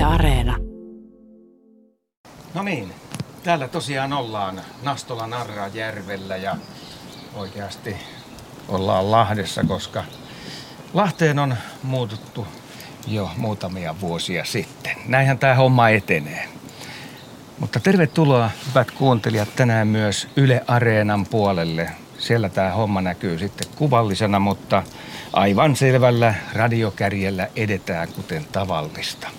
Areena. No niin, täällä tosiaan ollaan Nastolan Arrajärvellä ja oikeasti ollaan Lahdessa, koska Lahteen on muututtu jo muutamia vuosia sitten. Näinhän tämä homma etenee. Mutta tervetuloa, hyvät kuuntelijat, tänään myös Yle Areenan puolelle. Siellä tämä homma näkyy sitten kuvallisena, mutta aivan selvällä radiokärjellä edetään kuten tavallista.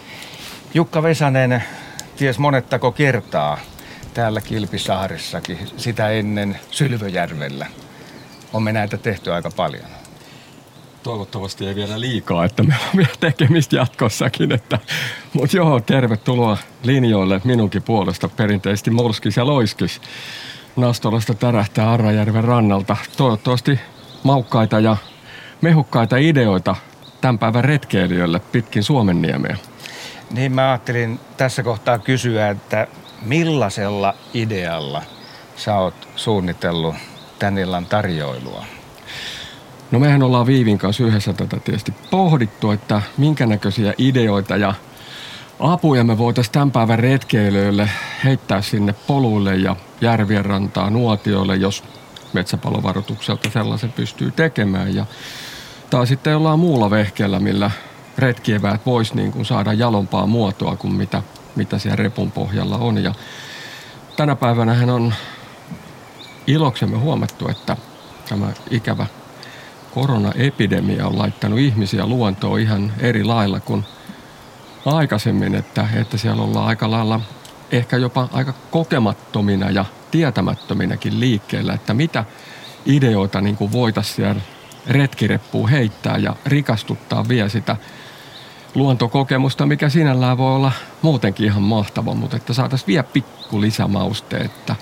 Jukka Vesanen ties monettako kertaa täällä Kilpisaaressakin, sitä ennen Sylvöjärvellä. On me näitä tehty aika paljon. Toivottavasti ei vielä liikaa, että meillä on vielä tekemistä jatkossakin. Mutta joo, tervetuloa linjoille minunkin puolesta, perinteisesti molskis ja loiskis. Nastolasta tärähtää Arrajärven rannalta. Toivottavasti maukkaita ja mehukkaita ideoita tämän päivän retkeilijöille pitkin Suomenniemeä. Niin mä ajattelin tässä kohtaa kysyä, että millaisella idealla sä oot suunnitellut tän illan tarjoilua? No mehän ollaan Viivin kanssa yhdessä tätä tietysti pohdittu, että minkä näköisiä ideoita ja apuja me voitaisiin tämän päivän retkeilijöille heittää sinne poluille ja järvien rantaa nuotioille, jos metsäpalovaroitukselta sellaisen pystyy tekemään. Ja tai sitten jollain muulla vehkeellä, millä retkieväät vois niin kuin saada jalompaa muotoa kuin mitä siellä repun pohjalla on. Ja tänä päivänähän on iloksemme huomattu, että tämä ikävä koronaepidemia on laittanut ihmisiä luontoon ihan eri lailla kuin aikaisemmin, että siellä ollaan aika lailla ehkä jopa aika kokemattomina ja tietämättöminäkin liikkeellä, että mitä ideoita niin kuin voitaisiin siellä retkireppuun heittää ja rikastuttaa vielä sitä luontokokemusta, mikä sinällään voi olla muutenkin ihan mahtava, mutta että saataisiin vielä pikku lisämausteetta.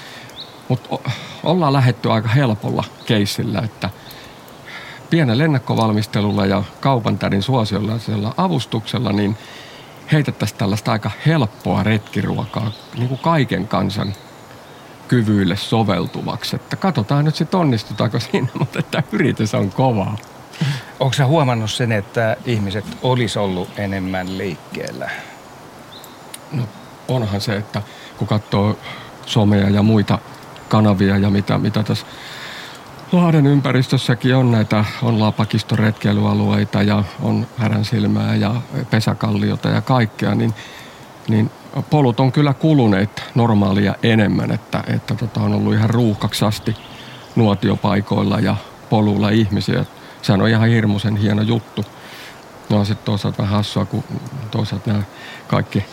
Mutta ollaan lähdetty aika helpolla keissillä, että pienellä ennakkovalmistelulla ja kaupantärin suosiolla avustuksella niin heitettäisiin tällaista aika helppoa retkiruokaa niin kuin kaiken kansan kyvyille soveltuvaksi. Että katsotaan nyt sitten onnistutaanko siinä, mutta että yritys on kovaa. Onko sä huomannut sen, että ihmiset olisi ollut enemmän liikkeellä? No onhan se, että kun katsoo somea ja muita kanavia ja mitä tässä Lahden ympäristössäkin on näitä, on Laapakiston retkeilyalueita ja on Häränsilmää ja Pesäkalliota ja kaikkea, niin polut on kyllä kuluneet normaalia enemmän, että on ollut ihan ruuhkaksi asti nuotiopaikoilla ja poluilla ihmisiä. Sehän on ihan hirmuisen hieno juttu. No on sitten toisaalta vähän hassua, kun toisaalta nämä kaikki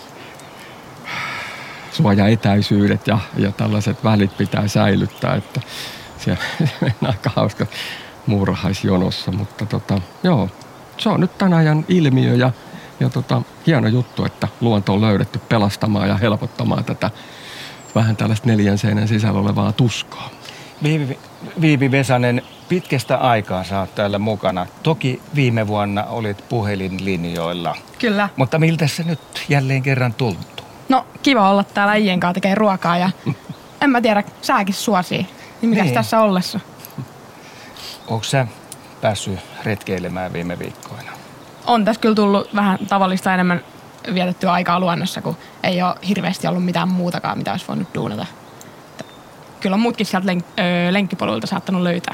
suojaetäisyydet ja tällaiset välit pitää säilyttää, että siellä on aika hauska muurahaisjonossa, mutta joo, se on nyt tämän ajan ilmiö ja hieno juttu, että luonto on löydetty pelastamaan ja helpottamaan tätä vähän tällaista 4 seinän sisällä olevaa tuskaa. Viivi Vesanen, pitkästä aikaa sä oot täällä mukana. Toki viime vuonna olit puhelinlinjoilla. Kyllä. Mutta miltä se nyt jälleen kerran tuntuu? No kiva olla täällä äijien kanssa tekee ruokaa ja en mä tiedä, sääkin suosii. Niin mikäs tässä ollessa? Onko sä päässyt retkeilemään viime viikkoina? On tässä kyllä tullut vähän tavallista enemmän vietettyä aikaa luonnossa, kun ei ole hirveästi ollut mitään muutakaan, mitä olisi voinut duunata. Kyllä on muutkin sieltä lenkkipoluilta saattanut löytää.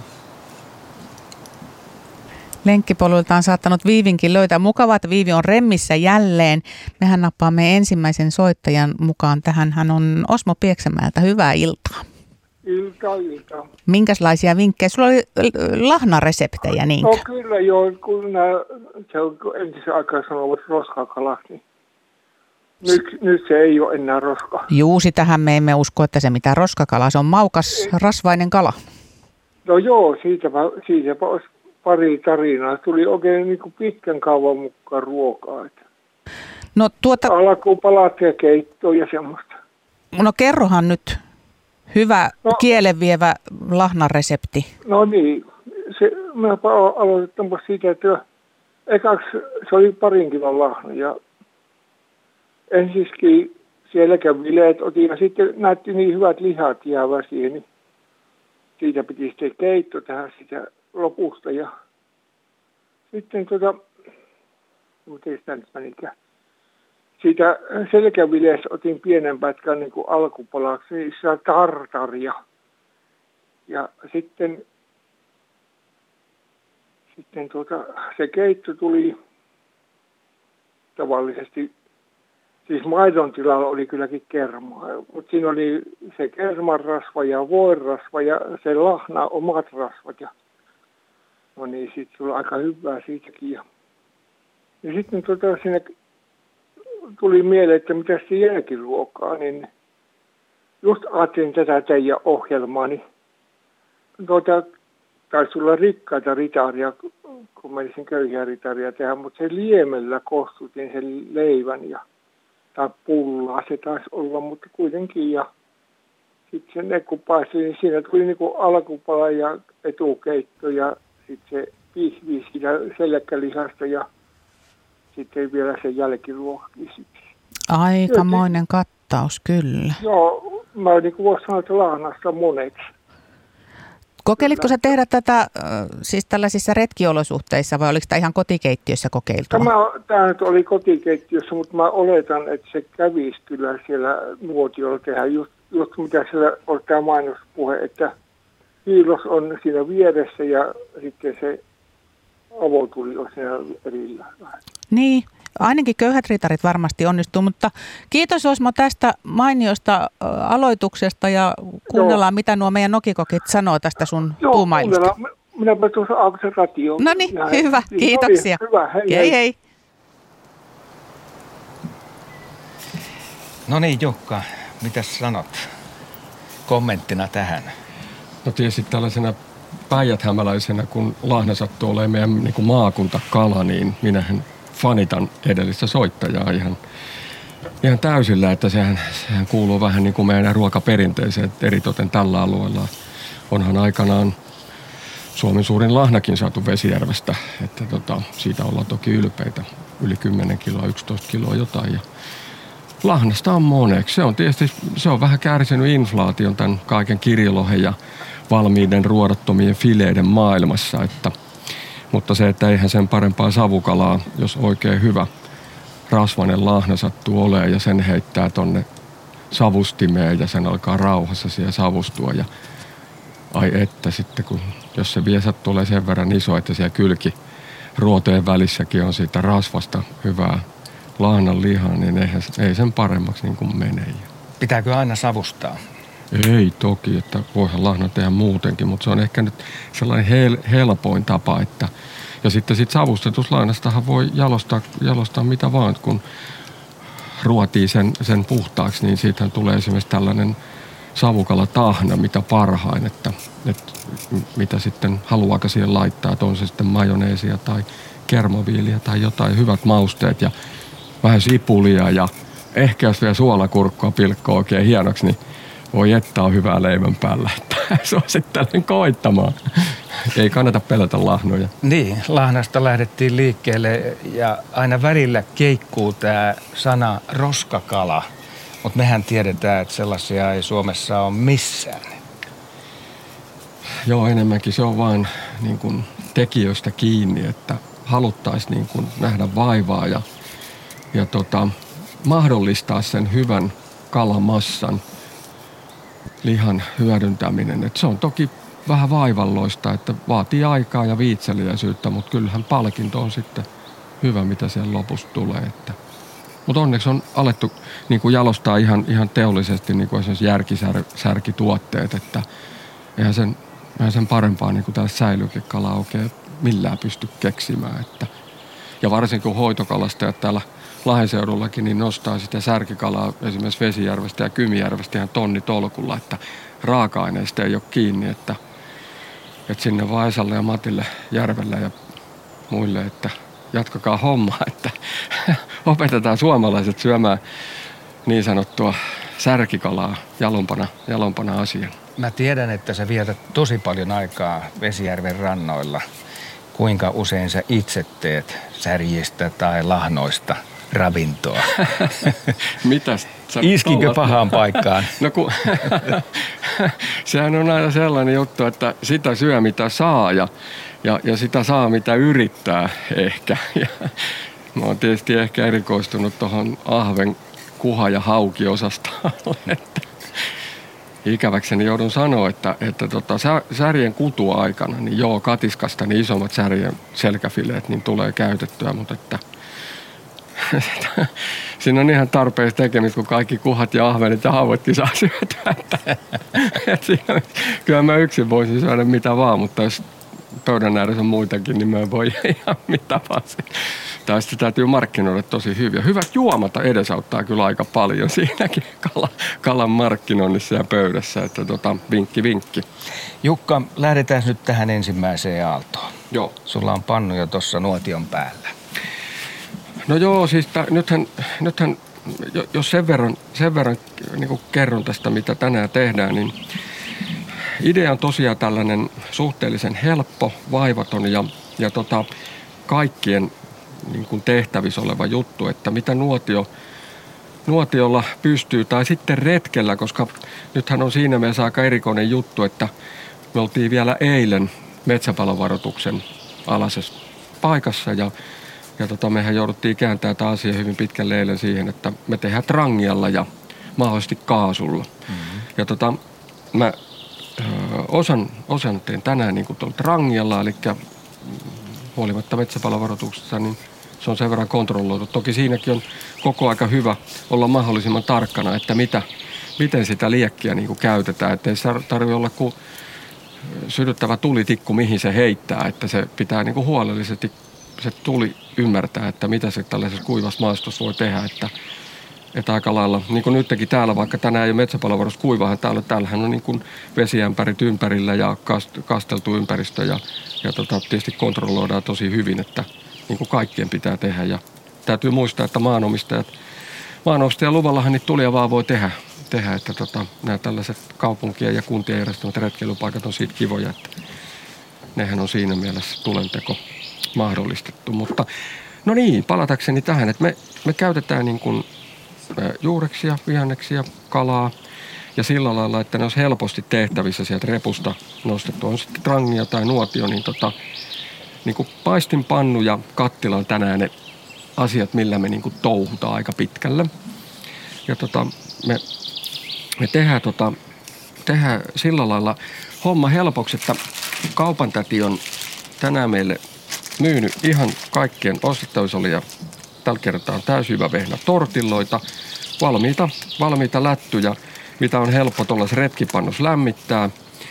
Lenkkipoluilta on saattanut Viivinkin löytää. Mukavaa, että Viivi on remmissä jälleen. Mehän nappaamme ensimmäisen soittajan mukaan tähän. Hän on Osmo Pieksämäeltä. Hyvää iltaa. Ilta. Minkälaisia vinkkejä? Sulla oli lahnareseptejä, niinkö? No kyllä joo, kun se on entisen aikaa sanovat roskakala, niin nyt se ei ole enää roska. Juu, sitähän me emme usko, että se mitään roskakala. Se on maukas, rasvainen kala. No joo, siitäpä olisi pari tarinaa. Tuli oikein niin kuin pitkän kauan mukaan ruokaa. No alkuun palat ja keittoa ja semmoista. No kerrohan nyt. Hyvä kielenvievä lahnaresepti. No niin, mä aloitan siitä, että ekaksi se oli 2 kilon lahna ja ensiskin sielläkään bileet otin ja sitten näytti niin hyvät lihat jäävä siihen, niin siitä piti sitten keitto tähän sitä lopusta ja sitten miten sitä nyt menikään. siitä selkävileestä otin pienen pätkän niin kuin alkupalaksi, niin sitä tartaria. Ja sitten se keitto tuli tavallisesti, siis maidon tilalla oli kylläkin kermaa, mutta siinä oli se kermanrasva ja voirasva ja se lahna omat rasvat. Ja, no niin, sitten tuli aika hyvää siitäkin. Ja sitten siinä tuli mieleen, että mitä se jälkiruokaa, niin just ajattelin tätä teidän ohjelmaa, niin taisi tulla rikkaita ritaria, kun menisin köyhiä ritaria tehdä, mutta se liemellä kostutin sen leivän tai pullaa se taisi olla, mutta kuitenkin. Ja sitten se kun paistui, niin siinä tuli niin kuin alkupala ja etukeitto ja sitten se pihvi siitä selkälihasta ja sitten vielä se jälkiruokakin sitten. Aikamoinen kattaus, kyllä. Joo, mä niin kuin voisin sanoa, että lahnasta moneksi. Kokeilitko sä tehdä tätä siis tällaisissa retkiolosuhteissa vai oliko tämä ihan kotikeittiössä kokeiltua? Tämä nyt oli kotikeittiössä, mutta mä oletan, että se kävisi kyllä siellä nuotiolla tehdä. Just mitä siellä on tämä mainospuhe, että hiilos on siinä vieressä ja sitten se avotuli on siinä erillä. Niin, ainakin köyhät ritarit varmasti onnistuu, mutta kiitos Osmo tästä mainiosta aloituksesta ja kuunnellaan, mitä nuo meidän nokikokit sanoo tästä sun tuumailusta. Minäpä tuossa aukaisen radioon. No niin, hyvä, kiitoksia. Hyvä, hei. Hei. No niin, Jukka, mitäs sanot kommenttina tähän? No tietysti tällaisena päijäthämäläisenä, kun lahna sattuu olemaan meidän niin kuin maakuntakala, niin minähän fanitan edellistä soittajaa ihan täysillä, että sehän kuuluu vähän niin kuin meidän ruokaperinteeseen, eritoten tällä alueella. Onhan aikanaan Suomen suurin lahnakin saatu Vesijärvestä, että siitä ollaan toki ylpeitä, yli 10 kiloa, 11 kiloa jotain. Ja lahnasta on moneksi. Se on vähän kärsinyt inflaation tämän kaiken kirjolohen ja valmiiden ruodattomien fileiden maailmassa, mutta se, että eihän sen parempaa savukalaa, jos oikein hyvä rasvainen lahna sattuu olemaan ja sen heittää tonne savustimeen ja sen alkaa rauhassa siellä savustua. Ja ai että sitten, jos se vielä sattuu olemaan sen verran iso, että siellä ruotojen välissäkin on siitä rasvasta hyvää lahnan lihaa, niin ei sen paremmaksi niin kuin mene. Pitääkö aina savustaa? Ei toki, että voihan lahna tehdä muutenkin, mutta se on ehkä nyt sellainen helpoin tapa, että ja sitten savustetuslahnastahan voi jalostaa mitä vaan, kun ruotii sen puhtaaksi, niin siitähän tulee esimerkiksi tällainen savukalatahna, mitä parhain, että mitä sitten haluaako siihen laittaa, että on se sitten majoneesia tai kermoviiliä tai jotain, hyvät mausteet ja vähän sipulia ja ehkä jos vielä suolakurkkua pilkkoa oikein hienoksi, niin voi että on hyvää leivän päällä, että suosittelen koittamaan. Ei kannata pelätä lahnoja. Niin, lahnasta lähdettiin liikkeelle ja aina välillä keikkuu tämä sana roskakala, mutta mehän tiedetään, että sellaisia ei Suomessa ole missään. Joo, enemmänkin se on vaan niin kuin tekijöistä kiinni, että haluttaisiin niin kuin nähdä vaivaa ja mahdollistaa sen hyvän kalamassan lihan hyödyntäminen. Et se on toki vähän vaivalloista, että vaatii aikaa ja viitseliäisyyttä, mutta kyllähän palkinto on sitten hyvä, mitä siellä lopussa tulee. Mutta onneksi on alettu niin kuin jalostaa ihan teollisesti niin kuin esimerkiksi järkisärkituotteet, että eihän sen parempaa niin kuin tällaista säilykekalaa oikein millään pysty keksimään. Ja varsinkin kun hoitokalastajat täällä Lahenseudullakin niin nostaa sitä särkikalaa esimerkiksi Vesijärvestä ja Kymijärvestä ihan tonnitolkulla, että raaka-aineista ei ole kiinni, että sinne vaan Esalle ja Matille järvellä ja muille, että jatkakaa hommaa, että opetetaan suomalaiset syömään niin sanottua särkikalaa jalompana asian. Mä tiedän, että sä vietät tosi paljon aikaa Vesijärven rannoilla. Kuinka usein sä itse teet särjistä tai lahnoista ravintoa? Mitäs? Iskikö pahaan paikkaan? No sehän on aina sellainen juttu, että sitä syö mitä saa ja sitä saa mitä yrittää ehkä. Ja Mä oon tietysti ehkä erikoistunut tuohon ahven, kuha- ja haukiosastolle, että ikäväkseni joudun sanoa, että särjen kutuaikana, niin joo, katiskasta niin isommat särjen selkäfileet niin tulee käytettyä, mutta että siinä on ihan tarpeeksi tekemistä, kun kaikki kuhat ja ahvenet ja haavoitkin saa syötyä. Kyllä mä yksin voisin syödä mitä vaan, mutta jos pöydän ääressä on muitakin, niin mä voi ihan mitä vaan. Tai sitten täytyy markkinoida tosi hyviä. Hyvät juomat edesauttaa kyllä aika paljon siinäkin kalan markkinoinnissa ja pöydässä, että vinkki. Jukka, lähdetään nyt tähän ensimmäiseen aaltoon. Joo. Sulla on pannu jo tuossa nuotion päällä. No joo, siis nythän jos sen verran niin kuin kerron tästä, mitä tänään tehdään, niin idea on tosiaan tällainen suhteellisen helppo, vaivaton ja kaikkien niin kuin tehtävissä oleva juttu, että mitä nuotiolla pystyy, tai sitten retkellä, koska nythän on siinä mielessä aika erikoinen juttu, että me oltiin vielä eilen metsäpalovaroituksen alaisessa paikassa ja mehän jouduttiin kääntämään tämä asia hyvin pitkälle eilen siihen, että me tehdään trangialla ja mahdollisesti kaasulla. Mm-hmm. Ja mä osan teen tänään niin kuin trangialla, eli huolimatta metsäpalovaroituksesta, niin se on sen verran kontrolloitu. Toki siinäkin on koko aika hyvä olla mahdollisimman tarkkana, että miten sitä liekkiä niin kuin käytetään. Että ei se tarvitse olla kuin sytyttävä tulitikku, mihin se heittää. Että se pitää niin kuin huolellisesti se tuli ymmärtää, että mitä se tällaisessa kuivassa maastossa voi tehdä. Että aika lailla, niin kuin nytkin täällä, vaikka tänään ei ole metsäpalovaroitus kuivahan täällähän on niin kuin vesiämpärit ympärillä ja kasteltu ympäristö ja tietysti kontrolloidaan tosi hyvin, että niin kuin kaikkien pitää tehdä. Ja täytyy muistaa, että maanomistajan luvallahan niitä tulia vaan voi tehdä että nämä tällaiset kaupunkien ja kuntien järjestämät retkeilypaikat on siitä kivoja, että nehän on siinä mielessä tulenteko mahdollistettu. Mutta no niin, palatakseni tähän, että me käytetään niin kuin juureksia, vihanneksia, kalaa ja sillä lailla, että ne olisi helposti tehtävissä sieltä repusta nostettu. On sitten trangia tai nuotio, niin kuin paistinpannu ja kattila on tänään ne asiat, millä me niin kuin touhutaan aika pitkälle. Ja me tehdään sillä lailla homma helpoksi, että kaupantäti on tänään meille myynyt ihan kaikkien ostettavissa oli ja tällä kertaa on täysjyvä vehnä tortilloita, valmiita lättyjä, mitä on helppo tuollaisessa retkipannussa lämmittää.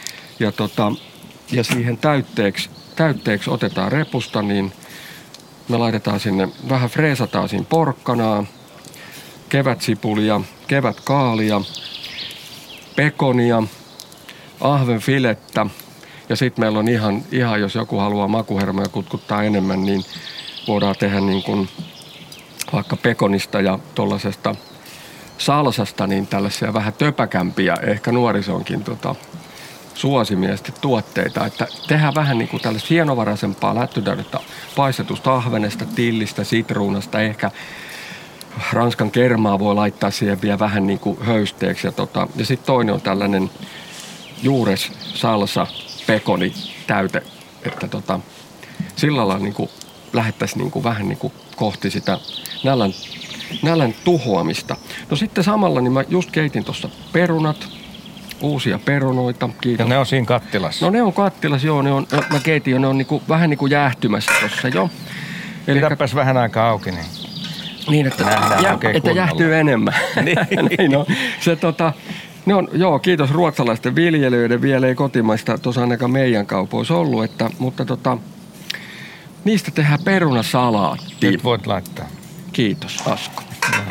Ja siihen täytteeksi otetaan repusta, niin me laitetaan sinne, vähän freesataan siinä porkkanaa, kevätsipulia, kevätkaalia, pekonia, ahvenfilettä. Ja sitten meillä on ihan, jos joku haluaa makuhermoja kutkuttaa enemmän, niin voidaan tehdä niin kuin vaikka pekonista ja tuollaisesta salsasta, niin tällaisia vähän töpäkämpiä, ehkä nuorisonkin suosimiesti tuotteita. Että tehdään vähän niin kuin tällaista hienovaraisempaa lättytäydettä paistetusta ahvenesta, tillistä, sitruunasta, ehkä ranskan kermaa voi laittaa siihen vielä vähän niin kuin höysteeksi. Ja sitten toinen on tällainen juures, salsa, pekoni täyte, että sillä lailla niin kuin lähettäisiin niin kuin vähän niin kuin kohti sitä nälän tuhoamista. No sitten samalla niin mä just keitin tuossa perunat, uusia perunoita. Kiitos. Ja ne on siinä kattilassa? No ne on kattilassa, joo. Mä keitin jo, ne on niin kuin, vähän niin kuin jäähtymässä tuossa jo. Pidäpäs vähän aikaa auki, niin että jäähtyy enemmän. Niin, no, ne on, joo, kiitos ruotsalaisten viljelijöiden, vielä ei kotimaista tuossa ainakaan meidän kaupoissa ollut, mutta niistä tehdään perunasalaatti. Nyt voit laittaa. Kiitos, Asko.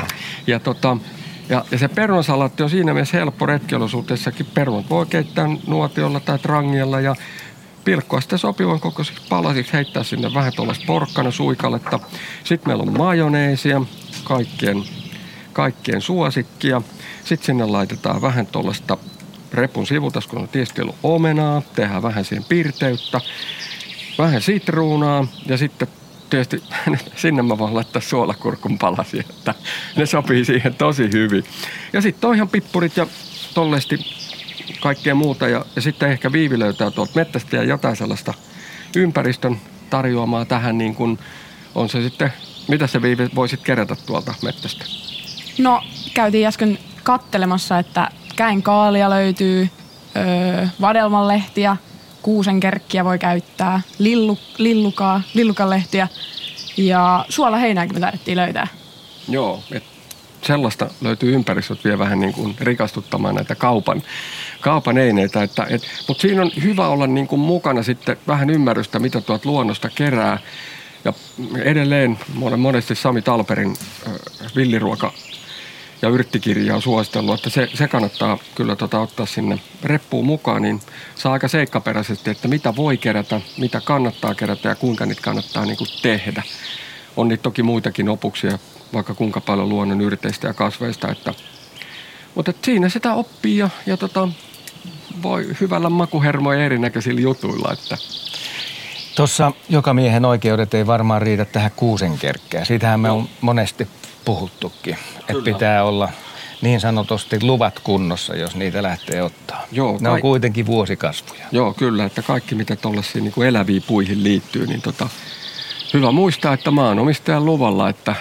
Ja se perunasalaatti on siinä mielessä helppo retkiolosuhteessakin. Perunat voi keittää nuotiolla tai trangialla ja pilkkoa sitten sopivan kokoisiksi palasiksi, heittää sinne vähän tuollaista porkkanasuikaletta. Sitten meillä on majoneesia, kaikkien suosikkia. Sitten sinne laitetaan vähän tuollaista repun sivutas, kun on tietysti ollut omenaa. Tehdään vähän siihen pirteyttä, vähän sitruunaa ja sitten tietysti sinne mä voin laittaa suolakurkun palasia, että ne sopii siihen tosi hyvin. Ja sitten on ihan pippurit ja tollesti kaikkea muuta ja sitten ehkä Viivi löytää tuolta mettästä ja jotain sellaista ympäristön tarjoamaa tähän niin kuin on se sitten mitä se Viivi voisit kerätä tuolta mettästä? No, käytiin äsken kattelemassa, että käenkaalia löytyy, vadelmanlehtiä, kuusenkerkkiä voi käyttää, lillukanlehtiä ja suolaheinääkin me taidettiin löytää. Joo, sellaista löytyy ympäristöt vielä vähän niin kuin rikastuttamaan näitä kaupan eineitä. Mutta siinä on hyvä olla niin kuin mukana sitten vähän ymmärrystä, mitä tuolta luonnosta kerää. Ja edelleen monesti Sami Talperin villiruoka- ja yrttikirja on suositellut, että se kannattaa kyllä ottaa sinne reppuun mukaan, niin saa aika seikkaperäisesti, että mitä voi kerätä, mitä kannattaa kerätä ja kuinka niitä kannattaa niin kuin tehdä. On niitä toki muitakin opuksia, vaikka kuinka paljon luonnon yrteistä ja kasveista, mutta siinä sitä oppii ja voi hyvällä makuhermoja erinäköisillä jutuilla, että Tuossa Jokamiehen oikeudet ei varmaan riitä tähän kuusenkerkkään. Siitähän me on monesti puhuttukin, että pitää olla niin sanotusti luvat kunnossa, jos niitä lähtee ottaa. Joo, ne on kuitenkin vuosikasvuja. Joo, kyllä, että kaikki mitä tuollaisiin niin kuin eläviin puihin liittyy, niin hyvä muistaa, että maanomistajan luvalla, että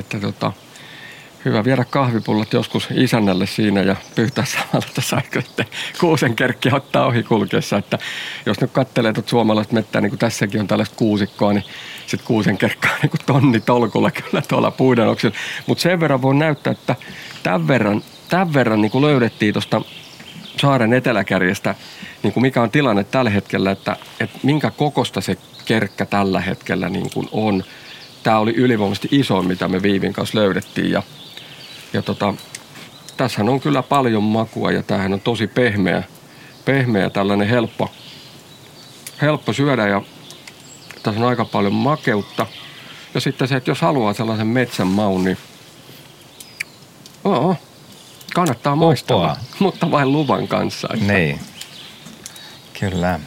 hyvä viedä kahvipullot joskus isännälle siinä ja pyytää samalla, että saiko sitten kuusenkerkkiä ottaa ohi kulkeessa. Että jos nyt katselee suomalaista mettää, niin kuin tässäkin on tällaista kuusikkoa, niin sitten kuusenkerkkaa niin kuin tonni tolkulla kyllä tuolla puidanoksilla. Mutta sen verran voi näyttää, että tämän verran niin kuin löydettiin tuosta saaren eteläkärjestä, niin kuin mikä on tilanne tällä hetkellä, että minkä kokosta se kerkkä tällä hetkellä niin kuin on. Tämä oli ylivoimaisesti isoin, mitä me Viivin kanssa löydettiin ja tässähän on kyllä paljon makua ja tämähän on tosi pehmeä tällainen helppo syödä ja tässä on aika paljon makeutta. Ja sitten se, että jos haluaa sellaisen metsän maun, niin kannattaa maistaa, mutta vain luvan kanssa. Että. Niin, kyllä.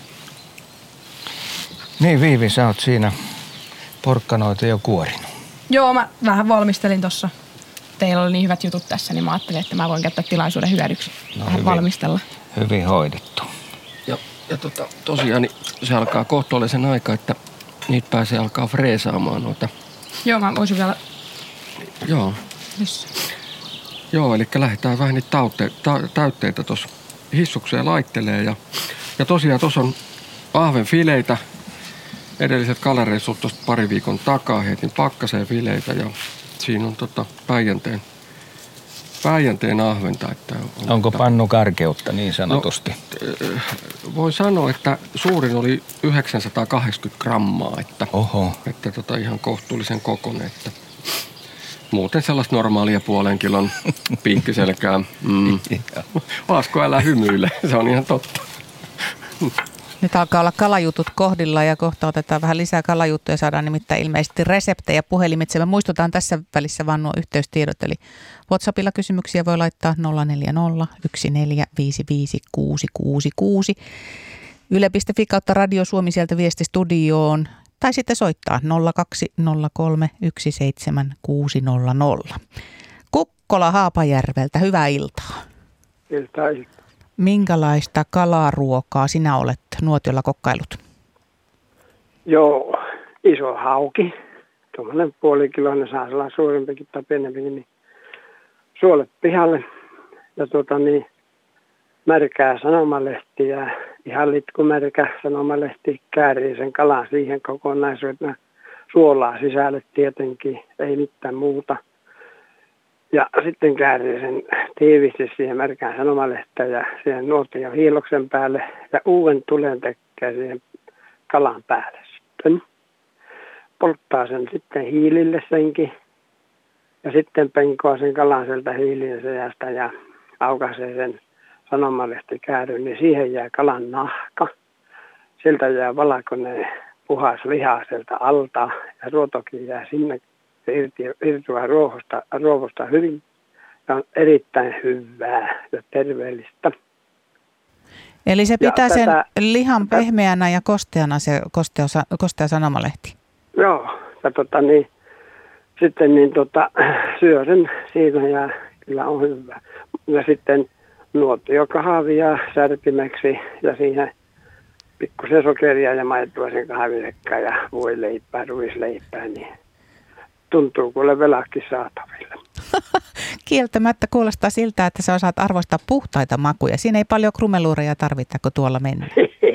Niin Viivi, sä oot siinä porkkanoita jo kuorinut. Joo, mä vähän valmistelin tuossa. Teillä oli niin hyvät jutut tässä, niin mä ajattelin, että mä voin käyttää tilaisuuden hyödyksi vähän valmistella. Hyvin hoidettu. Ja tosiaan niin se alkaa kohtuullisen aika, että niitä pääsee alkaa freesaamaan noita. Joo, mä voisin vielä. Joo. Missä? Joo, eli lähdetään vähän niitä täytteitä tuossa hissukseen laittelee. Ja tosiaan tuossa on ahvenfileitä. Edelliset kalareissut tuosta pari viikon takaa heitin pakkaseen fileitä ja siinä on Päijänteen ahventa. Että onko pannu karkeutta niin sanotusti? No, voi sanoa, että suurin oli 980 grammaa, että ihan kohtuullisen kokoinen. Että muuten sellaista normaalia puolen kilon pinkkiselkää. Vasko, älä hymyile, se on ihan totta. Nyt alkaa olla kalajutut kohdilla ja kohta otetaan vähän lisää kalajuttuja. Saadaan nimittäin ilmeisesti reseptejä puhelimitse. Mä muistutan tässä välissä vaan nuo yhteystiedot. Eli WhatsAppilla kysymyksiä voi laittaa 040 1455 666. Yle.fi kautta Radio Suomi sieltä viestistudioon. Tai sitten soittaa 0203 17600. Kukkola Haapajärveltä, hyvää iltaa. Iltaa. Minkälaista kalaruokaa sinä olet nuotiolla kokkailut? Joo, iso hauki. Tuommoinen puolikiloinen, saa olla suurempikin tai pienempikin, niin suolet pihalle. Ja märkää sanomalehtiä, ihan litkumärkä sanomalehti, käärii sen kalan siihen kokonaisuuteen. Suolaa sisälle tietenkin, ei mitään muuta. Ja sitten käärii sen tiivisti siihen märkään sanomalehteen ja siihen nuotion hiiloksen päälle ja uuden tulen tekee siihen kalan päälle sitten. Polttaa sen sitten hiilille senkin ja sitten penkoa sen kalan sieltä hiilin seasta ja aukaisee sen sanomalehtikääryn, niin siihen jää kalan nahka. Sieltä jää valkoinen puhas liha sieltä alta ja ruotokin jää sinne. Se irtoaa ruohosta hyvin ja on erittäin hyvää ja terveellistä. Eli se pitää sen lihan pehmeänä ja kosteana se kostea sanomalehti? Joo, ja sitten syö sen siinä ja kyllä on hyvä. Ja sitten nuotio kahvia särpimeksi ja siinä pikkusen sokeria ja maitoa sen kahvisekkaan ja voileipää, ruisleipää, niin tuntuu kuule veläkin saataville. Kieltämättä kuulostaa siltä, että sä osaat arvostaa puhtaita makuja. Siinä ei paljon krumeluureja tarvita, kun tuolla mennään.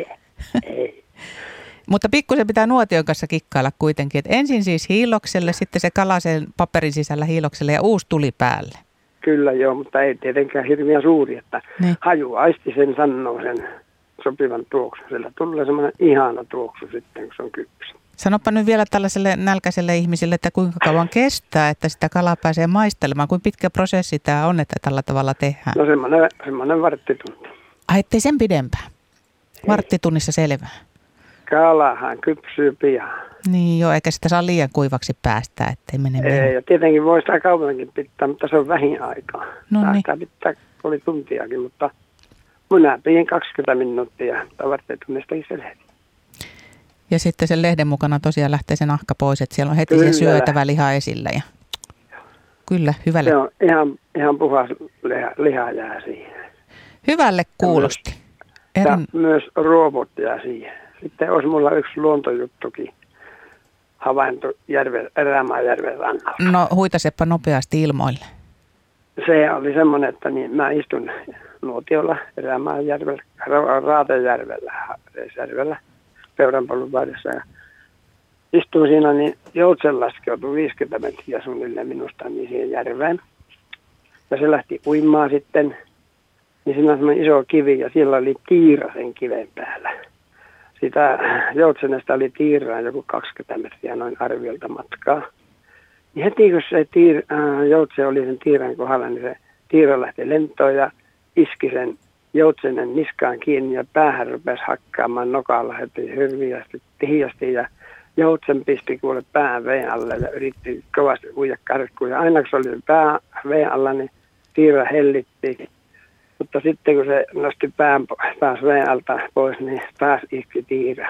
Ei. Mutta pikkusen pitää nuotion kanssa kikkailla kuitenkin. Et ensin siis hiilokselle, sitten se kala sen paperin sisällä hiilokselle ja uusi tuli päälle. Kyllä joo, mutta ei tietenkään hirveän suuri, että Niin. hajuaisti sen sanoo sen sopivan tuoksun. Sillä tulee semmoinen ihana tuoksu sitten, kun se on kypsä. Sanoppa nyt vielä tällaiselle nälkäiselle ihmiselle, että kuinka kauan kestää, että sitä kalaa pääsee maistelemaan. Kuinka pitkä prosessi tämä on, että tällä tavalla tehdään? No semmoinen varttitunti. Ai, ettei sen pidempään. Varttitunnissa selvää. Kalahan kypsyy pian. Niin joo, eikä sitä saa liian kuivaksi päästää, ettei mene Ei, menemään. ja tietenkin voi sitä kauankin pitää, mutta se on vähin aikaa. No Saa niin. sitä pitää oli tuntiakin, mutta minä pidin 20 minuuttia, tai varttitunnistakin selvitin. Ja sitten sen lehden mukana tosiaan lähtee se nahka pois, että siellä on heti Kyllä. se syötävä liha esillä. Ja... Kyllä, hyvälle, Se on ihan puhas liha jää siihen. hyvälle kuulosti. Ja myös ruovot jää siihen. Sitten olisi mulla yksi luontojuttukin havainto Erämaajärven rannalla. No huitaseppa nopeasti ilmoille. Se oli semmoinen, että niin mä istun nuotiolla Erämaajärvellä, Raatejärvellä, Reisjärvellä, Peuranpolun varressa. Ja istuin siinä, niin joutsen laskeutui 50 metriä suunnilleen minusta niin siihen järveen. Ja se lähti uimaan sitten, niin siinä on semmoinen iso kivi ja siellä oli tiira sen kiven päällä. Sitä joutsenesta oli tiiraan joku 20 metriä noin arviolta matkaa. Niin heti kun se joutse oli sen tiiran kohdalla, niin se tiira lähti lentoon ja iski sen joutsenen niskaan kiinni ja päähän rupesi hakkaamaan nokalla heti hirviästi, tihiästi ja joutsen pisti kuule pään veen alle ja yritti kovasti uida karkuun. Ja aina kun se oli pää veen alla, niin tiira hellitti. Mutta sitten kun se nosti pään taas veen alta pois, niin taas iski tiira.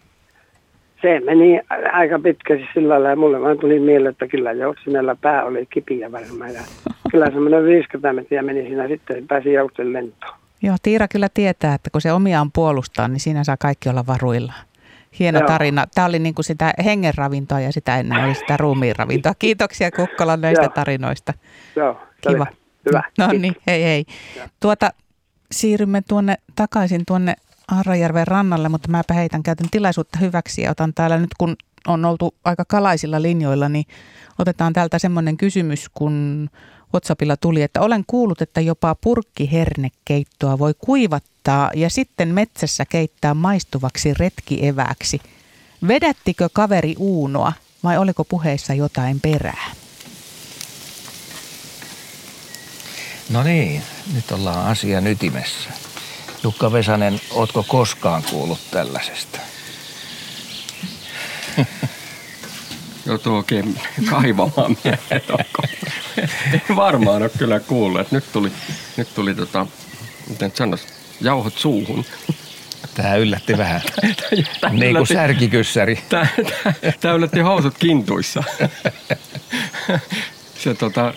Se meni aika pitkästi sillä lailla ja mulle vaan tuli mieleen, että kyllä joutsenella pää oli kipiä varmaan. Ja kyllä semmoinen 50 metriä meni siinä sitten, se pääsi joutsen lentoon. Joo, tiira kyllä tietää, että kun se omiaan puolustaa, niin siinä saa kaikki olla varuillaan. Hieno tarina. Tämä oli niin kuin sitä hengenravintoa ja sitä ennen oli sitä ruumiinravintoa. Kiitoksia Kukkola näistä tarinoista. Joo, kiva. Hyvä. No niin, hei. Siirrymme takaisin tuonne Aarajärven rannalle, mutta mäpä käytän tilaisuutta hyväksi ja otan täällä nyt, kun on oltu aika kalaisilla linjoilla, niin otetaan täältä semmoinen kysymys, kun WhatsAppilla tuli, että olen kuullut, että jopa purkkihernekeittoa voi kuivattaa ja sitten metsässä keittää maistuvaksi retkieväksi. Vedättikö kaveri uunoa vai oliko puheessa jotain perää? No niin, nyt ollaan asian ytimessä. Jukka Vesanen, ootko koskaan kuullut tällaisesta? Joutuu oikein kaivamaan miehet. En varmaan ole kyllä kuullut. Että nyt tuli miten sanoisi, jauhot suuhun. Tämä yllätti vähän. Niin kuin särkikyssäri. Tämä yllätti housut kintuissa. Se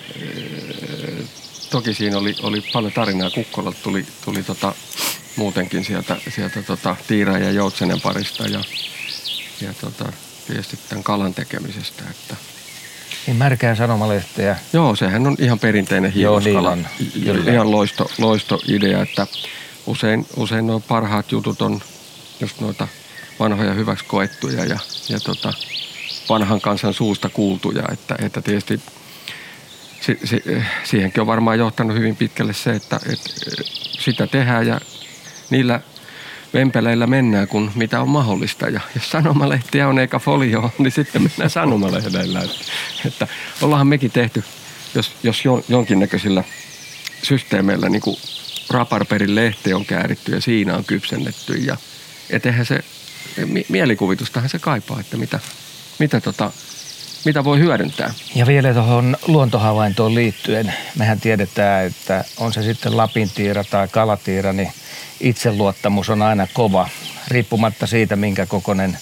toki siinä oli paljon tarinaa. Kukkolalta tuli muutenkin sieltä tiiran ja joutsenen parista ja tietysti tämän kalan tekemisestä. Että. Niin märkää sanomalehteä. Joo, sehän on ihan perinteinen hiiloskala. Niin ihan loisto idea, että usein nuo parhaat jutut on just noita vanhoja hyväksi koettuja ja vanhan kansan suusta kuultuja, että tietysti siihenkin on varmaan johtanut hyvin pitkälle se, että sitä tehdään ja niillä vempeleillä mennään, kun mitä on mahdollista. Ja jos sanomalehtiä on eikä folio, niin sitten mennään sanomalehdellä. Että ollaanhan mekin tehty, jos jonkinnäköisillä systeemeillä niin kuin raparperin lehti on kääritty ja siinä on kypsennetty. Ja eihän se, mielikuvitustahan se kaipaa, että mitä voi hyödyntää. Ja vielä tuohon luontohavaintoon liittyen, mehän tiedetään, että on se sitten lapintiira tai kalatiira, niin itseluottamus on aina kova, riippumatta siitä, minkä kokoinen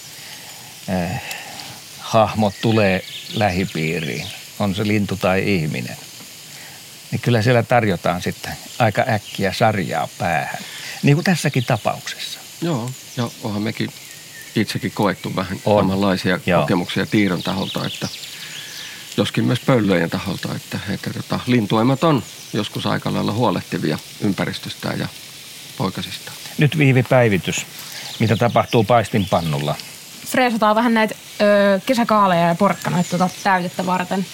hahmo tulee lähipiiriin, on se lintu tai ihminen. Niin kyllä siellä tarjotaan sitten aika äkkiä sarjaa päähän, niin kuin tässäkin tapauksessa. Joo, ja onhan mekin itsekin koettu vähän samanlaisia kokemuksia tiiron taholta, että joskin myös pöllöjen taholta, että lintuemat on joskus aika lailla huolehtivia ympäristöstään ja poikasistaan. Nyt Viivi-päivitys. Mitä tapahtuu paistinpannulla? Freesataan vähän näitä kesäkaaleja ja porkkanoita täytettä varten.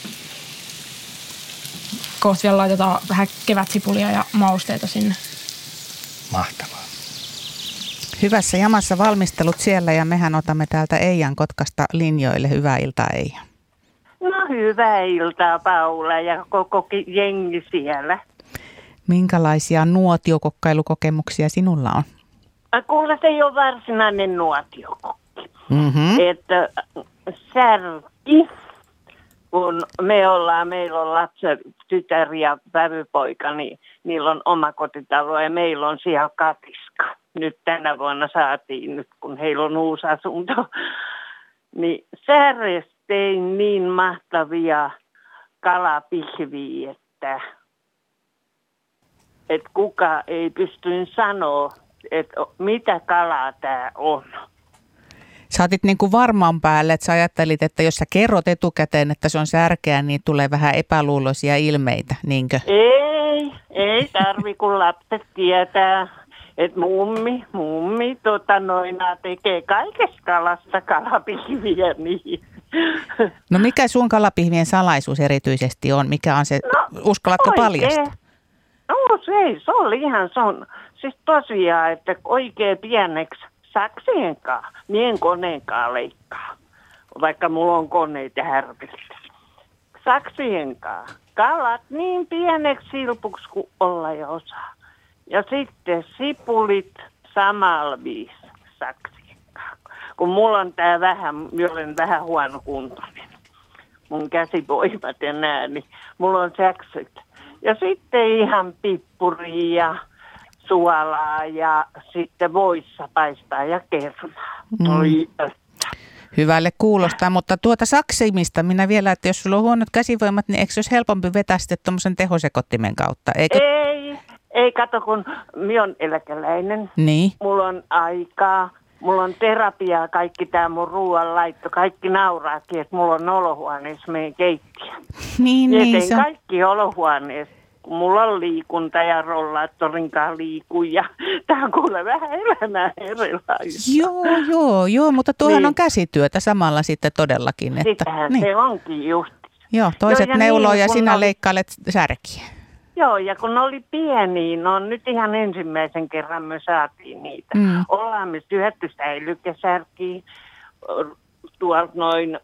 Kohta vielä laitetaan vähän kevätsipulia ja mausteita sinne. Mahtavaa. Hyvässä jamassa valmistelut siellä ja mehän otamme täältä Eijan Kotkasta linjoille. Hyvää iltaa, Eija. No hyvää iltaa, Paula, ja koko jengi siellä. Minkälaisia nuotiokokkailukokemuksia sinulla on? Kuule, se ei ole varsinainen nuotiokokki. Että särki, kun meillä on lapsen tytär ja vävypoika, niin niillä on oma kotitalo ja meillä on siellä katiska. Nyt tänä vuonna saatiin, nyt kun heillä on uusi asunto, niin särjestä tein niin mahtavia kalapihviä, että kuka ei pysty sanoa, että mitä kalaa tämä on. Sä otit niin kuin varmaan päälle, että sä ajattelit, että jos sä kerrot etukäteen, että se on särkeä, niin tulee vähän epäluuloisia ilmeitä, niinkö? Ei tarvi, kun lapset tietää, että mummi tekee kaikesta kalasta kalapihviä niin. No mikä sun kalapihvien salaisuus erityisesti on? Mikä on se, uskallatko paljastaa? No se on siis tosiaan, että oikein pieneksi saksien kanssa, mien koneen kanssa leikkaa, vaikka mulla on koneita härpistä. Saksien kanssa, kalat niin pieneksi silpuksi kuin olla ja osaa. Ja sitten sipulit samalla viisi saksien kanssa. Kun mulla on minä olen vähän huonokuntoinen, mun käsivoimat ja nää, niin mulla on sakset. Ja sitten ihan pippuria ja suolaa ja sitten voissa paistaa ja kernaa. Hyvälle kuulostaa, mutta tuota saksimista minä vielä, että jos sulla on huonot käsivoimat, niin eikö se olisi helpompi vetää sitten tuommoisen tehosekottimen kautta? Eikö? Ei kato, kun minä olen eläkeläinen. Niin. Mulla on aikaa, mulla on terapiaa, kaikki tämä mun ruoanlaitto, kaikki nauraakin, että mulla on olohuoneessa meidän keittiö. Niin, se kaikki olohuoneessa. Mulla on liikunta ja rollaattorin kanssa liikun ja tää on kuule vähän elämää erilaista. Joo, mutta tuohan on käsityötä samalla sitten todellakin. Että, sitähän se onkin just. Joo, toiset neuloo ja sinä leikkailet särkiä. Joo, ja kun ne oli pieniä, no nyt ihan ensimmäisen kerran me saatiin niitä. Ollaan me syötty säilykesärkiä tuolta noin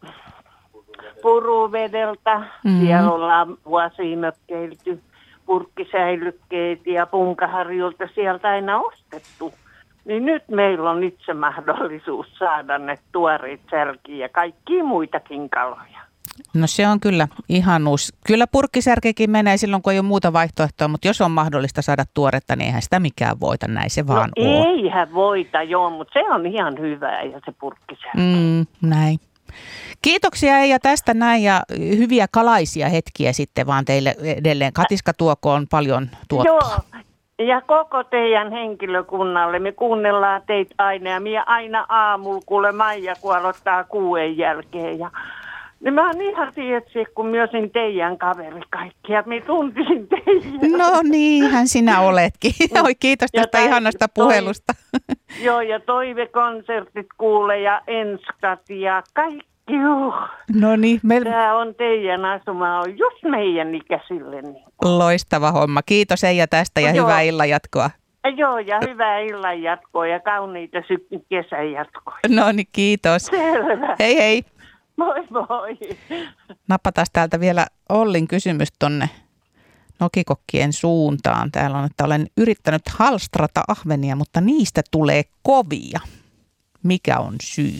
Puruvedeltä. Siellä ollaan vuosia mökkeilty. Purkkisäilykkeet ja Punkaharjulta sieltä aina ostettu. Niin nyt meillä on itse mahdollisuus saada ne tuoreet särkiä ja kaikkia muitakin kaloja. No se on kyllä ihanuus. Kyllä purkkisärkikin menee silloin, kun ei ole muuta vaihtoehtoa, mutta jos on mahdollista saada tuoretta, niin eihän sitä mikään voita, näin se vaan on. Eihän voita, joo, mutta se on ihan hyvää ja se purkkisärki. Näin. Kiitoksia Eija tästä näin ja hyviä kalaisia hetkiä sitten vaan teille edelleen. Katiskatuokoon paljon tuottoa. Joo, ja koko teidän henkilökunnalle. Me kuunnellaan teitä aina ja minä aina aamulla kuule Maija, kun aloittaa 6 jälkeen. Ja niin mä oon ihan tietysti, kun mä olisin teidän kaveri kaikki ja minä tuntisin teidän. No niinhän sinä oletkin. Oi, kiitos tästä ihanasta puhelusta. Joo, ja toivekonsertit kuule ja enskat ja kaikki. No niin. Tämä on teidän asuma, on just meidän ikäisille. Niin. Loistava homma. Kiitos Eija tästä ja hyvää illan jatkoa. Joo, ja hyvää illan jatkoa ja kauniita kesän jatkoa. No niin, kiitos. Selvä. Hei hei. Moi moi. Napataan täältä vielä Ollin kysymys tonne nokikokkien suuntaan. Täällä on, että olen yrittänyt halstrata ahvenia, mutta niistä tulee kovia. Mikä on syy?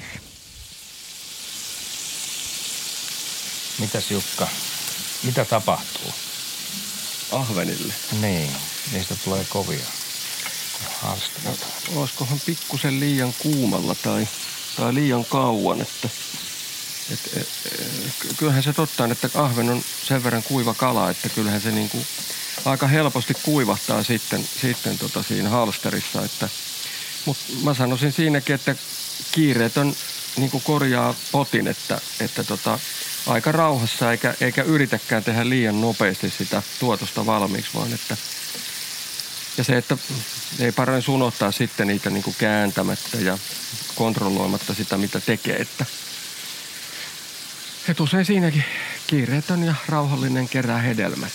Mitäs Jukka, mitä tapahtuu? Ahvenille. Niin, niistä tulee kovia. Olisikohan pikkusen liian kuumalla tai liian kauan, että kyllähän se totta on, että ahven on sen verran kuiva kala, että kyllähän se niinku aika helposti kuivahtaa sitten siinä halsterissa, mutta mä sanoisin siinäkin, että kiireetön niinku korjaa potin, että aika rauhassa eikä yritäkään tehdä liian nopeasti sitä tuotosta valmiiksi, vaan että ja se, että ei paremmin unohtaa sitten niitä niin kuin kääntämättä ja kontrolloimatta sitä, mitä tekee, että usein siinäkin kiireetön ja rauhallinen kerää hedelmät.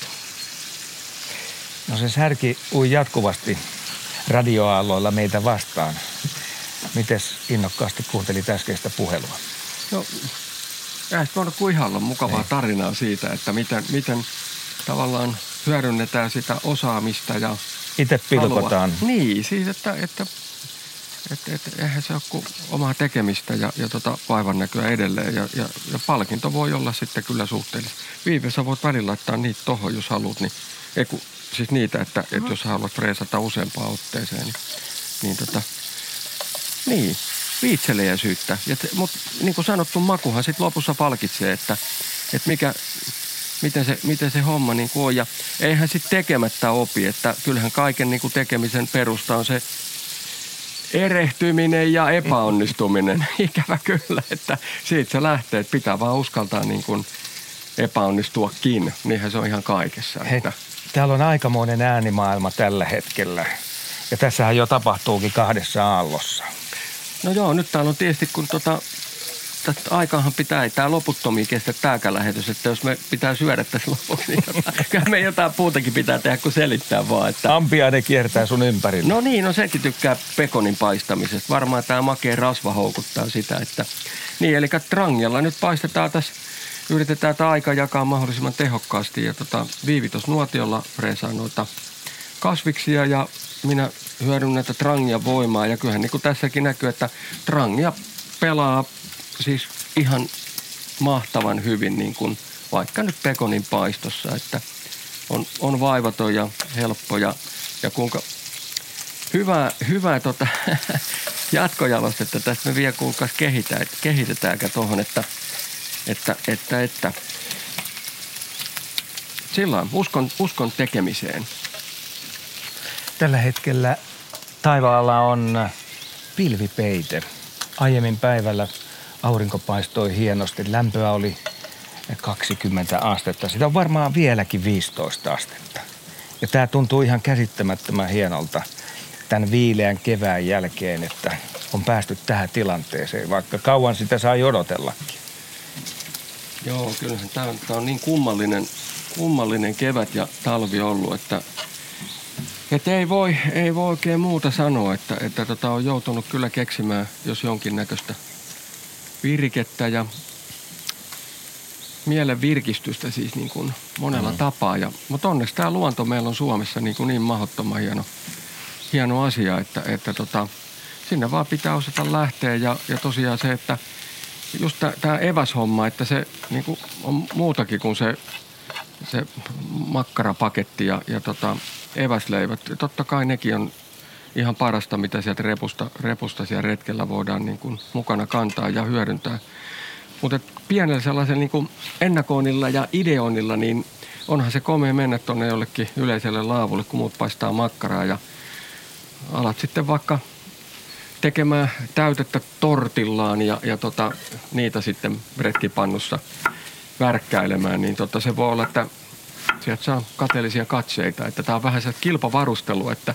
No se särki ui jatkuvasti radioaalloilla meitä vastaan. Mites innokkaasti kuuntelit äskeistä puhelua? No, ei voinut kuin ihailla mukavaa tarinaa siitä, että miten tavallaan hyödynnetään sitä osaamista ja itse pilkotaan. Niin, siis että eihän se ole kuin omaa tekemistä ja vaivannäköä edelleen ja palkinto voi olla sitten kyllä suhteellisesti. Viiveessä voit välillä laittaa niitä tohon, jos haluat, niin siis niitä, että jos haluat freesata useampaan otteeseen, niin viitseliäisyyttä. Mutta niin kuin sanottu, makuhan sitten lopussa palkitsee, että miten se homma niin kuin on. Ja eihän sitten tekemättä opi, että kyllähän kaiken niin kuin tekemisen perusta on se erehtyminen ja epäonnistuminen. Ikävä kyllä, että siitä se lähtee, että pitää vaan uskaltaa niin kuin epäonnistuakin. Niinhän se on ihan kaikessa. Täällä on aikamoinen äänimaailma tällä hetkellä. Ja tässähän jo tapahtuukin 2 aallossa. No joo, nyt täällä on tietysti, kun tästä aikaahan pitää, ei tää loputtomiin kestä tääkään lähetys, että jos me pitää syödä tässä lopuksi, niin kyllä me jotain puutakin pitää tehdä, kun selittää vaan. Että ampiaine kiertää sun ympärillä. No niin, sekin tykkää pekonin paistamisesta. Varmaan tää makea rasva houkuttaa sitä, että niin, eli trangialla nyt paistetaan tässä, yritetään tämä aika jakaa mahdollisimman tehokkaasti ja viivitosnuotiolla freesaan noita kasviksia ja minä hyödyn näitä trangia voimaa ja kyllähän niin kuin tässäkin näkyy, että trangia pelaa siis ihan mahtavan hyvin niin kuin vaikka nyt pekonin paistossa, että on vaivaton ja helppo ja kuinka hyvää jatkojalostetta tästä me vielä kuulkaas kehitetäänkö tuohon, että sillä uskon tekemiseen. Tällä hetkellä taivaalla on pilvipeite. Aiemmin päivällä aurinko paistoi hienosti. Lämpöä oli 20 astetta. Sitä on varmaan vieläkin 15 astetta. Ja tämä tuntuu ihan käsittämättömän hienolta tämän viileän kevään jälkeen, että on päästy tähän tilanteeseen, vaikka kauan sitä sai odotellakin. Joo, kyllähän tämä on niin kummallinen kevät ja talvi ollut, että ei voi oikein muuta sanoa, että on joutunut kyllä keksimään jos jonkinnäköistä virikettä ja mielen virkistystä siis niin kuin monella tapaa. Mutta onneksi tämä luonto meillä on Suomessa niin mahdottoman hieno asia, että sinne vaan pitää osata lähteä ja tosiaan se, että just tämä eväshomma, että se niin kuin on muutakin kuin se makkarapaketti ja eväsleivät. Totta kai nekin on ihan parasta, mitä sieltä repusta siellä retkellä voidaan niin kuin mukana kantaa ja hyödyntää. Mutta pienellä sellaisella niin kuin ennakoinnilla ja ideoinnilla, niin onhan se komea mennä tuonne jollekin yleiselle laavulle, kun muut paistaa makkaraa ja alat sitten vaikka tekemään täytettä tortillaan ja niitä sitten retkipannussa värkkäilemään, niin se voi olla, että sieltä saa kateellisia katseita, että tämä on vähän se kilpavarustelu, että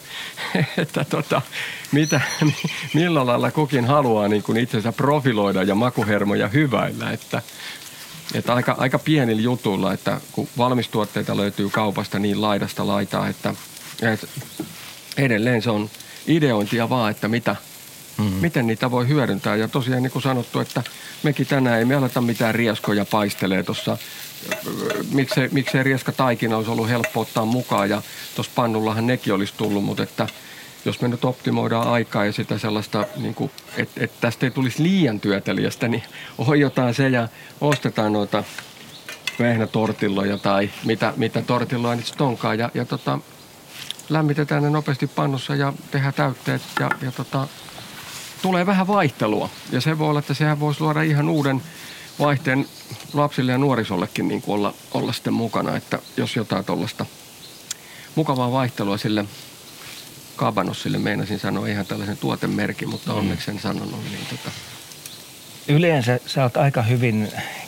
millä lailla kukin haluaa niin kuin itsensä profiloida ja makuhermoja hyväillä, että aika pienillä jutuilla, että kun valmistuotteita löytyy kaupasta niin laidasta laitaa, että edelleen se on ideointia vaan, että miten niitä voi hyödyntää. Ja tosiaan niin kuin sanottu, että mekin tänään ei me aleta mitään rieskoja paistelee tuossa. Miksei rieska-taikina olisi ollut helppo ottaa mukaan ja tuossa pannullahan nekin olisi tullut, mutta että jos me nyt optimoidaan aikaa ja sitä sellaista, niin kuin, että tästä ei tulisi liian työtelijästä, niin hoidetaan se ja ostetaan noita vehnätortilloja tai mitä tortilloja nyt onkaan ja lämmitetään ne nopeasti pannussa ja tehdään täytteet ja tulee vähän vaihtelua. Ja se voi olla, että sehän voisi luoda ihan uuden vaihteen lapsille ja nuorisollekin niin kuin olla sitten mukana, että jos jotain tuollaista mukavaa vaihtelua sille Kabanossille meinasin sanoa ihan tällaisen tuotemerkin, mutta onneksi en sanonut. Niin Yleensä sä oot aika hyvin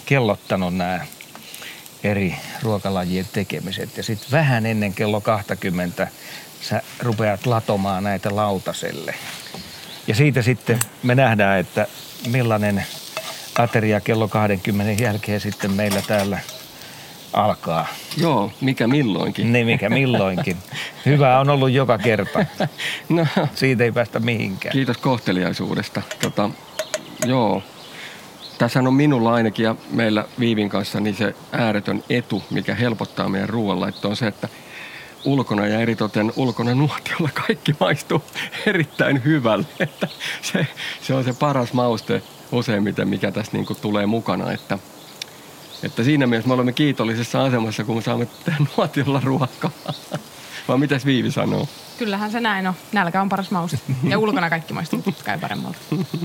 kellottanut nämä eri ruokalajien tekemiset. Ja sitten vähän ennen kello 20 sä rupeat latomaan näitä lautaselle. Ja siitä sitten me nähdään, että millainen ateria kello 20 jälkeen sitten meillä täällä alkaa. Joo, mikä milloinkin. Niin, mikä milloinkin. Hyvä on ollut joka kerta. No, Siitä ei päästä mihinkään. kiitos kohteliaisuudesta. Joo, tässä on minulla ainakin ja meillä Viivin kanssa niin se ääretön etu, mikä helpottaa meidän ruoanlaittoa on se, että ulkona ja eritoten ulkona nuotiolla kaikki maistuu erittäin hyvälle. Että se on se paras mauste useimmiten, mikä tässä niin kuin tulee mukana. Että siinä mielessä me olemme kiitollisessa asemassa, kun me saamme tehdä nuotiolla ruokaa. Vai mitäs Viivi sanoo? Kyllähän se näin on. Nälkä on paras mauste. Ja ulkona kaikki maistuu käy paremmalta.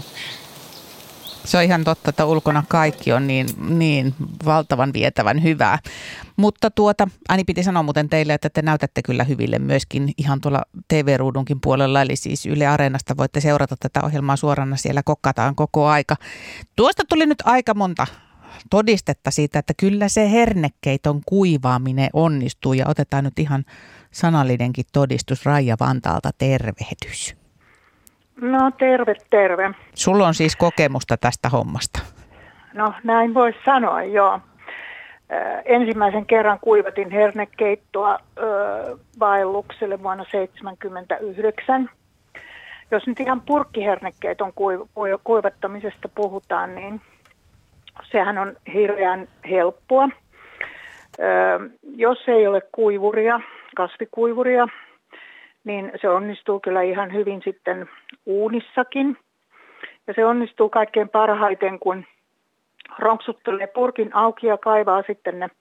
Se on ihan totta, että ulkona kaikki on niin valtavan vietävän hyvää. Mutta Ani piti sanoa muuten teille, että te näytätte kyllä hyville myöskin ihan tuolla TV-ruudunkin puolella. Eli siis Yle Areenasta voitte seurata tätä ohjelmaa suorana, siellä kokkataan koko aika. Tuosta tuli nyt aika monta todistetta siitä, että kyllä se hernekeiton kuivaaminen onnistuu. Ja otetaan nyt ihan sanallinenkin todistus. Raija Vantaalta, tervehdys. No terve. Sulla on siis kokemusta tästä hommasta. No näin voisi sanoa, joo. Ensimmäisen kerran kuivatin hernekeittoa vaellukselle vuonna 1979. Jos nyt ihan purkkihernekeiton kuivattamisesta puhutaan, niin sehän on hirveän helppoa. Jos ei ole kuivuria, kasvikuivuria, niin se onnistuu kyllä ihan hyvin sitten uunissakin. Ja se onnistuu kaikkein parhaiten, kun ronksuttelee purkin auki ja kaivaa sitten ne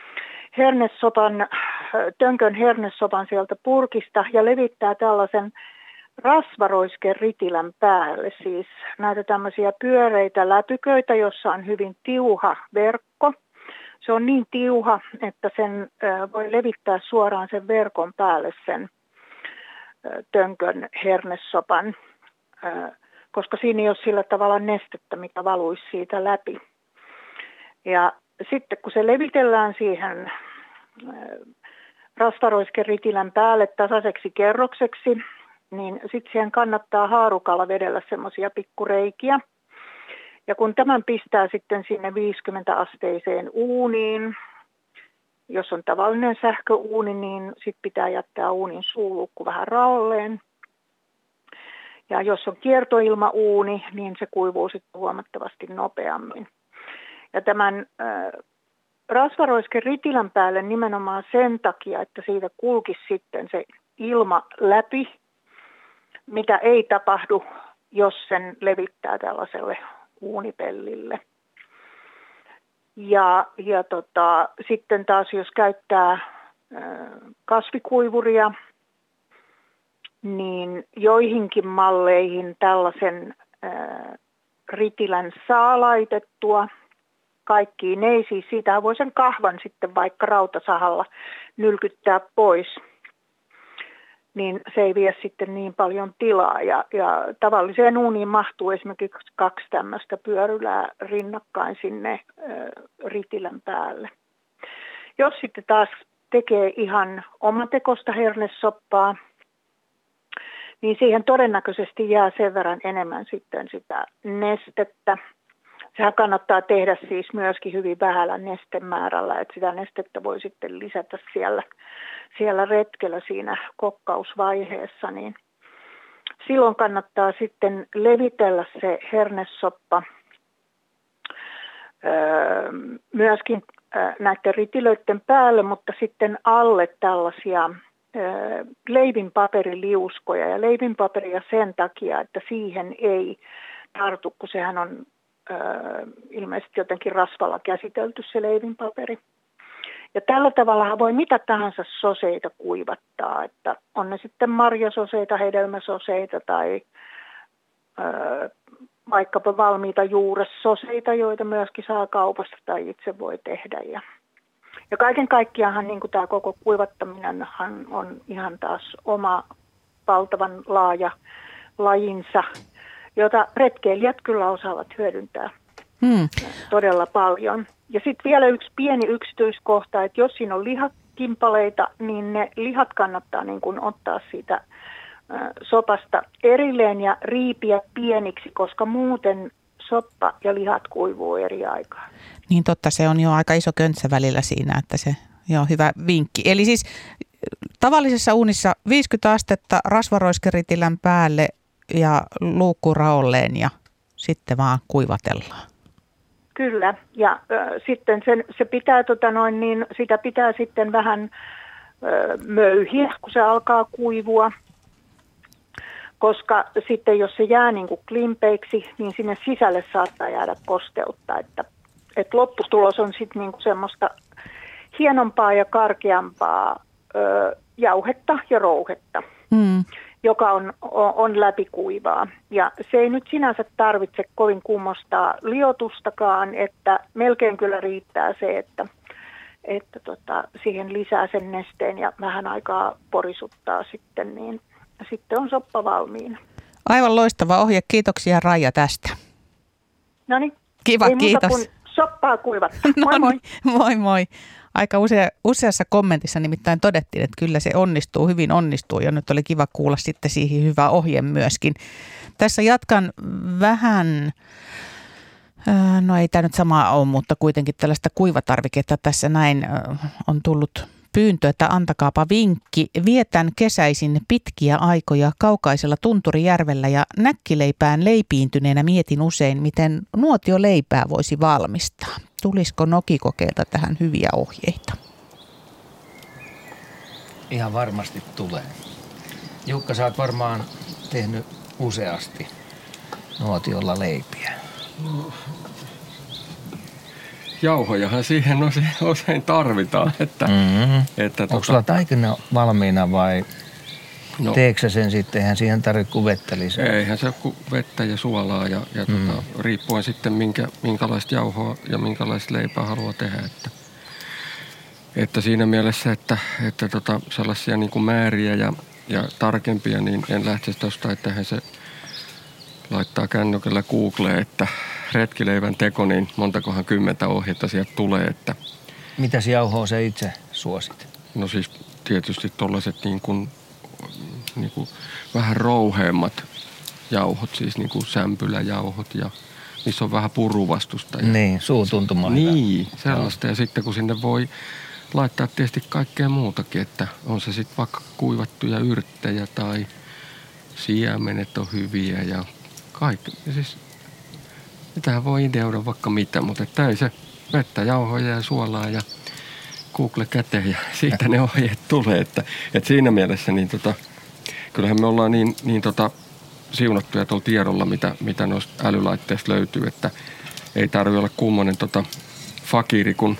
tönkön hernesopan sieltä purkista ja levittää tällaisen rasvaroiskeritilän päälle. Siis näitä tämmöisiä pyöreitä läpyköitä, jossa on hyvin tiuha verkko. Se on niin tiuha, että sen voi levittää suoraan sen verkon päälle sen tönkön hernesopan, koska siinä ei ole sillä tavalla nestettä, mikä valuisi siitä läpi. Ja sitten kun se levitellään siihen rasvaroiskeritilän päälle tasaiseksi kerrokseksi, niin sitten siihen kannattaa haarukalla vedellä semmoisia pikkureikiä. Ja kun tämän pistää sitten sinne 50-asteiseen uuniin, jos on tavallinen sähköuuni, niin sitten pitää jättää uunin suuluukku vähän raolleen. Ja jos on kiertoilmauuni, niin se kuivuu sitten huomattavasti nopeammin. Ja tämän rasvaroiskeritilän päälle nimenomaan sen takia, että siitä kulkisi sitten se ilma läpi, mitä ei tapahdu, jos sen levittää tällaiselle uunipellille. Ja sitten taas jos käyttää kasvikuivuria, niin joihinkin malleihin tällaisen ritilän saa laitettua. Kaikkiin ei, siis siitä voi sen kahvan sitten vaikka rautasahalla nylkyttää pois, niin se ei vie sitten niin paljon tilaa. Ja tavalliseen uuniin mahtuu esimerkiksi 2 tämmöistä pyörylää rinnakkain sinne ritilän päälle. Jos sitten taas tekee ihan omatekosta hernesoppaa, niin siihen todennäköisesti jää sen verran enemmän sitten sitä nestettä. Sehän kannattaa tehdä siis myöskin hyvin vähällä nestemäärällä, että sitä nestettä voi sitten lisätä siellä retkellä siinä kokkausvaiheessa. Niin silloin kannattaa sitten levitellä se hernesoppa myöskin näiden ritilöiden päälle, mutta sitten alle tällaisia leivinpaperiliuskoja. Ja leivinpaperia sen takia, että siihen ei tartu, kun sehän on ilmeisesti jotenkin rasvalla käsitelty se leivinpaperi. Ja tällä tavalla voi mitä tahansa soseita kuivattaa, että on ne sitten marjasoseita, hedelmäsoseita tai vaikkapa valmiita juuressoseita, joita myöskin saa kaupasta tai itse voi tehdä. Ja kaiken kaikkiaan niin kuin tämä koko kuivattaminen on ihan taas oma valtavan laaja lajinsa, jota retkeilijät kyllä osaavat hyödyntää todella paljon. Ja sitten vielä yksi pieni yksityiskohta, että jos siinä on lihakimpaleita, niin ne lihat kannattaa niin kuin ottaa siitä sopasta erilleen ja riipiä pieniksi, koska muuten soppa ja lihat kuivuu eri aikaa. Niin totta, se on jo aika iso köntsä välillä siinä, että se on hyvä vinkki. Eli siis tavallisessa uunissa 50 astetta rasvaroiskeritilän päälle ja luukku raolleen ja sitten vaan kuivatellaan. Kyllä, ja sitten se pitää, sitä pitää sitten vähän möyhiä, kun se alkaa kuivua, koska sitten jos se jää niin kuin klimpeiksi, niin sinne sisälle saattaa jäädä kosteutta, että lopputulos on sitten niin kuin semmoista hienompaa ja karkeampaa jauhetta ja rouhetta, joka on läpikuivaa. Ja se ei nyt sinänsä tarvitse kovin kummosta liotustakaan, että melkein kyllä riittää se, että siihen lisää sen nesteen ja vähän aikaa porisuttaa sitten, niin sitten on soppa valmiina. Aivan loistava ohje. Kiitoksia Raija tästä. No niin. Kiva, ei kiitos. Muuta kuin soppaa kuivat. Moi moi. Moi moi. Aika useassa kommentissa nimittäin todettiin, että kyllä se onnistuu, hyvin onnistuu ja nyt oli kiva kuulla sitten siihen hyvä ohje myöskin. Tässä jatkan vähän, no ei tämä nyt sama ole, mutta kuitenkin tällaista kuivatarviketta tässä näin on tullut pyyntö, että antakaapa vinkki. Vietän kesäisin pitkiä aikoja kaukaisella Tunturijärvellä ja näkkileipään leipiintyneenä mietin usein, miten nuotioleipää voisi valmistaa. Tulisiko Nokikokeilta tähän hyviä ohjeita? Ihan varmasti tulee. Jukka, sä oot varmaan tehnyt useasti nuotiolla leipiä. No, jauhojahan siihen usein tarvitaan. Onko sulla taikina valmiina vai teekö sä sen sitten? Eihän siihen tarvitse kuin vettä lisää. Eihän se kuin vettä ja suolaa ja riippuen sitten minkälaista jauhoa ja minkälaista leipää haluaa tehdä. Että siinä mielessä, että sellaisia niin kuin määriä ja tarkempia, niin en lähtisi tuosta, että eihän se laittaa kännykällä Googleen, että retkileivän teko, niin montakohan 10 ohjetta sieltä tulee. Että mitäs jauhoa sä itse suosit? No siis tietysti tollaiset niin kuin vähän rouheammat jauhot, siis niin kuin sämpyläjauhot ja missä on vähän puruvastusta. Niin, suutuntuma. Niin, sellaista. Ja sitten kun sinne voi laittaa tietysti kaikkea muutakin, että on se sitten vaikka kuivattuja yrttejä tai siemenet on hyviä ja kaikki. Ja siis mitähän voi ideoida vaikka mitä, mutta että ei se vettä, jauhoja ja suolaa ja Google käteen ja siitä ne ohjeet tulee. Että siinä mielessä niin kyllähän me ollaan niin siunattuja tuolla tiedolla, mitä noista älylaitteista löytyy, että ei tarvitse olla kummonen fakiri, kun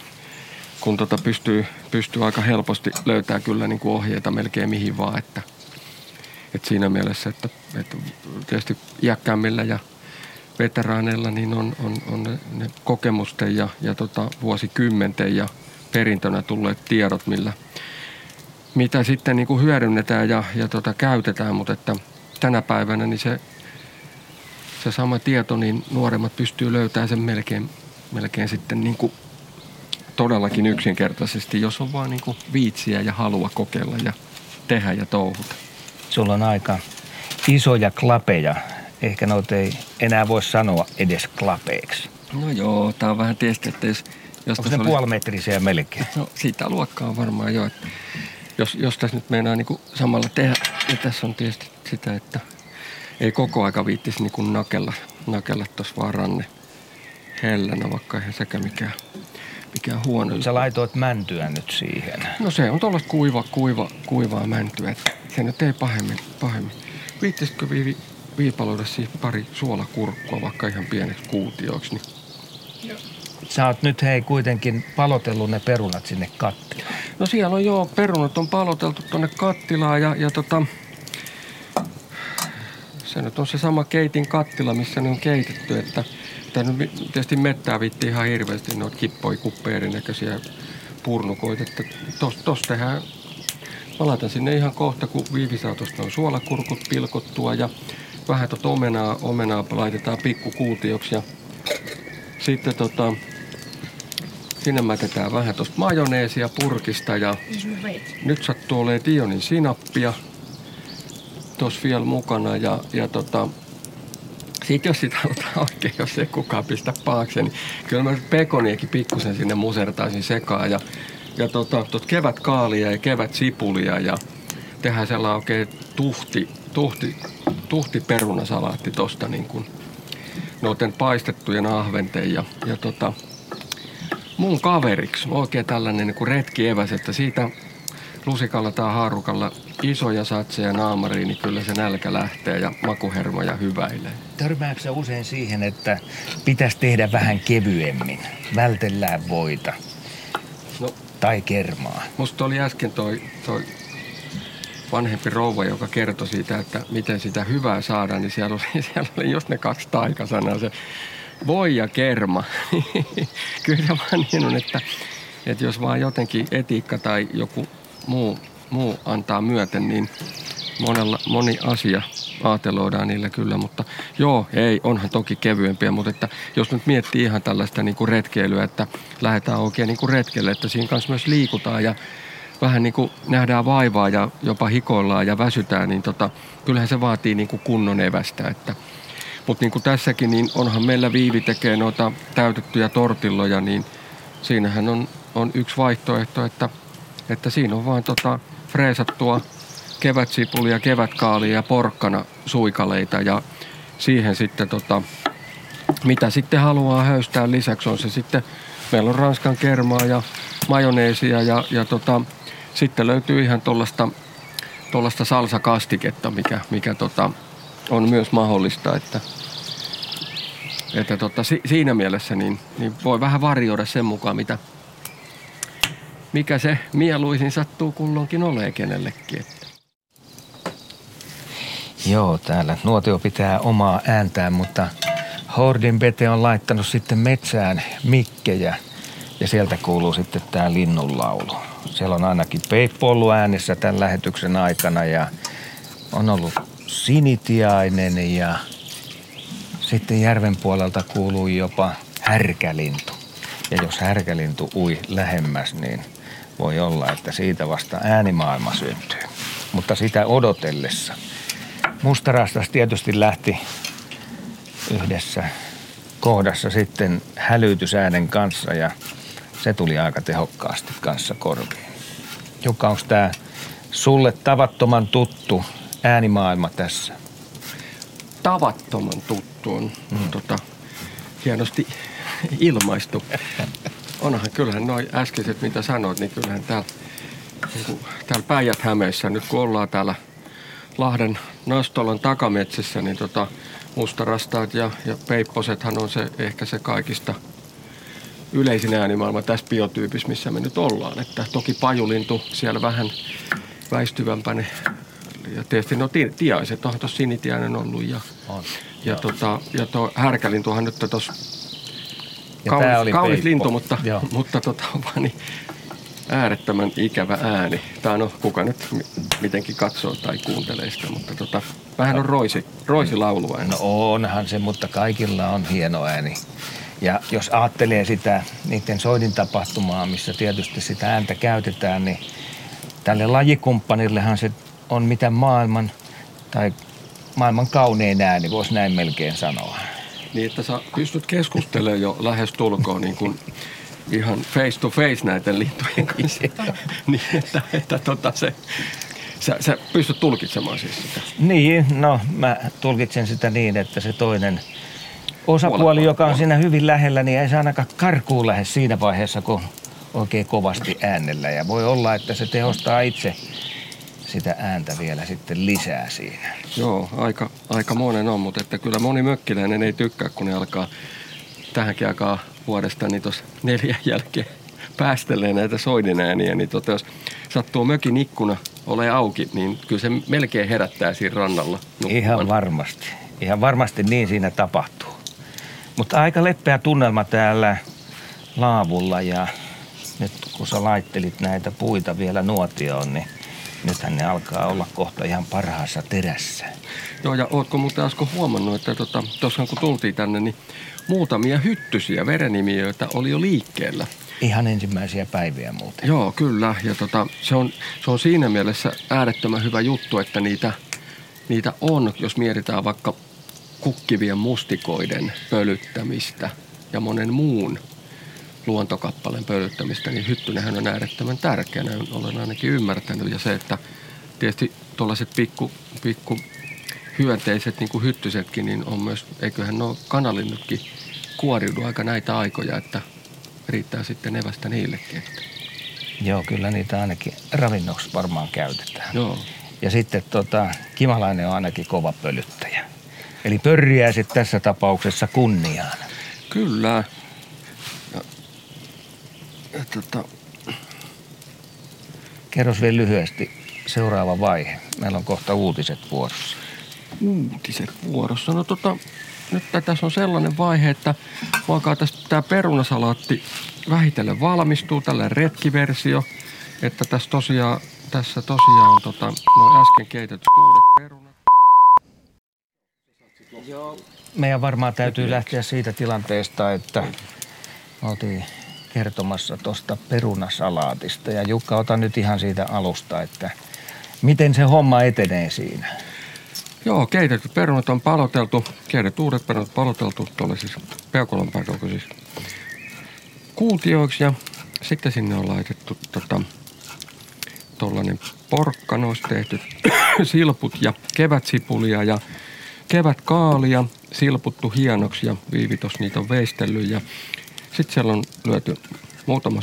pystyy aika helposti löytää kyllä niin kuin ohjeita melkein mihin vaan, että siinä mielessä, että tietysti iäkkäämmillä ja veteraaneilla niin on ne kokemusten ja vuosikymmenten ja perintönä tulleet tiedot, mitä sitten niin kuin hyödynnetään ja käytetään, mutta että tänä päivänä niin se sama tieto, niin nuoremmat pystyy löytämään sen melkein sitten niin kuin todellakin yksinkertaisesti, jos on vaan niin kuin viitsiä ja halua kokeilla ja tehdä ja touhuta. Sulla on aika isoja klapeja. Ehkä noita ei enää voi sanoa edes klapeiksi. No joo, tää on vähän tietysti, että onko ne puolimetrisiä melkein? No siitä luokkaa on varmaan jo, että jos tässä nyt meinaa niin kuin samalla tehdä, niin tässä on tietysti sitä, että ei koko aika viittisi niin kuin nakella tuossa vaan ranne hellänä, vaikka eihän sekä mikään huono. Sä laitoit mäntyä nyt siihen. No se on tuollaista kuivaa mäntyä, että se nyt ei pahemmin. Viittisitkö viipaloida siihen pari suolakurkkua vaikka ihan pieneksi kuutioiksi? Niin. Sä oot nyt kuitenkin palotellut ne perunat sinne kattilaan. No siellä on perunat on paloteltu tonne kattilaan ja se nyt on se sama keitin kattila, missä ne on keitetty, että nyt tietysti mettää viittiin ihan hirveästi noita kippoi kuppeerin näköisiä purnukoita, että tossa tehdään. Mä laitan sinne ihan kohta, kun Viivi saa tuosta suolakurkut pilkottua ja vähän omenaa laitetaan pikkukuutioksi ja Sitten sinne mätetään vähän tuosta majoneesia purkista ja nyt sattuu olemaan Dionin sinappia tuossa vielä mukana ja sitten jos sitä halutaan oikein, jos ei kukaan pistä paakseen, niin kyllä mä pekoniakin pikkusen sinne musertaisin sekaan ja kevätkaalia ja kevätsipulia ja tehdään sellainen oikein tuhti perunasalaatti tosta niin kuin noiden paistettujen ahventen ja mun kaveriksi oikein tällainen niin kuin retkieväs, että siitä lusikalla tai haarukalla isoja satseja naamariin, niin kyllä se nälkä lähtee ja makuhermoja hyväilee. Törmääkö sä usein siihen, että pitäisi tehdä vähän kevyemmin? Vältellään voita tai kermaa? Musta oli äsken toi vanhempi rouva, joka kertoi siitä, että miten sitä hyvää saadaan, niin siellä oli just ne 2 taikasanaa, se voi ja kerma. Kyllä se vaan niin on, että jos vaan jotenkin etiikka tai joku muu antaa myöten, niin moni asia aateloidaan niillä kyllä, mutta joo, ei, onhan toki kevyempiä, mutta että jos nyt miettii ihan tällaista niin kuin retkeilyä, että lähdetään oikein niin kuin retkelle, että siinä kanssa myös liikutaan ja vähän niin kuin nähdään vaivaa ja jopa hikoillaan ja väsytään, niin kyllähän se vaatii niin kuin kunnon evästä, mutta niin kuin tässäkin, niin onhan meillä Viivi tekee noita täytettyjä tortilloja, niin siinähän on yksi vaihtoehto, että siinä on vaan freesattua kevätsipulia, kevätkaalia ja porkkana suikaleita ja siihen sitten mitä sitten haluaa höystää lisäksi on se sitten, meillä on ranskan kermaa ja majoneesia ja sitten löytyy ihan tuollaista salsakastiketta, mikä on myös mahdollista, että siinä mielessä niin voi vähän varjoida sen mukaan, mikä se mieluisin sattuu kulloinkin olee kenellekin. Joo, täällä nuotio pitää omaa ääntään, mutta Hordinbete on laittanut sitten metsään mikkejä ja sieltä kuuluu sitten tää linnunlaulu. Siellä on ainakin Peippo ollut äänessä tämän lähetyksen aikana ja on ollut sinitiainen ja sitten järven puolelta kuuluu jopa härkälintu. Ja jos härkälintu ui lähemmäs, niin voi olla, että siitä vasta äänimaailma syntyy. Mutta sitä odotellessa. Mustarastas tietysti lähti yhdessä kohdassa sitten hälytysäänen kanssa ja se tuli aika tehokkaasti kanssa korviin. Jukka, onko tämä sulle tavattoman tuttu äänimaailma tässä? Tavattoman tuttu on hienosti ilmaistu. Onhan kyllähän noi äskeiset, mitä sanoit, niin kyllähän täällä Päijät-Hämeessä, nyt kun ollaan täällä Lahden Nastolan takametsissä, niin mustarastaat ja peipposethan on ehkä se kaikista yleisin äänimaailma tässä biotyypissä, missä me nyt ollaan. Että toki pajulintu siellä vähän väistyvämpänä. Ja tietysti tiaiset onhan tuossa sinitiainen ollut ja tuo härkälintuhan nyt tuossa kaunis lintu, mutta vaan niin äärettömän ikävä ääni. Tämä on kuka nyt mitenkin katsoo tai kuuntelee sitä, mutta vähän on roisilauluääni. No onhan se, mutta kaikilla on hieno ääni. Ja jos ajattelee sitä niiden soidin tapahtumaa, missä tietysti sitä ääntä käytetään, niin tälle lajikumppanillehan se on mitä maailman kaunein ääni, voisi näin melkein sanoa. Niin, että sä pystyt keskustelemaan jo lähestulkoon niin kuin ihan face to face näiden lintujen kanssa. Niin, että sä pystyt tulkitsemaan siis sitä. Niin, no mä tulkitsen sitä niin, että se toinen osapuoli, joka on siinä hyvin lähellä, niin ei saa ainakaan karkuun lähde siinä vaiheessa, kun oikein kovasti äänellä. Ja voi olla, että se tehostaa itse sitä ääntä vielä sitten lisää siinä. Joo, aika monen on, mutta että kyllä moni mökkiläinen ei tykkää, kun ne alkaa tähänkin aikaan vuodesta niin tuossa 4 jälkeen päästelee näitä soidinääniä. Niin jos sattuu mökin ikkuna ole auki, niin kyllä se melkein herättää siinä rannalla. Ihan varmasti. Ihan varmasti niin siinä tapahtuu. Mutta aika leppeä tunnelma täällä laavulla ja nyt kun sä laittelit näitä puita vielä nuotioon, niin Nythän ne alkaa olla kohta ihan parhaassa terässä. Joo, ja ootko muuten äsken huomannut, että tuossa kun tultiin tänne, niin muutamia hyttysiä verenimiöitä oli jo liikkeellä. Ihan ensimmäisiä päiviä muuten. Joo, kyllä. Ja se on siinä mielessä äärettömän hyvä juttu, että niitä on, jos mietitään vaikka kukkivien mustikoiden pölyttämistä ja monen muun luontokappaleen pölyttämistä, niin hyttynenhän on äärettömän tärkeänä, olen ainakin ymmärtänyt. Ja se, että tietysti tuollaiset pikku hyönteiset, niin kuin hyttysetkin, niin on myös, eiköhän ne ole kanalinnutkin kuoriudu aika näitä aikoja, että riittää sitten evästä niillekin. Että. Joo, kyllä niitä ainakin ravinnoksi varmaan käytetään. Joo. Ja sitten kimalainen on ainakin kova pölyttäjä. Eli pörriäiset tässä tapauksessa kunniaan. Kyllä. Kerros vielä lyhyesti seuraava vaihe. Meillä on kohta uutiset vuorossa. Uutiset vuorossa. No nyt tässä on sellainen vaihe, että vaikka tämä perunasalaatti vähitellen valmistuu, tällainen retkiversio, että tässä tosiaan on nuo äsken keitetyt uudet perunat. Joo. Meidän varmaan täytyy lähteä siitä tilanteesta, että oltiin kertomassa tuosta perunasalaatista. Ja Jukka, ota nyt ihan siitä alusta, että miten se homma etenee siinä? Joo, keitetyt perunat on paloteltu, uudet perunat paloteltu tuolle siis peukalon paikalla siis kuutioiksi ja sitten sinne on laitettu tuollainen porkkanoista tehty silput ja kevätsipulia ja kevätkaalia silputtu hienoksi ja Viivitos niitä on veistellyt ja sitten siellä on lyöty muutama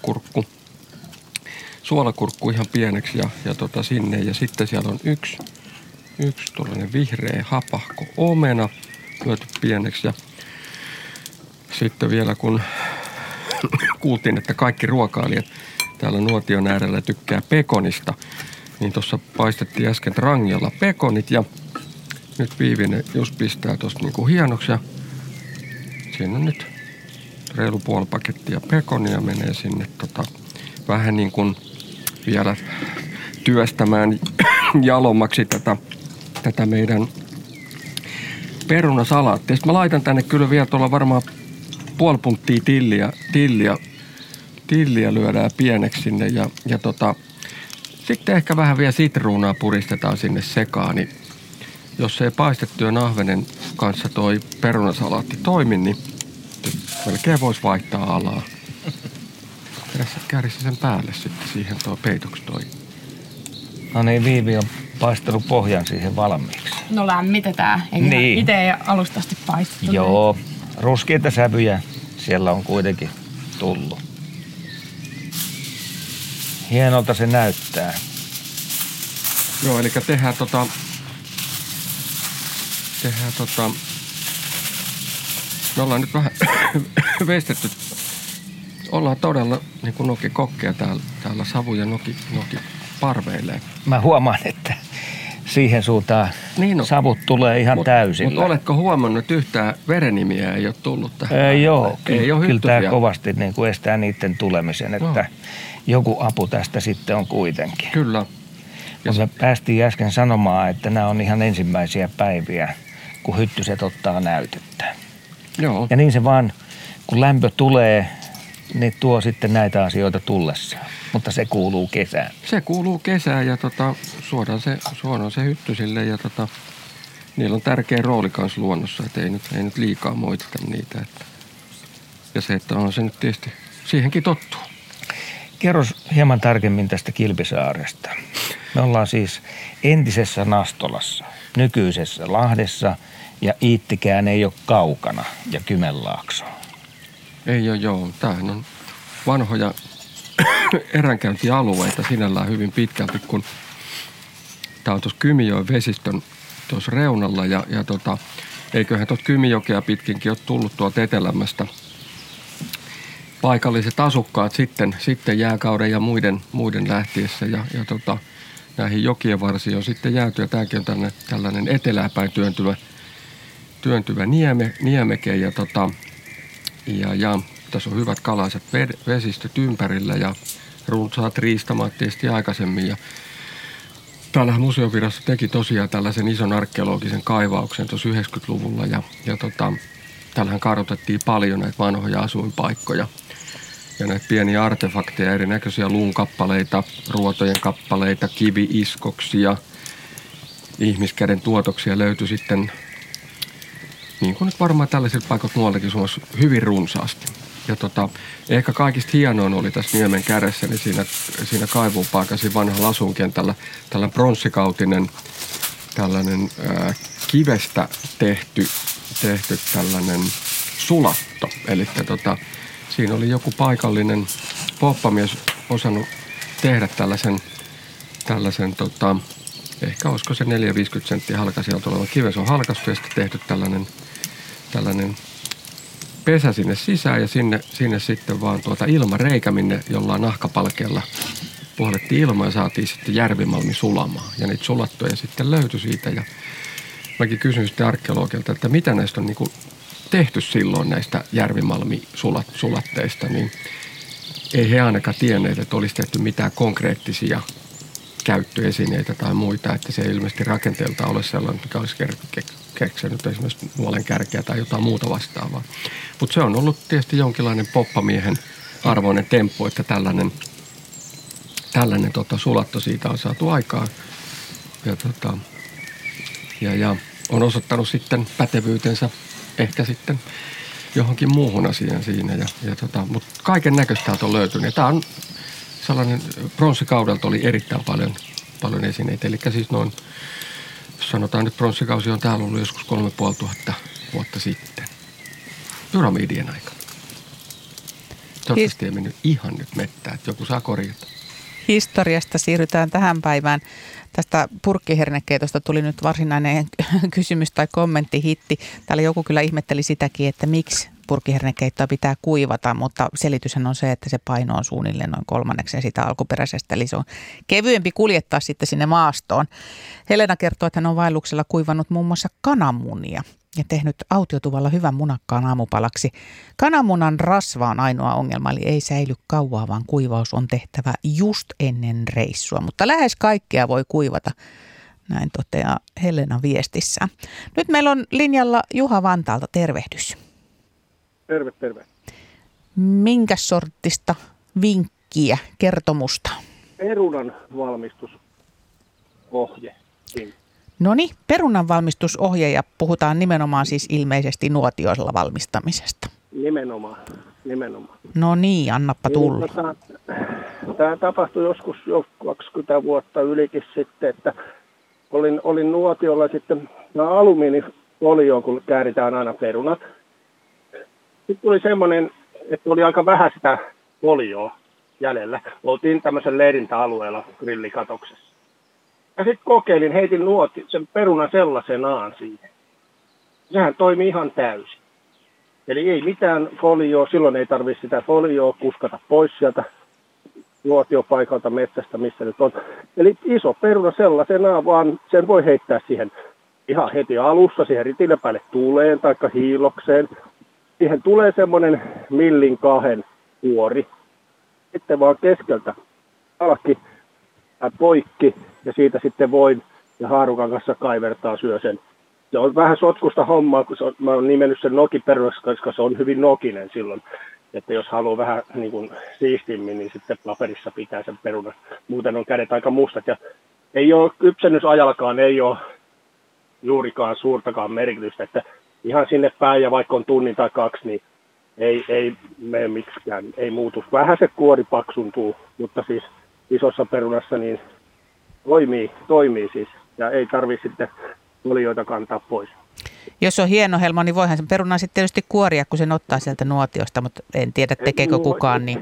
suolakurkku ihan pieneksi ja sinne ja sitten siellä on yksi tuollainen vihreä hapahko omena lyöty pieneksi ja sitten vielä kun kuultiin, että kaikki ruokailijat täällä nuotion äärellä tykkää pekonista, niin tuossa paistettiin äsken rangiolla pekonit ja nyt Viivinen just pistää tuosta niinku hienoksi ja siinä on nyt reilu puoli pakettia pekonia menee sinne vähän niin kuin vielä työstämään jalommaksi tätä meidän perunasalaattia. Sitten mä laitan tänne kyllä vielä tuolla varmaan puoli punttia tilliä lyödään pieneksi sinne ja sitten ehkä vähän vielä sitruunaa puristetaan sinne sekaan, niin jos ei paistettujen ahvenen kanssa toi perunasalaatti toimi, niin melkein voisi vaihtaa alaa. Käärissä sen päälle sitten siihen peitoksi toi. No niin, Viivi on paistanut pohjan siihen valmiiksi. No lämmitetään. Eikö niin. Itse alusta asti paistettu? Joo, ruskeita sävyjä siellä on kuitenkin tullut. Hienolta se näyttää. Joo, eli tehdään me ollaan nyt vähän veistetty. Ollaan todella niin kuin nokikokkeja täällä savu ja noki parveilee. Mä huomaan, että siihen suuntaan savut tulee ihan täysillä. Mutta oletko huomannut, että yhtään verenimiä ei ole tullut tähän? Joo, kyllä tämä kovasti niin kuin estää niiden tulemisen, että joku apu tästä sitten on kuitenkin. Kyllä. Ja me päästiin äsken sanomaan, että nämä on ihan ensimmäisiä päiviä, kun hyttyset ottaa näytettä. Joo. Ja niin se vaan, kun lämpö tulee, niin tuo sitten näitä asioita tullessaan. Mutta se kuuluu kesään. Se kuuluu kesään ja suodaan se hyttysille ja niillä on tärkeä rooli kans luonnossa, että ei nyt liikaa moitita niitä. Ja se, että on se nyt tietysti siihenkin tottuu. Kerros hieman tarkemmin tästä Kilpisaaresta. Me ollaan siis entisessä Nastolassa, nykyisessä Lahdessa ja Iittikään ei ole kaukana ja Kymenlaakso. Ei ole, joo. Tämähän on vanhoja eränkäyntialueita sinällään hyvin pitkälti, kun tämä on tuossa Kymijoen vesistön tuossa reunalla ja eiköhän tuossa Kymijokea pitkinkin ole tullut tuolta etelämästä paikalliset asukkaat sitten jääkauden ja muiden lähtiessä ja näihin jokien varsiin on sitten jääty ja tämäkin on tällainen eteläpäin työntyvä niemeke ja tässä on hyvät kalaiset vesistöt ympärillä ja runsaat riistamaat tietysti aikaisemmin ja täällähän Museovirasto teki tosiaan tällaisen ison arkeologisen kaivauksen tuossa 90-luvulla ja täällähän kartoitettiin paljon näitä vanhoja asuinpaikkoja ja näitä pieniä artefakteja, erinäköisiä luunkappaleita, ruotojen kappaleita, kivi-iskoksia, ihmiskäden tuotoksia löytyi sitten, niin kuin nyt varmaan tällaiset paikat muuallakin Suomessa, hyvin runsaasti. Ja ehkä kaikista hienoin oli tässä Niemen Käressä, niin siinä kaivupaikassa vanhalla asuinkentällä tällainen pronssikautinen, tällainen kivestä tehty tällainen sulatto. Eli siinä oli joku paikallinen poppamies osannut tehdä tällaisen ehkä olisiko se 4-50 senttiä halkaisijalta oleva kives on halkaistu ja sitten tehty tällainen pesä sinne sisään ja sinne sitten vaan ilmareikä, minne jollain nahkapalkeella puhallettiin ilmaa ja saatiin sitten järvimalmi sulamaan. Ja niitä sulattoja sitten löytyi siitä ja mäkin kysyin sitten arkeologilta, että mitä näistä on niin kuin tehty silloin näistä järvimalmisulatteista, niin ei he ainakaan tienneet, että olisi tehty mitään konkreettisia käyttöesineitä tai muita, että se ei ilmeisesti rakenteelta ole sellainen, mikä olisi keksinyt esimerkiksi nuolen kärkeä tai jotain muuta vastaavaa. Mutta se on ollut tietysti jonkinlainen poppamiehen arvoinen temppu, että tällainen sulatto siitä on saatu aikaan. Ja on osoittanut sitten pätevyytensä ehkä sitten johonkin muuhun asiaan siinä. Mutta kaiken näköistä täältä on löytynyt. Tämä on sellainen, pronssikaudelta oli erittäin paljon esineitä. Eli siis noin, jos sanotaan nyt pronssikausi on täällä ollut joskus 3500 vuotta sitten. Pyramidien aikana. Toivottavasti ei mennyt ihan nyt mettään, että joku saa korjata. Historiasta siirrytään tähän päivään. Tästä purkkihernekeitosta tuli nyt varsinainen kysymys tai kommenttihitti. Täällä joku kyllä ihmetteli sitäkin, että miksi purkkihernekeittoa pitää kuivata, mutta selityshän on se, että se paino on suunnilleen noin 1/3 sitä alkuperäisestä, eli se on kevyempi kuljettaa sitten sinne maastoon. Helena kertoo, että hän on vaelluksella kuivannut muun muassa kananmunia ja tehnyt autiotuvalla hyvän munakkaan aamupalaksi. Kananmunan rasva on ainoa ongelma, eli ei säily kauaa, vaan kuivaus on tehtävä just ennen reissua. Mutta lähes kaikkea voi kuivata, näin toteaa Helena viestissä. Nyt meillä on linjalla Juha Vantaalta, tervehdys. Terve. Minkä sortista vinkkiä, kertomusta? Perunan valmistusohje. Noniin, perunan valmistusohje ja puhutaan nimenomaan siis ilmeisesti nuotioilla valmistamisesta. Nimenomaan. No niin, annappa tulla. Tämä tapahtui joskus jo 20 vuotta ylikin sitten, että olin nuotiolla sitten alumiinifolioon, kun kääritään aina perunat. Sitten tuli semmoinen, että oli aika vähän sitä folioa jäljellä. Oltiin tämmöisen leirintäalueella grillikatoksessa. Ja sitten kokeilin, heitin sen perunan sellaisenaan siihen. Sehän toimi ihan täysin. Eli ei mitään folioa, silloin ei tarvitse sitä folioa kuskata pois sieltä nuotiopaikalta metsästä, missä nyt on. Eli iso peruna sellaisenaan, vaan sen voi heittää siihen ihan heti alussa, siihen ritille päälle tuuleen tai hiilokseen. Siihen tulee semmoinen 1-2 kuori. Sitten vaan keskeltä alki tai poikki ja siitä sitten voin ja haarukan kanssa kaivertaa syö sen. Se on vähän sotkusta hommaa, kun mä oon nimennyt sen nokiperunaksi, koska se on hyvin nokinen silloin. Että jos haluaa vähän niin kuin siistimmin, niin sitten paperissa pitää sen perunan. Muuten on kädet aika mustat ja ei ole kypsennysajallakaan, ei ole juurikaan suurtakaan merkitystä, että ihan sinne päin ja vaikka on tunnin tai 2, niin ei mene miksikään, ei muutu. Vähän se kuori paksuntuu, mutta siis isossa perunassa niin toimii siis ja ei tarvitse sitten folioita kantaa pois. Jos on hieno helmo, niin voihan sen perunan sitten tietysti kuoria, kun sen ottaa sieltä nuotiosta, mutta en tiedä tekeekö kukaan niin.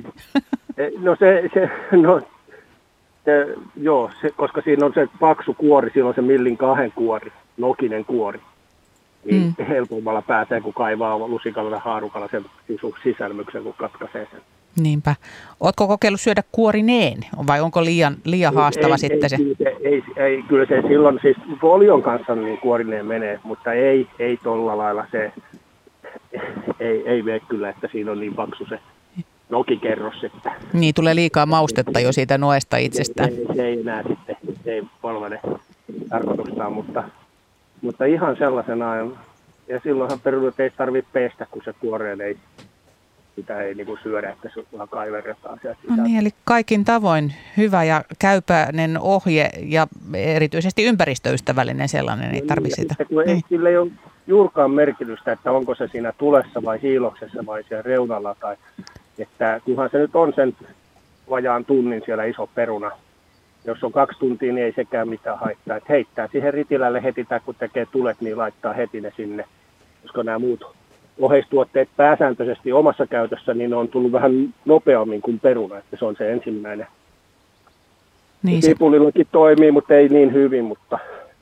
Koska siinä on se paksu kuori, siinä on se 1-2 kuori, nokinen kuori. Niin helpommalla pääsee, kun kaivaa lusikalla ja haarukalla sen sisälmyksen, kun katkaisee sen. Niinpä. Ootko kokeillut syödä kuorineen vai onko liian haastava sitten se? Ei, kyllä se silloin siis folion kanssa niin kuorineen menee, mutta ei tolla lailla se, ei mene kyllä, että siinä on niin paksu se nokikerros. Että. Niin, tulee liikaa maustetta jo siitä noesta itsestään. Se ei enää sitten, ei palvele tarkoitustaan, mutta ihan sellaisenaan. Ja silloinhan perunat ei tarvitse pestä, kun se kuoreen ei, sitä ei niin kuin syödä, että se vaan kaiverretaan sieltä. No niin, eli kaikin tavoin hyvä ja käypäinen ohje ja erityisesti ympäristöystävällinen sellainen, ei tarvitse sitä. Niin. Sillä ei ole juurikaan merkitystä, että onko se siinä tulessa vai hiiloksessa vai siellä reunalla, tai että kunhan se nyt on sen vajaan tunnin siellä iso peruna. Jos on 2 tuntia, niin ei sekään mitään haittaa. Että heittää siihen ritilälle heti, tai kun tekee tulet, niin laittaa heti ne sinne. Koska nämä muut oheistuotteet pääsääntöisesti omassa käytössä, niin ne on tullut vähän nopeammin kuin peruna, että se on se ensimmäinen. Niin sipulillakin toimii, mutta ei niin hyvin, mutta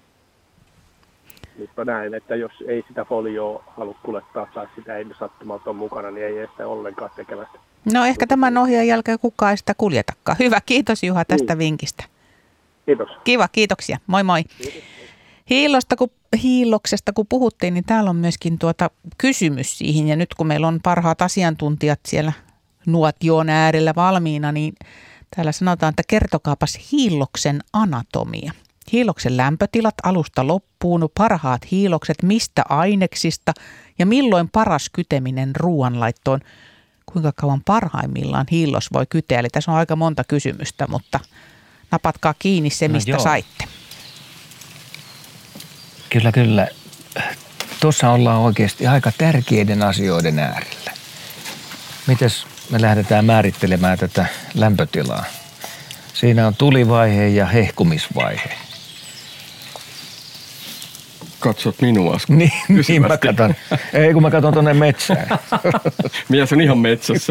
näin, että jos ei sitä folioa halua kuljettaa tai sitä ei sattumalta ole mukana, niin ei estä ollenkaan tekemästä. No ehkä tämän ohjeen jälkeen kukaan ei sitä kuljetakaan. Hyvä, kiitos Juha tästä vinkistä. Kiitos. Kiva, kiitoksia. Moi moi. Kiitos. Hiilloksesta kun puhuttiin, niin täällä on myöskin kysymys siihen. Ja nyt kun meillä on parhaat asiantuntijat siellä nuotion äärellä valmiina, niin täällä sanotaan, että kertokaapas hiilloksen anatomia. Hiilloksen lämpötilat alusta loppuun, parhaat hiillokset, mistä aineksista ja milloin paras kyteminen ruoanlaittoon. Kuinka kauan parhaimmillaan hiillos voi kyteä? Eli tässä on aika monta kysymystä, mutta napatkaa kiinni se, mistä saitte. Kyllä. Tuossa ollaan oikeasti aika tärkeiden asioiden äärellä. Mites me lähdetään määrittelemään tätä lämpötilaa? Siinä on tulivaihe ja hehkumisvaihe. Katsot minua. Niin mä katon. Ei, kun mä katon tuonne metsään. Mies on ihan metsässä.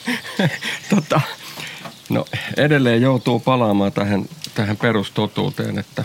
No edelleen joutuu palaamaan tähän perustotuuteen, että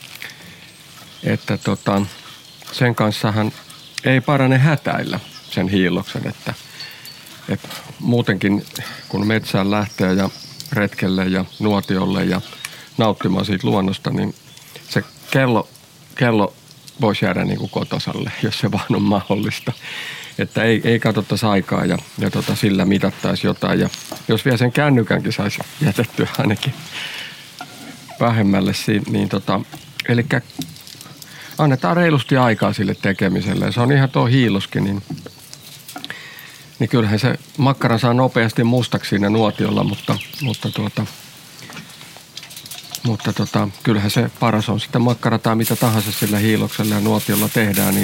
sen kanssahan ei parane hätäillä sen hiilloksen, että muutenkin kun metsään lähtee ja retkelle ja nuotiolle ja nauttimaan siitä luonnosta, niin se kello voisi jäädä niin kuin kotosalle, jos se vaan on mahdollista. Että ei katsottaisi aikaa ja sillä mitattaisi jotain. Ja jos vielä sen kännykänkin saisi jätettyä ainakin vähemmälle, niin eli annetaan reilusti aikaa sille tekemiselle. Ja se on ihan tuo hiilloskin, niin kyllähän se makkara saa nopeasti mustaksi siinä nuotiolla, mutta kyllähän se paras on sitten makkara tai mitä tahansa sillä hiiloksella ja nuotiolla tehdään,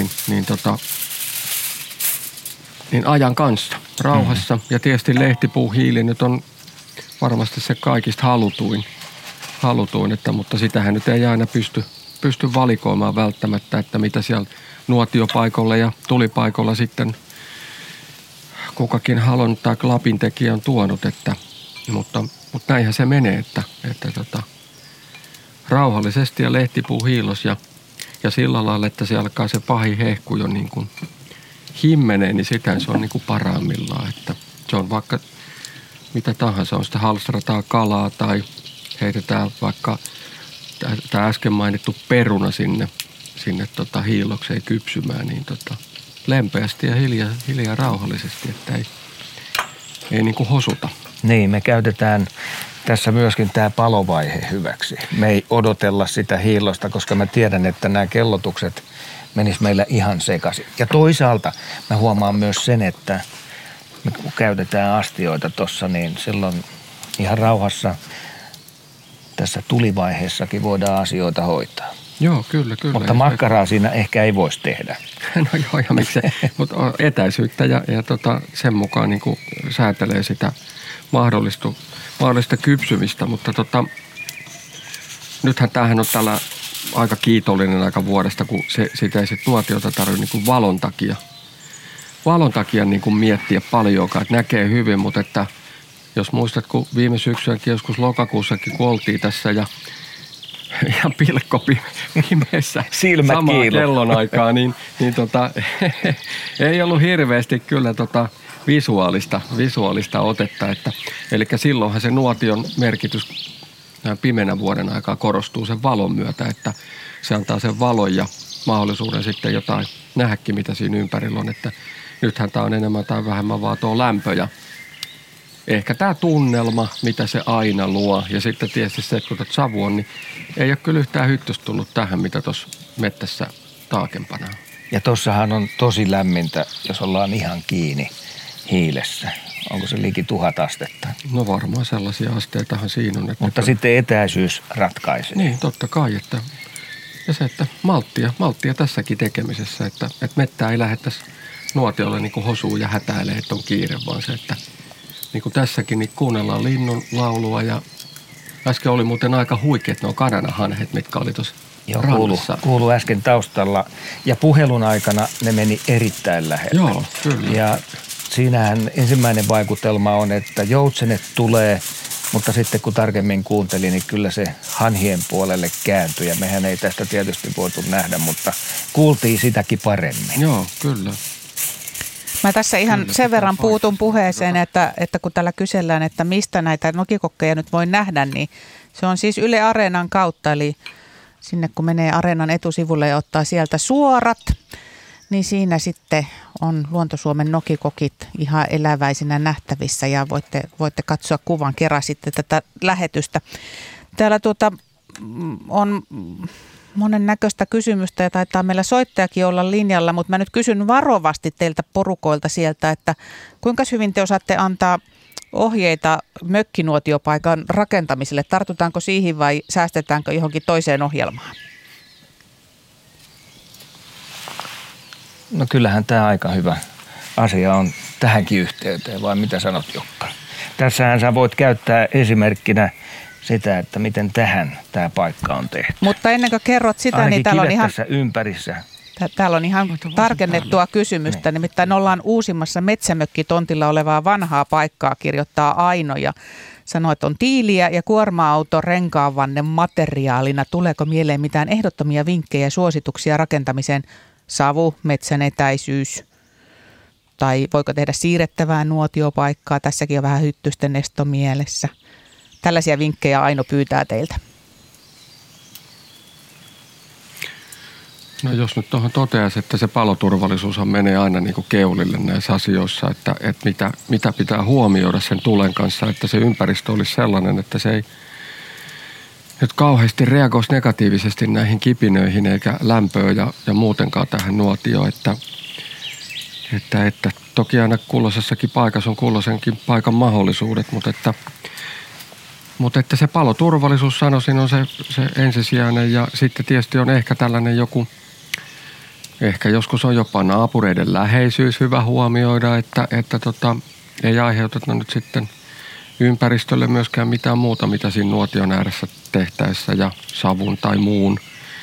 niin ajan kanssa, rauhassa. Ja tietysti lehtipuuhiili nyt on varmasti se kaikista halutuin mutta sitähän nyt ei aina pysty valikoimaan välttämättä, että mitä siellä nuotiopaikoilla ja tulipaikoilla sitten kukakin halunnut tai klapintekijä on tuonut, mutta näinhän se menee, että rauhallisesti ja lehtipuuhiilos ja sillä lailla, että se alkaa se pahin hehku jo niin kuin himmenee, niin sitä se on niin kuin parhaimmillaan, että se on vaikka mitä tahansa, on sitä halstrataan kalaa tai heitetään vaikka tämä äsken mainittu peruna sinne hiillokseen kypsymään, niin lempeästi ja hiljaa rauhallisesti, että ei niin kuin hosuta. Niin, me käytetään tässä myöskin tämä palovaihe hyväksi. Me ei odotella sitä hiillosta, koska mä tiedän, että nämä kellotukset menis meillä ihan sekaisin. Ja toisaalta mä huomaan myös sen, että kun käytetään astioita tuossa, niin silloin ihan rauhassa tässä tulivaiheessakin voidaan asioita hoitaa. Joo, kyllä. Mutta makkaraa siinä ehkä ei voisi tehdä. No joo, ja miksei. Mutta etäisyyttä ja sen mukaan niin kuin säätelee sitä mahdollista kypsymistä. Mutta nythän tämähän on tällä aika kiitollinen aika vuodesta, kun sitä ei sit nuotiota tarvitse niin kuin valon takia niin kuin miettiä paljonkaan. Että näkee hyvin, mutta että jos muistat, kun viime syksynäkin joskus lokakuussakin kun oltiin tässä ja pilkko pimeässä samaa kellon aikaa, niin ei ollut hirveästi kyllä visuaalista otetta. Eli silloinhan se nuotion merkitys pimeänä vuoden aikaa korostuu sen valon myötä, että se antaa sen valon ja mahdollisuuden sitten jotain nähdäkin, mitä siinä ympärillä on. Että nythän tämä on enemmän tai vähemmän vaan tuo lämpö ehkä tämä tunnelma, mitä se aina luo, ja sitten tietysti se, että kun savu on, niin ei ole kyllä yhtään hyttystä tullut tähän, mitä tuossa mettässä taakempana on. Ja tossahan on tosi lämmintä, jos ollaan ihan kiinni hiilessä. Onko se liki 1000 astetta? No varmaan sellaisia asteitahan siinä on. Mutta sitten etäisyys ratkaisee. Niin, totta kai. Ja se, että malttia tässäkin tekemisessä, että mettää ei lähdettäisi nuotiolle niin kuin hosuu ja hätäilee, että on kiire, vaan se, että niin kuin tässäkin niin kuunnellaan linnun laulua ja äsken oli muuten aika huikeat nuo kananahanhet, mitkä oli tuossa rannassa. Kuulu äsken taustalla ja puhelun aikana ne meni erittäin lähelle. Joo, kyllä. Ja siinähän ensimmäinen vaikutelma on, että joutsenet tulee, mutta sitten kun tarkemmin kuuntelin, niin kyllä se hanhien puolelle kääntyi. Ja mehän ei tästä tietysti voitu nähdä, mutta kuultiin sitäkin paremmin. Joo, kyllä. Mä tässä ihan sen verran puutun puheeseen, että kun täällä kysellään, että mistä näitä nokikokkeja nyt voi nähdä, niin se on siis Yle Areenan kautta, eli sinne kun menee Areenan etusivulle ja ottaa sieltä suorat, niin siinä sitten on Luonto-Suomen nokikokit ihan eläväisinä nähtävissä ja voitte katsoa kuvan kerran sitten tätä lähetystä. Täällä on monen näköistä kysymystä ja taitaa meillä soittajakin olla linjalla, mutta mä nyt kysyn varovasti teiltä porukoilta sieltä, että kuinka hyvin te osaatte antaa ohjeita mökkinuotiopaikan rakentamiselle? Tartutaanko siihen vai säästetäänkö johonkin toiseen ohjelmaan? No kyllähän tämä aika hyvä asia on tähänkin yhteyteen, vai mitä sanot Jukka? Tässähän sä voit käyttää esimerkkinä sitä, että miten tähän tämä paikka on tehty. Mutta ennen kuin kerrot sitä, ainakin niin täällä on ihan tässä ympärissä. Täällä on ihan tarkennettua kysymystä, nimittäin ollaan uusimmassa metsämökkitontilla olevaa vanhaa paikkaa, kirjoittaa Aino ja sanoo, että on tiiliä ja kuorma-auto renkaanvanne materiaalina. Tuleeko mieleen mitään ehdottomia vinkkejä ja suosituksia rakentamiseen? Savu, metsän etäisyys tai voiko tehdä siirrettävää nuotiopaikkaa? Tässäkin on vähän hyttysten esto mielessä. Tällaisia vinkkejä Aino pyytää teiltä. No jos nyt tuohon toteaisi, että se paloturvallisuushan menee aina niin kuin keulille näissä asioissa, että mitä pitää huomioida sen tulen kanssa, että se ympäristö olisi sellainen, että se ei nyt kauheasti reagoisi negatiivisesti näihin kipinöihin eikä lämpöön ja muutenkaan tähän nuotioon, että toki aina kulloisessakin paikassa on kulloisenkin paikan mahdollisuudet, mutta että se paloturvallisuus sanoisin on se ensisijainen ja sitten tietysti on ehkä tällainen joku, ehkä joskus on jopa naapureiden läheisyys hyvä huomioida, että ei aiheuteta nyt sitten ympäristölle myöskään mitään muuta, mitä siinä nuotion ääressä tehtäessä ja savun tai muun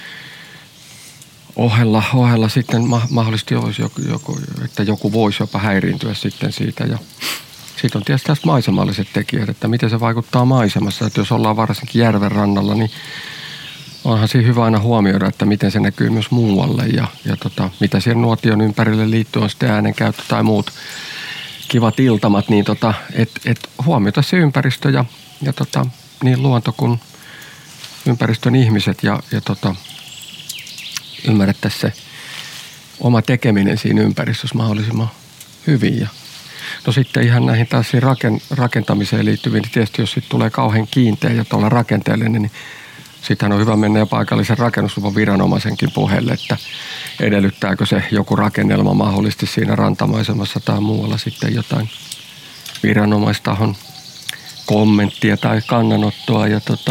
ohella sitten mahdollisesti olisi joku, että joku voisi jopa häiriintyä sitten siitä. Ja sitten on tietysti tästä maisemalliset tekijät, että miten se vaikuttaa maisemassa. Että jos ollaan varsinkin järven rannalla, niin onhan siinä hyvä aina huomioida, että miten se näkyy myös muualle ja mitä siihen nuotion ympärille liittyy, on sitten äänenkäyttö tai muut kivat iltamat, niin et huomiota se ympäristö ja niin luonto kuin ympäristön ihmiset ja ymmärrettäisiin se oma tekeminen siinä ympäristössä mahdollisimman hyvin. Ja no sitten ihan näihin taas rakentamiseen liittyviin, niin tietysti jos sitten tulee kauhean kiinteä ja tuolla rakenteellinen, niin sitähän on hyvä mennä jo paikallisen rakennusluvan viranomaisenkin puheelle, että edellyttääkö se joku rakennelma mahdollisesti siinä rantamaisemassa tai muualla sitten jotain viranomaistahon kommenttia tai kannanottoa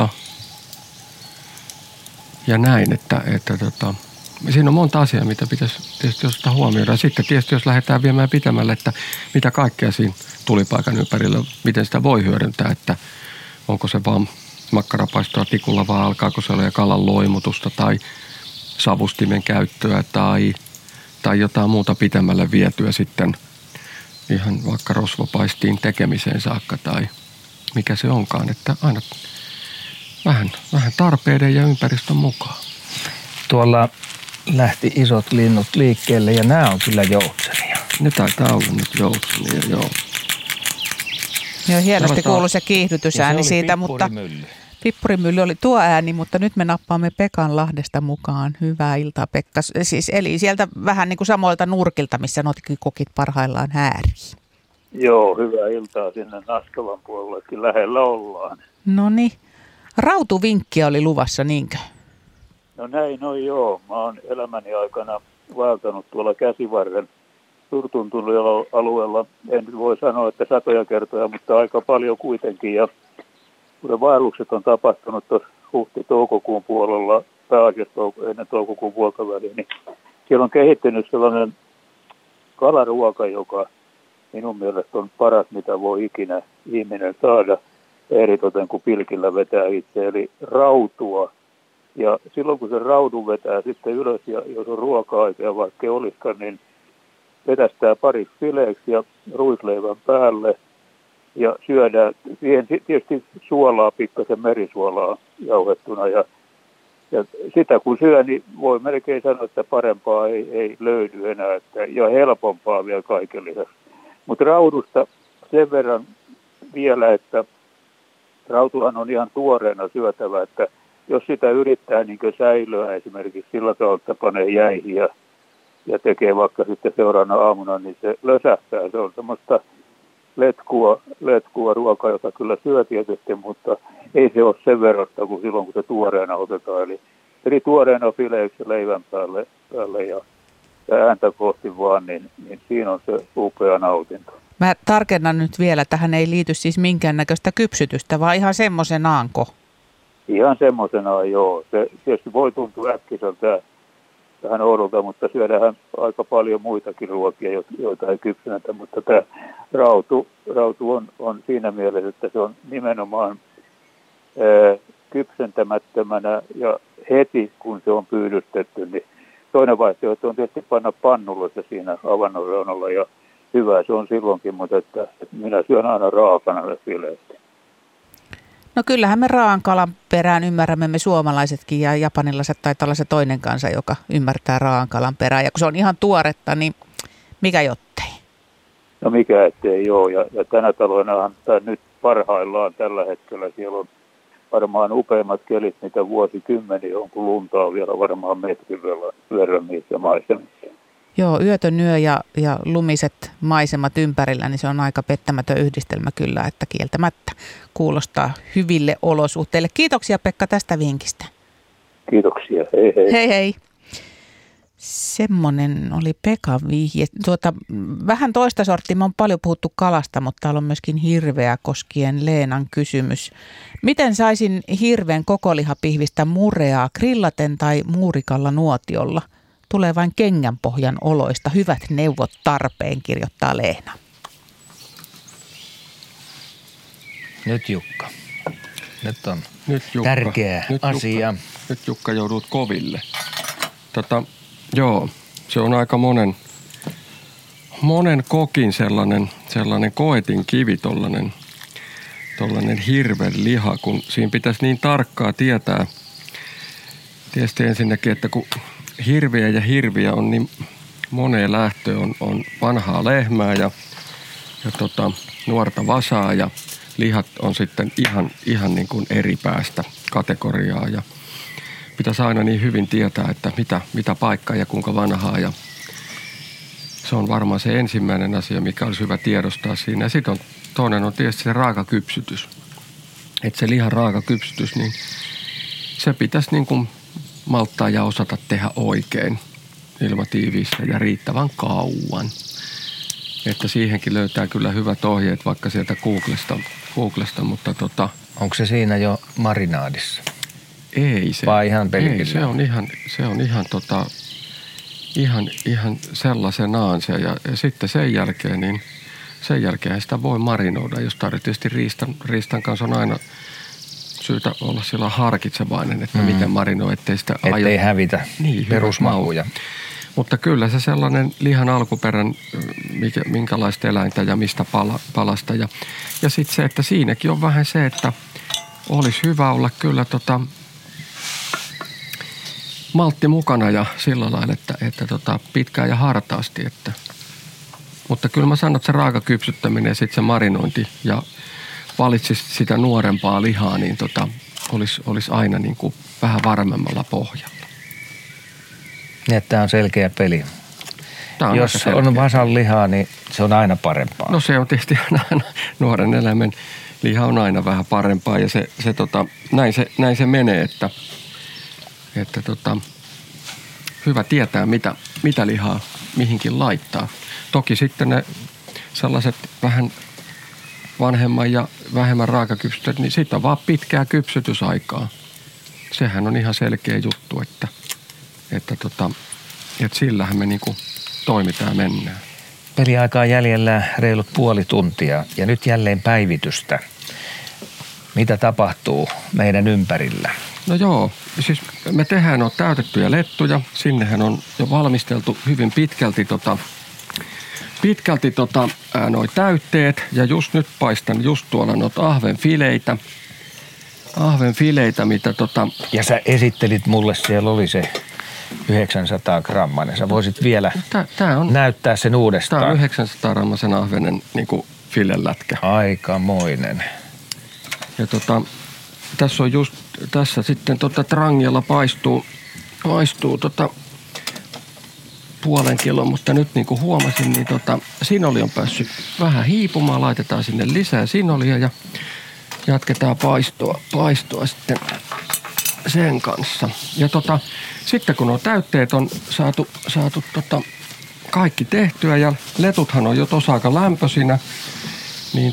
ja näin, että siinä on monta asiaa, mitä pitäisi tietysti ottaa huomioida. Sitten tietysti jos lähdetään viemään pitämällä, että mitä kaikkea siinä tulipaikan ympärillä, miten sitä voi hyödyntää, että onko se vaan makkarapaistoa tikulla vai alkaako se olla ja kalan loimutusta tai savustimen käyttöä tai jotain muuta pitämälle vietyä sitten ihan vaikka rosvopaistiin tekemiseen saakka tai mikä se onkaan, että aina vähän tarpeiden ja ympäristön mukaan. Tuolla lähti isot linnut liikkeelle ja nämä on kyllä joutsenia. Ne taitaa olla nyt joutsenia, joo. Joo, hienosti kuului se kiihdytysääni siitä, mutta pippurimylly oli tuo ääni, mutta nyt me nappaamme Pekan Lahdesta mukaan. Hyvää iltaa, Pekka. Siis eli sieltä vähän niin kuin samoilta nurkilta, missä nokikokit parhaillaan häärii. Joo, hyvää iltaa sinne Nastolan puolellekin. Lähellä ollaan. No niin. Rautuvinkkiä oli luvassa, niinkö? No näin on joo. Mä oon elämäni aikana vaeltanut tuolla Käsivarren Surtunturin alueella. En voi sanoa, että satoja kertoja, mutta aika paljon kuitenkin. Ja kun vaellukset on tapahtunut tuossa huhti-toukokuun puolella, pääasiassa ennen toukokuun puoltaväliä, niin siellä on kehittynyt sellainen kalaruoka, joka minun mielestä on paras, mitä voi ikinä ihminen saada, eritoten kun pilkillä vetää itse, eli rautua. Ja silloin kun se raudun vetää sitten ylös, ja jos on ruoka-aikaa, vaikka olisikaan, niin vetästää pariksi fileeksi ja ruisleivän päälle ja syödään siihen tietysti suolaa, pikkasen merisuolaa jauhettuna. Ja sitä kun syö, niin voi melkein sanoa, että parempaa ei löydy enää ja helpompaa vielä kaiken lisäksi. Mutta raudusta sen verran vielä, että rautuhan on ihan tuoreena syötävä, että jos sitä yrittää niin säilöä esimerkiksi sillä tavalla, että panee jäihin ja tekee vaikka sitten seuraavana aamuna, niin se lösähtää. Se on semmoista letkua ruokaa, jota kyllä syö tietysti, mutta ei se ole sen verrasta kuin silloin, kun se tuoreena otetaan. Eli tuoreena fileiksi leivän päälle ja ääntä kohti vaan, niin siinä on se upea nautinto. Mä tarkennan nyt vielä, tähän ei liity siis minkäännäköistä kypsytystä, vaan ihan semmoisenaanko? Ihan semmoisenaan, joo. Se tietysti voi tuntua äkkiseltä vähän oudolta, mutta syödään aika paljon muitakin ruokia, joita ei kypsynetä, mutta tämä rautu on siinä mielessä, että se on nimenomaan kypsentämättömänä ja heti kun se on pyydystetty, niin toinen vaihtoehto on tietysti panna pannulle se siinä avannon reunalla ja hyvä se on silloinkin, mutta että minä syön aina raakana ne fileet. No kyllähän me raaan kalan perään ymmärrämme me suomalaisetkin ja japanilaiset taitaa olla se toinen kansa, joka ymmärtää raaan kalan perään. Ja kun se on ihan tuoretta, niin mikä jottei? No mikä ettei joo. Ja tänä talvenahan nyt parhaillaan tällä hetkellä siellä on varmaan upeimmat kelit, mitä vuosikymmeniä on, kun lunta on vielä varmaan metrin verran niissä maisemissa. Joo, yötön yö ja lumiset maisemat ympärillä, niin se on aika pettämätön yhdistelmä kyllä, että kieltämättä kuulostaa hyville olosuhteille. Kiitoksia Pekka tästä vinkistä. Kiitoksia, hei hei. Hei hei. Semmoinen oli Pekan vihje. Vähän toista sorttia, me on paljon puhuttu kalasta, mutta täällä on myöskin hirveä koskien Leenan kysymys. Miten saisin hirven kokolihapihvistä mureaa grillaten tai muurikalla nuotiolla? Tulee vain kengänpohjan oloista. Hyvät neuvot tarpeen, kirjoittaa Leena. Nyt Jukka. Nyt on tärkeä asia. Nyt Jukka joudut koville. Joo, se on aika monen kokin sellainen koetin kivi, tollainen hirven liha, kun siinä pitäisi niin tarkkaa tietää. Tietysti ensinnäkin, että kun hirviä on niin moneen lähtöön, on vanhaa lehmää ja nuorta vasaa ja lihat on sitten ihan niin kuin eri päästä kategoriaa ja pitäisi aina niin hyvin tietää, että mitä paikkaa ja kuinka vanhaa ja se on varmaan se ensimmäinen asia, mikä olisi hyvä tiedostaa siinä. Ja sitten toinen on tietysti se raakakypsytys. Että se lihan raakakypsytys, niin se pitäisi niin kuin malttaa ja osata tehdä oikein ilmatiiviissä ja riittävän kauan. Että siihenkin löytää kyllä hyvät ohjeet vaikka sieltä Googlesta mutta onko se siinä jo marinaadissa? Ei se. Vai ihan pelkillä? Ei, se on ihan sellaisenaan se ja sitten sen jälkeen sitä voi marinoida, jos tietysti riistan kanssa on aina syytä olla sillä harkitsevainen, että miten marinoi, ettei hävitä perusmakuja. Mutta kyllä se sellainen lihan alkuperän, minkälaista eläintä ja mistä palasta. Ja sitten se, että siinäkin on vähän se, että olisi hyvä olla kyllä maltti mukana ja sillä lailla, että pitkään ja hartaasti. Mutta kyllä mä sanon, että se raakakypsyttäminen ja sitten se marinointi ja valitsisi sitä nuorempaa lihaa, niin olisi aina niin kuin vähän varmemmalla pohjalla. Niin, että tämä on selkeä peli. Jos on vasan lihaa, niin se on aina parempaa. No se on tietysti aina, nuoren eläimen liha on aina vähän parempaa ja näin se menee, että hyvä tietää mitä lihaa mihinkin laittaa. Toki sitten ne sellaiset vähän vanhemman ja vähemmän raakakypsytet, niin siitä on vaan pitkää kypsytysaikaa. Sehän on ihan selkeä juttu, että sillähän me niinku toimitaan ja mennään. Peliaikaa jäljellä reilut puoli tuntia ja nyt jälleen päivitystä. Mitä tapahtuu meidän ympärillä? No joo, siis me tehdään täytettyjä lettuja. Sinnehän on jo valmisteltu hyvin pitkälti noi täytteet ja just nyt paistan just tuolla noita ahvenfileitä, mitä Ja sä esittelit mulle, siellä oli se 900 grammainen. Sä voisit vielä näyttää sen uudestaan. Tämä on 900 grammaisen ahvenen niinku filelätkä. Aikamoinen. Ja tässä on just, tässä sitten trangialla paistuu puolen kilon, mutta nyt niin kuin huomasin, niin sinoli on päässyt vähän hiipumaan. Laitetaan sinne lisää sinolia ja jatketaan paistoa sitten sen kanssa. Ja sitten kun nuo täytteet on saatu kaikki tehtyä ja letuthan on jo tuossa aika lämpöisinä, niin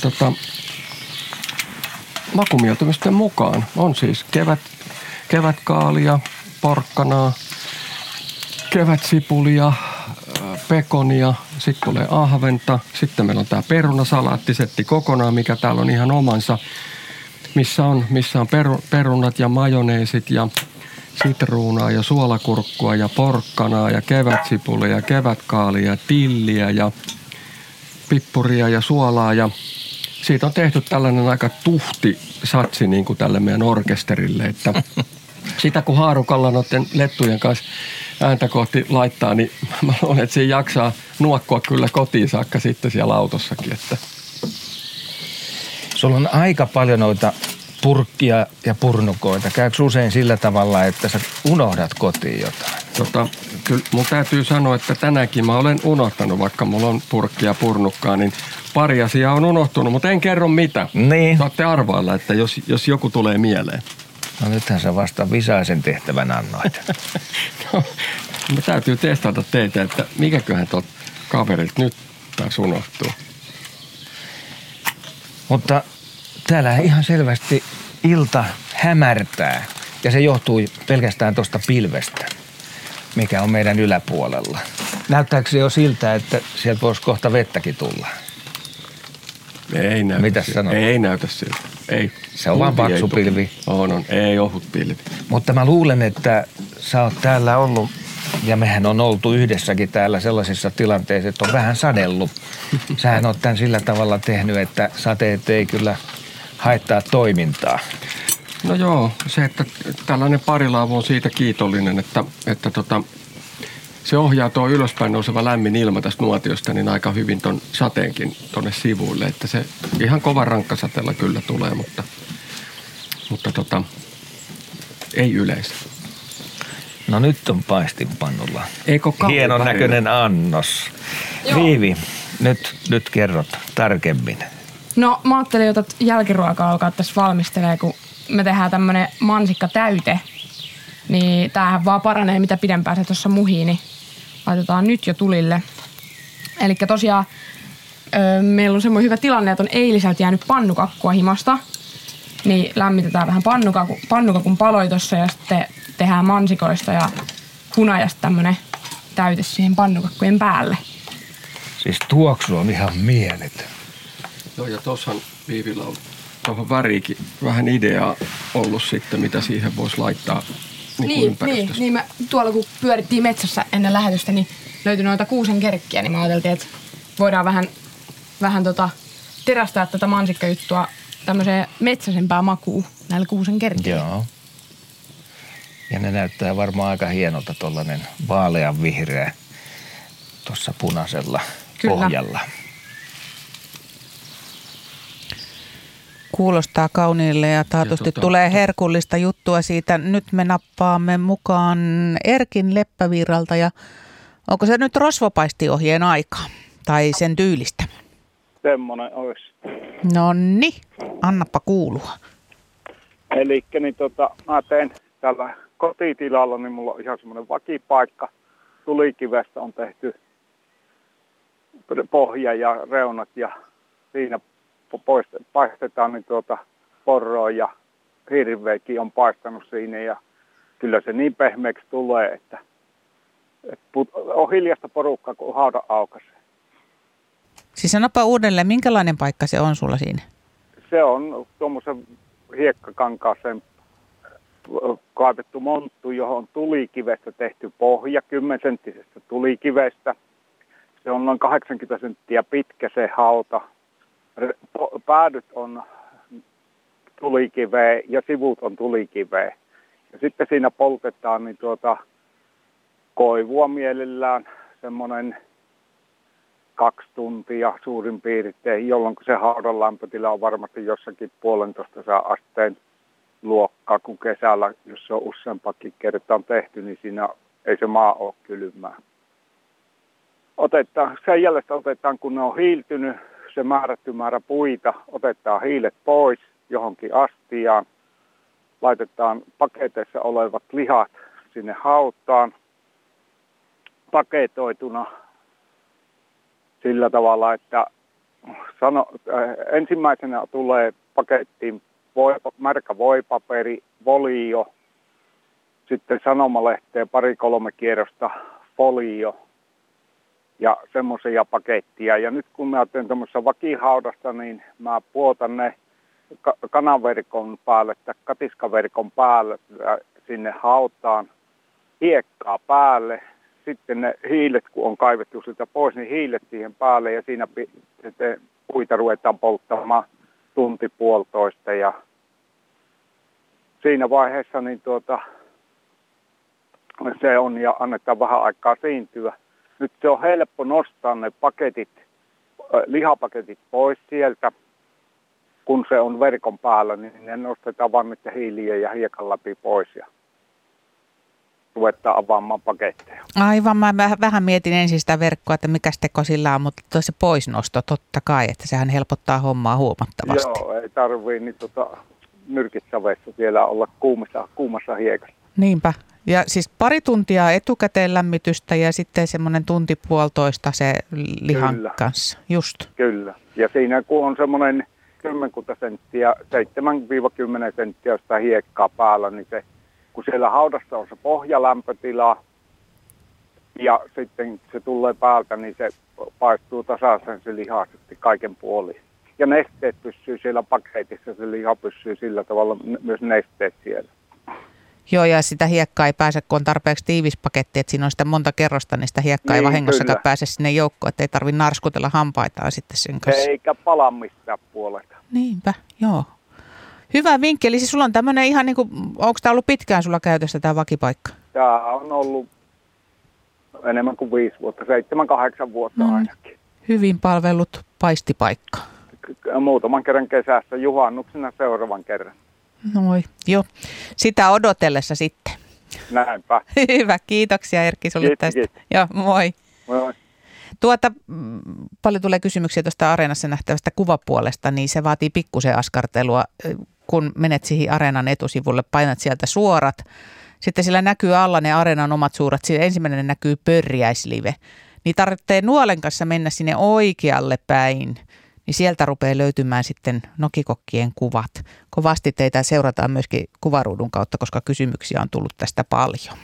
makumieltymisten mukaan on siis kevätkaalia, porkkanaa, kevätsipulia, pekonia, sitten tulee ahventa, sitten meillä on tämä perunasalaattisetti kokonaan, mikä täällä on ihan omansa, missä on perunat ja majoneesit ja sitruunaa ja suolakurkkua ja porkkanaa ja kevätsipulia ja kevätkaalia ja tilliä ja pippuria ja suolaa ja siitä on tehty tällainen aika tuhti satsi niin kuin tälle meidän orkesterille, että sitä kun haarukalla noiden lettujen kanssa ääntä kohti laittaa, niin mä luulen, että siinä jaksaa nuokkua kyllä kotiin saakka sitten siellä autossakin. Että. Sulla on aika paljon noita purkkia ja purnukoita. Käykö usein sillä tavalla, että sä unohdat kotiin jotain? Kyllä mun täytyy sanoa, että tänäänkin mä olen unohtanut, vaikka mulla on purkkia ja purnukkaa, niin pari asiaa on unohtunut, mutta en kerro mitä. Niin. Saatte arvailla, että jos joku tulee mieleen. No nythän sä vasta visaisen tehtävän annoit. No, me täytyy testata teitä, että mikäköhän tuolta kaverilta nyt taas unohtuu. Mutta täällä ihan selvästi ilta hämärtää ja se johtuu pelkästään tuosta pilvestä, mikä on meidän yläpuolella. Näyttääkö se jo siltä, että sieltä voisi kohta vettäkin tulla? Ei näytä. Mitäs sanot? Ei näytä siltä. Ei. Se on vaan paksu pilvi. On. Ei ohut pilvi. Mutta mä luulen, että sä oot täällä ollut, ja mehän on oltu yhdessäkin täällä sellaisissa tilanteissa, että on vähän sadellut. Sähän oot tän sillä tavalla tehnyt, että sateet ei kyllä haittaa toimintaa. No joo, se, että tällainen parilaavu on siitä kiitollinen, että se ohjaa tuo ylöspäin nouseva lämmin ilma tästä nuotiosta niin aika hyvin ton sateenkin tonne sivuille. Että se ihan kova rankkasateella kyllä tulee, mutta ei yleensä. No nyt on paistinpannulla. Eikö hienon näköinen annos. Joo. Viivi, nyt kerrot tarkemmin. No mä ajattelin, että jälkiruokaa alkaa tässä valmistelee, kun me tehdään tämmönen mansikkatäyte. Niin tämähän vaan paranee, mitä pidempään se tuossa muhii, niin laitetaan nyt jo tulille. Elikkä tosiaan meillä on semmoinen hyvä tilanne, että on eiliseltä jäänyt pannukakkua himasta. Niin lämmitetään vähän pannukakun paloi tuossa ja sitten tehdään mansikoista ja hunajasta tämmönen täyte siihen pannukakkujen päälle. Siis tuoksu on ihan mieletön. Joo, ja tuossahan Viivillä on tuohon väriikin vähän ideaa ollut sitten, mitä siihen voisi laittaa niin me tuolla kun pyörittiin metsässä ennen lähetystä, niin löytyi noita kuusenkerkkiä, niin me ajateltiin, että voidaan vähän terästää tätä mansikkajuttua tämmöiseen metsäisempää makuun näillä kuusenkerkkiä. Joo. Ja ne näyttää varmaan aika hienolta tollanen vaalean vihreä tuossa punaisella pohjalla. Kuulostaa kauniille ja taatusti tulee herkullista juttua siitä. Nyt me nappaamme mukaan Erkin Leppävirralta ja Onko se nyt rosvopaistiohjeen aika tai sen tyylistä? Semmoinen olisi. Nonni, annappa kuulua. Elikkä niin mä teen tällä kotitilalla, niin mulla on ihan semmoinen vakipaikka. Tulikivestä on tehty pohja ja reunat ja siinä paistetaan niin porroa ja hirveäkin on paistanut siinä ja kyllä se niin pehmeäksi tulee, että on hiljasta porukkaa, kun haudan aukaisee. Siis sanoppa uudelleen, minkälainen paikka se on sulla siinä? Se on tuommoisen hiekkakankaaseen kaivettu monttu, johon on tulikivestä tehty pohja, 10-senttisestä tulikivestä. Se on noin 80 senttiä pitkä se hauta. Päädyt on tulikiveä ja sivut on tulikiveä. Ja sitten siinä poltetaan niin koivua mielellään semmoinen 2 tuntia suurin piirtein, jolloin se haudan lämpötila on varmasti jossakin 1,5 asteen luokkaa, kun kesällä, jos se on useampakin kertaa tehty, niin siinä ei se maa ole kylmää. Sen jälkeen otetaan, kun ne on hiiltynyt, se määrätty määrä puita, otetaan hiilet pois johonkin astiaan, laitetaan paketeissa olevat lihat sinne hautaan, paketoituna sillä tavalla, että ensimmäisenä tulee pakettiin märkä voipaperi, folio, sitten sanomalehteen 2-3 kierrosta folio ja semmoisia pakettia. Ja nyt kun mä teen tämmöisessä vakihaudasta, niin mä puotan ne kanaverkon päälle tai katiskaverkon päälle sinne hautaan, hiekkaa päälle. Sitten ne hiilet, kun on kaivettu siltä pois, niin hiilet siihen päälle ja siinä sitten puita ruvetaan polttamaan 1-1,5 ja siinä vaiheessa niin se on ja annetaan vähän aikaa siintyä. Nyt se on helppo nostaa ne paketit, lihapaketit pois sieltä, kun se on verkon päällä, niin ne nostetaan vain niiden hiilien ja hiekan läpi pois ja ruvetaan avaamaan paketteja. Aivan, mä vähän mietin ensin sitä verkkoa, että mikä teko sillä on, mutta se poisnosto totta kai, että sehän helpottaa hommaa huomattavasti. Joo, ei tarvii niin nyrkissavessa siellä olla kuumassa hiekassa. Niinpä. Ja siis 2 tuntia etukäteen lämmitystä ja sitten semmoinen 1-1,5 se lihan Kyllä. kanssa. Just. Kyllä. Ja siinä kun on semmoinen 10 senttiä, 7-10 senttiä sitä hiekkaa päällä, niin se, kun siellä haudassa on se pohjalämpötila ja sitten se tulee päältä, niin se paistuu tasaisen se liha sitten kaiken puolin. Ja nesteet pysyy siellä paketissa, se liha pysyy sillä tavalla myös nesteet siellä. Joo, ja sitä hiekkaa ei pääse, kun on tarpeeksi tiivis paketti, että siinä on sitä monta kerrosta, niin sitä hiekkaa ei vahingossakaan pääse sinne joukkoon, että ei tarvitse narskutella hampaitaan sitten sen kanssa. Eikä pala mistään puolesta. Niinpä, joo. Hyvä vinkki, eli siis sulla on tämmöinen ihan niin kuin, onko tämä ollut pitkään sulla käytössä tämä vakipaikka? Tämä on ollut enemmän kuin 5 vuotta, 7-8 vuotta ainakin. Hyvin palvellut paistipaikka. Muutaman kerran kesässä, juhannuksena seuraavan kerran. Noi, joo. Sitä odotellessa sitten. Näinpä. Hyvä, kiitoksia Erkki sulle tästä. Joo, moi. Moi. Paljon tulee kysymyksiä tuosta Areenassa nähtävästä kuvapuolesta, niin se vaatii pikkusen askartelua. Kun menet siihen Areenan etusivulle, painat sieltä suorat. Sitten sillä näkyy alla ne Areenan omat suurat. Ensimmäinen näkyy pörjäislive. Niin tarvitsee nuolen kanssa mennä sinne oikealle päin. Niin sieltä rupeaa löytymään sitten nokikokkien kuvat. Kovasti teitä seurataan myöskin kuvaruudun kautta, koska kysymyksiä on tullut tästä paljon.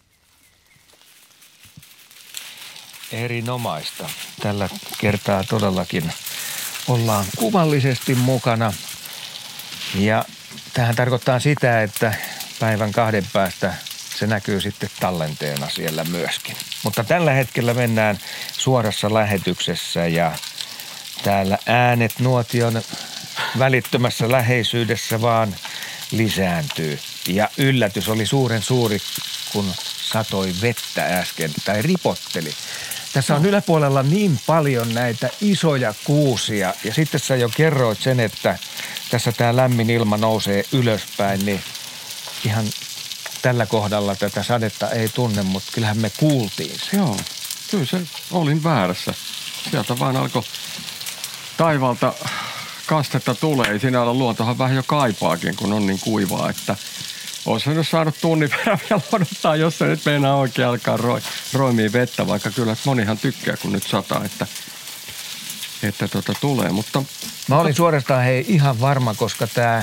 Erinomaista. Tällä kertaa todellakin ollaan kuvallisesti mukana. Ja tähän tarkoittaa sitä, että päivän 2 päästä se näkyy sitten tallenteena siellä myöskin. Mutta tällä hetkellä mennään suorassa lähetyksessä ja täällä äänet nuotion välittömässä läheisyydessä vaan lisääntyy. Ja yllätys oli suuren suuri, kun satoi vettä äsken tai ripotteli. Tässä on yläpuolella niin paljon näitä isoja kuusia ja sitten sä jo kerroit sen, että tässä tämä lämmin ilma nousee ylöspäin, niin ihan tällä kohdalla tätä sadetta ei tunne, mutta kyllähän me kuultiin se. Joo. Kyllä se olin väärässä. Sieltä vaan alkoi taivaalta kastetta tulee. Ei siinä olla, luontohan vähän jo kaipaakin, kun on niin kuivaa, että olisi nyt saanut tunnin verran vielä odottaa, jos se nyt meinaa oikein alkaa roimia vettä, vaikka kyllä monihan tykkää, kun nyt sataa, että tulee. Mutta mä olin suorastaan ihan varma, koska tämä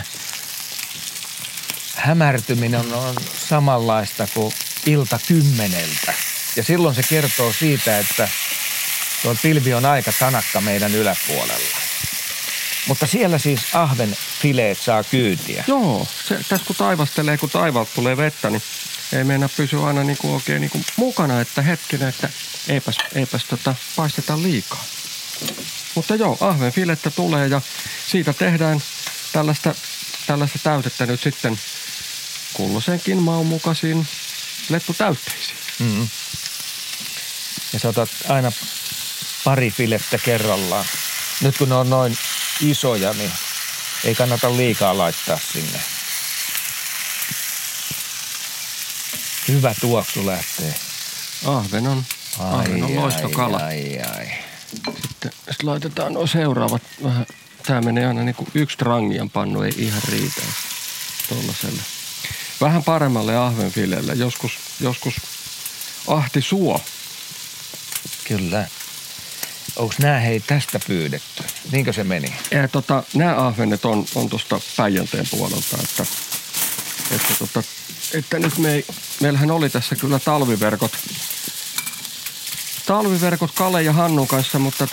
hämärtyminen on samanlaista kuin ilta 10. Ja silloin se kertoo siitä, että tuo pilvi on aika tanakka meidän yläpuolella. Mutta siellä siis ahvenfileet saa kyytiä. Joo, se, tässä kun taivastelee, kun taivaalta tulee vettä, niin ei meinaa pysyä aina niin kuin oikein niin kuin mukana, että hetkinen, että eipäs paisteta liikaa. Mutta joo, ahvenfilettä tulee ja siitä tehdään tällaista täytettä nyt sitten kulloisenkin maun mukaisiin lettutäytteisiin. Mm-hmm. Ja sä otat aina pari filettä kerrallaan. Nyt kun ne on noin isoja, niin ei kannata liikaa laittaa sinne. Hyvä tuoksu lähtee. Ahven on loistokala. Ai. Sitten laitetaan nuo seuraavat vähän. Tää menee aina niin kuin yksi trangian pannu, ei ihan riitä tollaselle. Vähän paremmalle ahvenfilelle. Joskus ahti suo. Kyllä. Onko nämä tästä pyydetty? Niinkö se meni? Nämä ahvenet on tuosta Päijänteen puolelta, että nyt meillähän oli tässä kyllä talviverkot Kale ja Hannun kanssa, mutta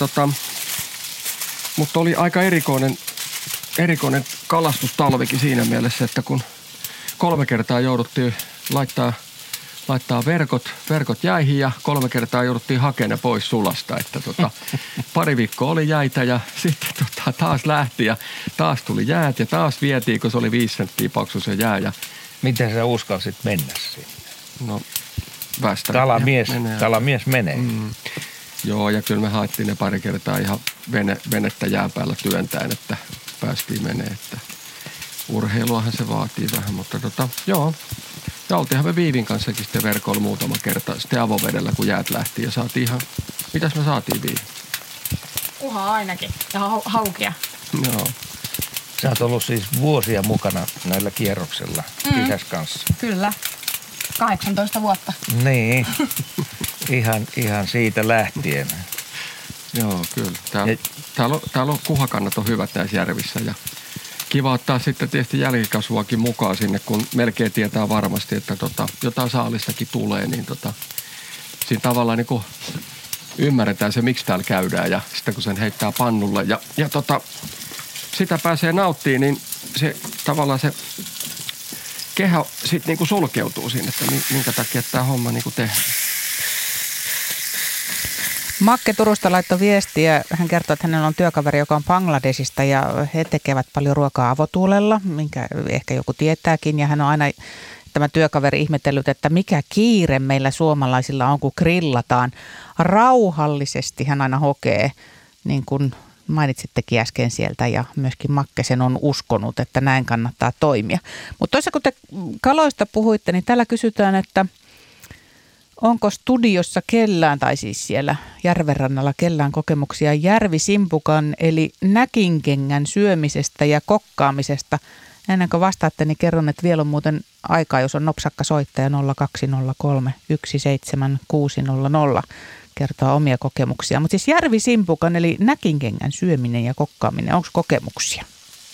oli aika erikoinen kalastustalvikin siinä mielessä, että kun 3 kertaa jouduttiin laittaa verkot jäihin ja 3 kertaa jouduttiin hakemaan pois sulasta, että pari viikkoa oli jäitä ja sitten taas lähti ja taas tuli jäät ja taas vietiin, kun se oli 5 senttiä paksu se jää. Ja miten sä uskalsit mennä sinne? No västä. Kalamies menee. Joo, ja kyllä me haettiin ne pari kertaa ihan venettä jääpäällä työntäen, että päästiin menee, että urheiluahan se vaatii vähän, mutta joo. Ja oltiinhan me Viivin kanssakin sitten verkoilla muutama kerta sitten avovedellä, kun jäät lähti ja saatiin ihan, mitäs me saatiin Viivi? Uhaa ainakin ja haukia. Joo. Sä oot ollut siis vuosia mukana näillä kierroksilla isäs kanssa. Kyllä, 18 vuotta. Niin, ihan siitä lähtien. Joo, kyllä. Täällä on kuhakannat on hyvät näissä järvissä ja kiva ottaa sitten tietysti jälkikasvuakin mukaan sinne, kun melkein tietää varmasti, että jotain saalistakin tulee, niin siinä tavallaan niin kuin ymmärretään se, miksi täällä käydään ja sitten kun sen heittää pannulle ja sitä pääsee nauttimaan, niin se tavallaan se kehä sitten niin kuin sulkeutuu siinä, että minkä takia tämä homma niin kuin tehdään. Makke Turusta laittoi viestiä. Hän kertoo, että hänellä on työkaveri, joka on Bangladesista ja he tekevät paljon ruokaa avotuulella, minkä ehkä joku tietääkin. Ja hän on aina tämä työkaveri ihmetellyt, että mikä kiire meillä suomalaisilla on, kun grillataan rauhallisesti. Hän aina hokee, niin kuin mainitsittekin äsken sieltä ja myöskin Makke sen on uskonut, että näin kannattaa toimia. Mutta toisaalta kun te kaloista puhuitte, niin täällä kysytään, että onko studiossa kellään, tai siis siellä järvenrannalla kellään kokemuksia järvisimpukan eli näkinkengän syömisestä ja kokkaamisesta? Ennen kuin vastaatte, niin kerron, että vielä on muuten aikaa, jos on nopsakka soittaja 0203 17600 kertoo omia kokemuksia. Mutta siis järvisimpukan eli näkinkengän syöminen ja kokkaaminen, onko kokemuksia?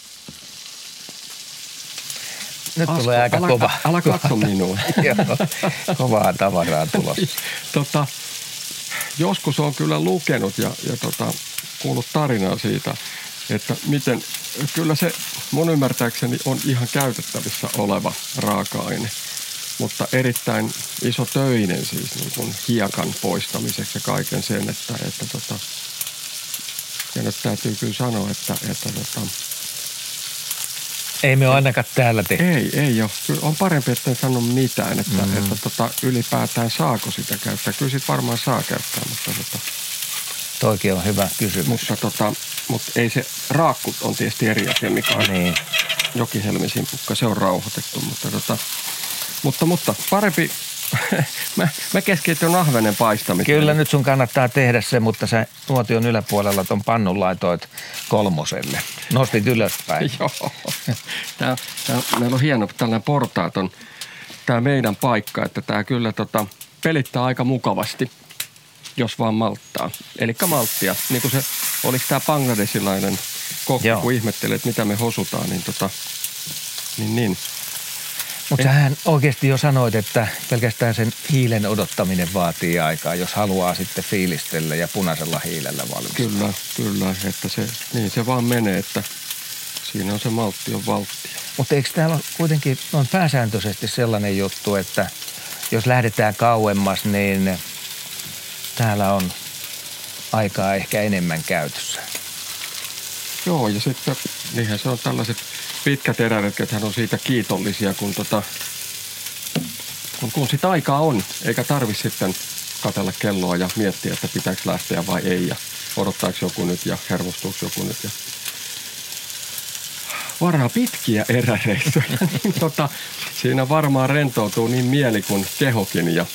Nyt tulee aika kova. Älä katso minua. Kovaa tavaraa tulossa. Joskus on kyllä lukenut ja kuullut tarinaa siitä, että miten, kyllä se mun ymmärtääkseni on ihan käytettävissä oleva raaka-aine, mutta erittäin iso töinen siis niin kuin hiekan poistamiseksi ja kaiken sen, että ja nyt täytyy kyllä sanoa, että ei me ole ainakaan täällä tehty. Ei ole. Kyllä on parempi, että en sano mitään, että ylipäätään saako sitä käyttää. Kyllä sit varmaan saa käyttää, mutta toikin on hyvä kysymys. Mutta ei se raakkut on tietysti eri asia, mikä on niin. Jokihelmisimpukka, se on rauhoitettu, mutta parempi mä keskityn ahvenen paistamiseen. Kyllä nyt sun kannattaa tehdä se, mutta sä nuotion yläpuolella ton pannun laitoit 3. Nostit ylöspäin. Joo. Meillä on hieno tällainen portaaton tää meidän paikka, että tää kyllä pelittää aika mukavasti, jos vaan malttaa. Elikkä malttia. Niin kuin se olisi tää bangladesilainen kokki, kun ihmettelee, että mitä me hosutaan, niin. Mutta sähän oikeasti jo sanoit, että pelkästään sen hiilen odottaminen vaatii aikaa, jos haluaa sitten fiilistellä ja punaisella hiilellä valmistaa. Kyllä, että se vaan menee, että siinä on se maltti on valtti. Mutta eikö täällä ole kuitenkin on pääsääntöisesti sellainen juttu, että jos lähdetään kauemmas, niin täällä on aikaa ehkä enemmän käytössä. Joo, ja sitten niinhän se on tällaiset pitkät eräretkethän on siitä kiitollisia, kun sitä aikaa on, eikä tarvitse sitten katsella kelloa ja miettiä, että pitääkö lähteä vai ei ja odottaako joku nyt ja hermostuuko joku nyt. Ja varaa pitkiä eräreissuja, niin siinä varmaan rentoutuu niin mieli kuin kehokin ja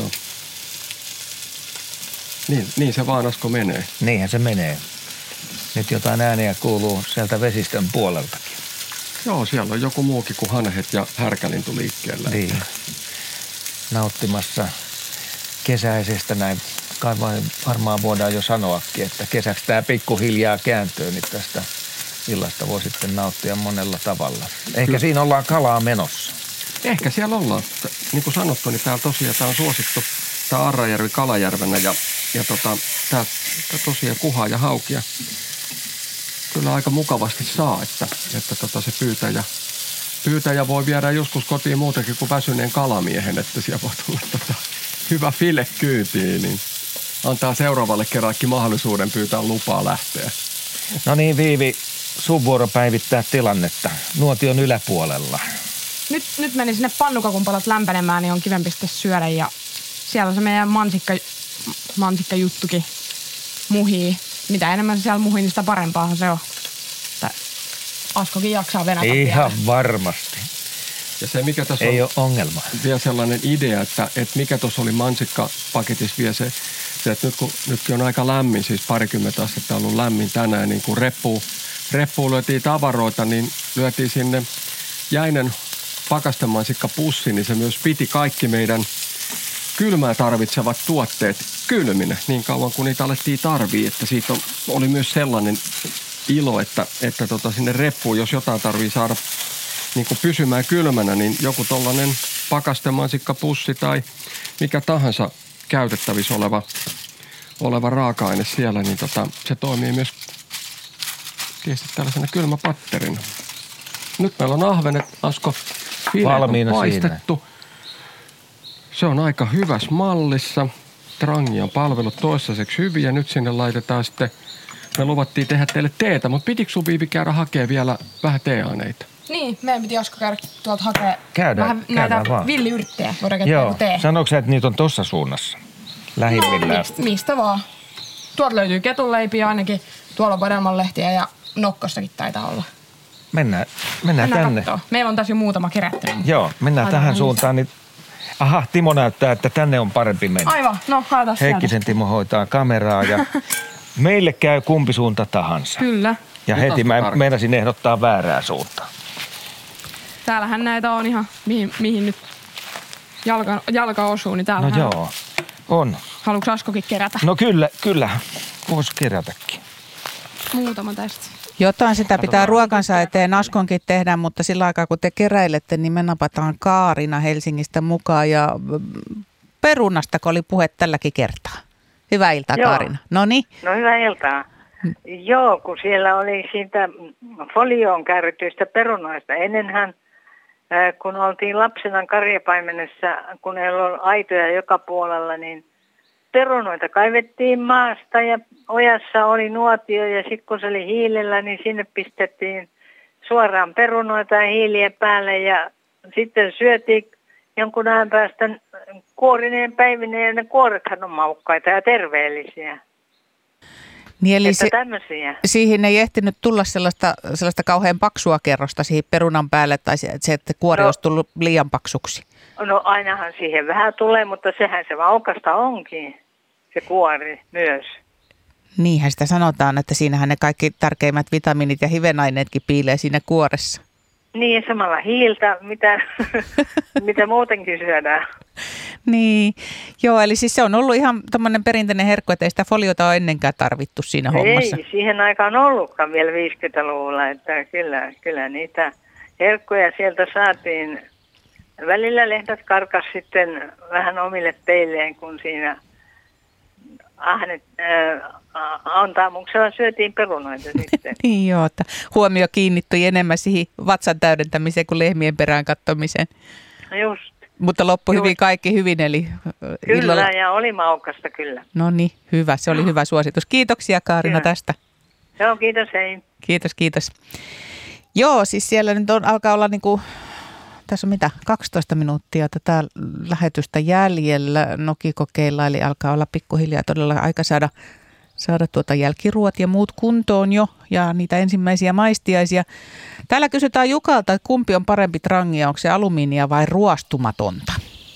niin se vaan Asko menee. Niinhän se menee. Nyt jotain ääniä kuuluu sieltä vesistön puoleltakin. Joo, siellä on joku muukin kuin hanhet ja härkälintu liikkeellä. Niin. Nauttimassa kesäisestä näin. Varmaan voidaan jo sanoakin, että kesäksi tämä pikkuhiljaa kääntyy, niin tästä illasta voi sitten nauttia monella tavalla. Ehkä siinä ollaan kalaa menossa. Ehkä siellä ollaan. Niin kuin sanottu, niin täällä tosiaan tämä on suosittu, tämä Arrajärvi Kalajärvenä ja tää tosiaan kuhaa ja haukia. Kyllä aika mukavasti saa, että se pyytäjä voi viedä joskus kotiin muutenkin kuin väsyneen kalamiehen, että siellä voi tulla hyvä file kyytiin, niin antaa seuraavalle kerrallekin mahdollisuuden pyytää lupaa lähteä. No niin, Viivi, sun vuoro päivittää tilannetta nuotion yläpuolella. Nyt meni sinne pannukakun palat lämpenemään, niin on kivempi sitten syödä ja siellä on se meidän mansikkajuttukin muhii. Mitä enemmän se siellä muhii, niin sitä parempaahan se on. Askokin jaksaa venätä ihan vielä. Varmasti. Ja se mikä tässä ei ole ongelma. Vielä sellainen idea, että mikä tuossa oli mansikkapaketissa vielä se, että nytkin on aika lämmin, siis 20 astetta on ollut lämmin tänään, niin kun reppuun lyötiin tavaroita, niin lyötiin sinne jäinen pakastemansikkapussi, niin se myös piti kaikki meidän kylmää tarvitsevat tuotteet kylminä niin kauan kuin niitä alettiin tarvii, että siitä oli myös sellainen ilo, että sinne reppuun, jos jotain tarvii saada niin kuin pysymään kylmänä, niin joku tollainen pakastemansikkapussi tai mikä tahansa käytettävissä oleva raaka-aine siellä, niin se toimii myös tietysti tällaisena kylmäpatterina. Nyt meillä on ahvenet, Asko, valmiina paistettu. Siinä. Se on aika hyvässä mallissa. Trangi on palvelut toistaiseksi hyvin ja nyt sinne laitetaan sitten, me luvattiin tehdä teille teetä, mutta pitikö sun Viivi käydä hakea vielä vähän teeaineita? Niin, meidän piti Asko käydä tuolta hakea käydään näitä vaan. villiyrttejä. Voidaan käyttää joku tee. Sanoitko sä, että niitä on tossa suunnassa? Lähimmillään. No, mistä vaan. Tuolta löytyy ketunleipiä ainakin. Tuolla on vadelmanlehtiä ja nokkossakin taitaa olla. Mennään tänne. Kattoo. Meillä on tässä jo muutama kerätty. Joo, mennään tähän suuntaan. Niin... Aha, Timo näyttää, että tänne on parempi mennä. Aivan, no haetaan sieltä. Heikkisen Timo hoitaa kameraa ja meille käy kumpi suunta tahansa. Kyllä. Ja heti mä meinasin ehdottaa väärää suuntaa. Täällähän näitä on ihan, mihin nyt jalka osuu, niin täällä. No joo, on. Haluatko Askokin kerätä? No kyllä. Voisi kerätäkin. Muutama tästä. Jotain sitä pitää ruokansa eteen Askonkin tehdä, mutta sillä aikaa kun te keräilette, niin me napataan Kaarina Helsingistä mukaan ja perunastako oli puhe tälläkin kertaa. Hyvää iltaa, joo. Kaarina. Noniin. No hyvää iltaa. Joo, kun siellä oli siitä folioon käärytyistä perunoista. Ennenhän, kun oltiin lapsena karjapaimenessa, kun ei ollut aitoja joka puolella, niin perunoita kaivettiin maasta ja ojassa oli nuotio ja sitten kun se oli hiilellä, niin sinne pistettiin suoraan perunoita ja hiiliä päälle ja sitten syötiin jonkun ajan päästä kuorineen päivineen ja ne kuorethan on maukkaita ja terveellisiä. Niin eli siihen ei ehtinyt tulla sellaista kauhean paksua kerrosta siihen perunan päälle tai se, että kuori olisi tullut liian paksuksi. No ainahan siihen vähän tulee, mutta sehän se maukasta onkin, se kuori myös. Niinhän sitä sanotaan, että siinähän ne kaikki tärkeimmät vitamiinit ja hivenaineetkin piilee siinä kuoressa. Niin, samalla hiiltä, mitä muutenkin syödään. Niin, joo, eli siis se on ollut ihan tämmöinen perinteinen herkku, että ei sitä foliota ole ennenkään tarvittu siinä hommassa. Ei, siihen aikaan ollutkaan vielä 50-luvulla, että kyllä niitä herkkuja sieltä saatiin. Välillä lehmät karkas sitten vähän omille teilleen, kun siinä antaamuksella syötiin perunoita sitten. Niin joo, että huomio kiinnittyi enemmän siihen vatsan täydentämiseen kuin lehmien perään katsomiseen. Just. Mutta loppui hyvin kaikki hyvin, eli Kyllä, illalla... ja oli maukasta kyllä. No niin, hyvä. Se oli hyvä suositus. Kiitoksia Kaarina tästä. Joo, kiitos, hei. Kiitos. Joo, siis siellä nyt alkaa olla tässä on 12 minuuttia tätä lähetystä jäljellä Nokikokeilla, eli alkaa olla pikkuhiljaa todella aika saada jälkiruot ja muut kuntoon jo ja niitä ensimmäisiä maistiaisia. Täällä kysytään Jukalta, että kumpi on parempi trangia, onko se alumiinia vai ruostumatonta?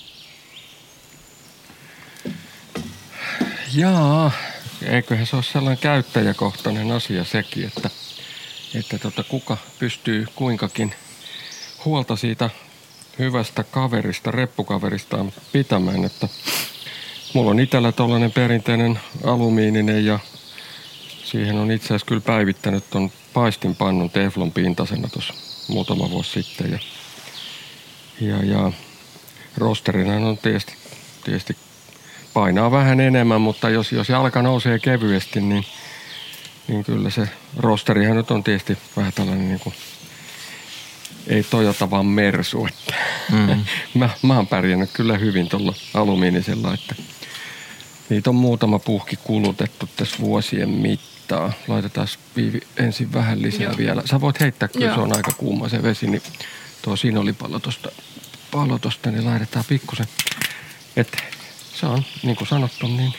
Jaa, eiköhän se ole sellainen käyttäjäkohtainen asia sekin, että kuka pystyy kuinkakin huolta siitä hyvästä kaverista, reppukaveristaan pitämään, että mulla on itsellä tollainen perinteinen alumiininen ja siihen on itse asiassa kyllä päivittänyt ton paistinpannun teflon pintasena tuossa muutama vuosi sitten ja rosterina on tietysti painaa vähän enemmän, mutta jos jalka nousee kevyesti, niin kyllä se rosterihan nyt on tietysti vähän tällainen niin kuin ei Toyota vaan Mersu, että mä oon pärjännyt kyllä hyvin tuolla alumiinisella, että niitä on muutama puhki kulutettu tässä vuosien mittaan. Laitetaan Viivi ensin vähän lisää vielä. Sä voit heittää, kyllä se on aika kuuma se vesi, niin tuo sinolipallo tosta, niin laitetaan pikkusen. Että se on, niin kuin sanottu, niin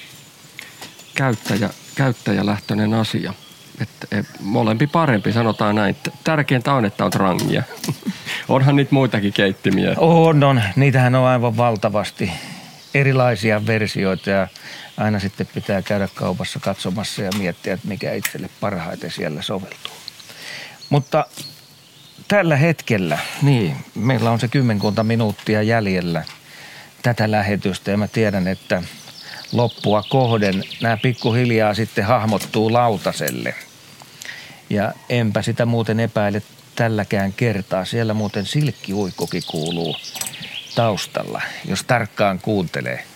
käyttäjälähtöinen asia. Että molempi parempi, sanotaan näin. Tärkeintä on, että on trangia. Onhan niitä muitakin keittimiä. On. Niitähän on aivan valtavasti. Erilaisia versioita ja aina sitten pitää käydä kaupassa katsomassa ja miettiä, että mikä itselle parhaiten siellä soveltuu. Mutta tällä hetkellä, niin, meillä on se 10 minuuttia jäljellä tätä lähetystä ja mä tiedän, että loppua kohden nämä pikkuhiljaa sitten hahmottuu lautaselle. Ja enpä sitä muuten epäile tälläkään kertaa. Siellä muuten silkkiuikkokin kuuluu taustalla, jos tarkkaan kuuntelee.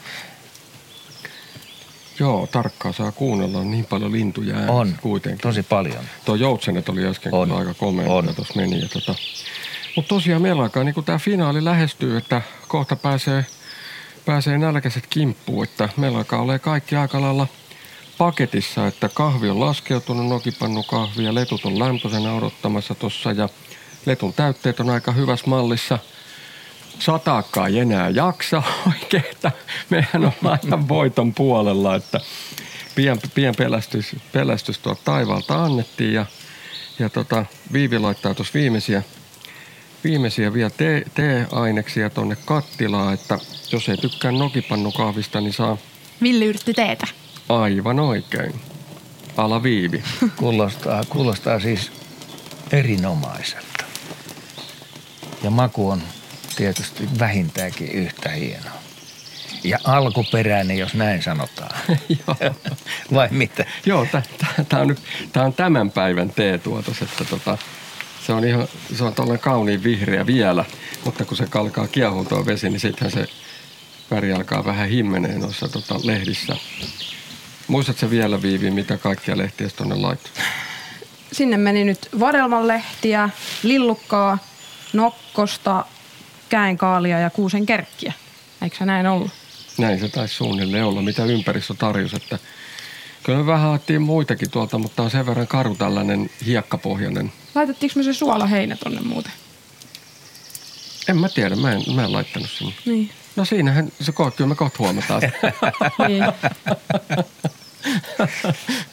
Joo, tarkkaan saa kuunnella. On niin paljon lintuja on kuitenkin. Tosi paljon. Tuo joutsenet oli äsken aika komea, mitä tuossa meni. Mutta tosiaan meillä alkaa niin tämä finaali lähestyy, että kohta pääsee nälkäiset kimppuun, että meillä alkaa olla kaikki aika lailla paketissa, että kahvi on laskeutunut, nokipannukahvi ja letut on lämpöisenä odottamassa tuossa ja letun täytteet on aika hyvässä mallissa. Sataakaan ei enää jaksa oikein, että mehän on aina voiton puolella, että pian pelästys tuolta taivaalta annettiin ja Viivi laittaa tuossa viimeisiä vielä teeaineksia tonne kattilaan, että jos ei tykkää nokipannukahvista, niin saa villiyrttiteetä. Aivan oikein. Ala Viivi. Kuulostaa siis erinomaiselta. Ja maku on tietysti vähintäänkin yhtä hienoa. Ja alkuperäinen, jos näin sanotaan. Joo. Vai mitä? Joo, tää on tämän päivän teetuotos, että se on tollainen kauniin vihreä vielä, mutta kun se alkaa kiehua tuo vesi, niin sittenhän se väri alkaa vähän himmeneen noissa lehdissä. Muistatko vielä, Viivi, mitä kaikkia lehtiä tuonne laittoi? Sinne meni nyt vadelmanlehtiä, lillukkaa, nokkosta, käenkaalia ja kuusenkerkkiä. Eikö se näin ollut? Näin se taisi suunnilleen olla, mitä ympäristö tarjosi, että kyllä me vähän haettiin muitakin tuolta, mutta on sen verran karu tällainen hiekkapohjainen. Laitettiinko me se suolaheinä tonne muuten? En mä tiedä, mä en laittanut sinne. Niin. No siinähän se kyllä me kohta huomataan. Niin.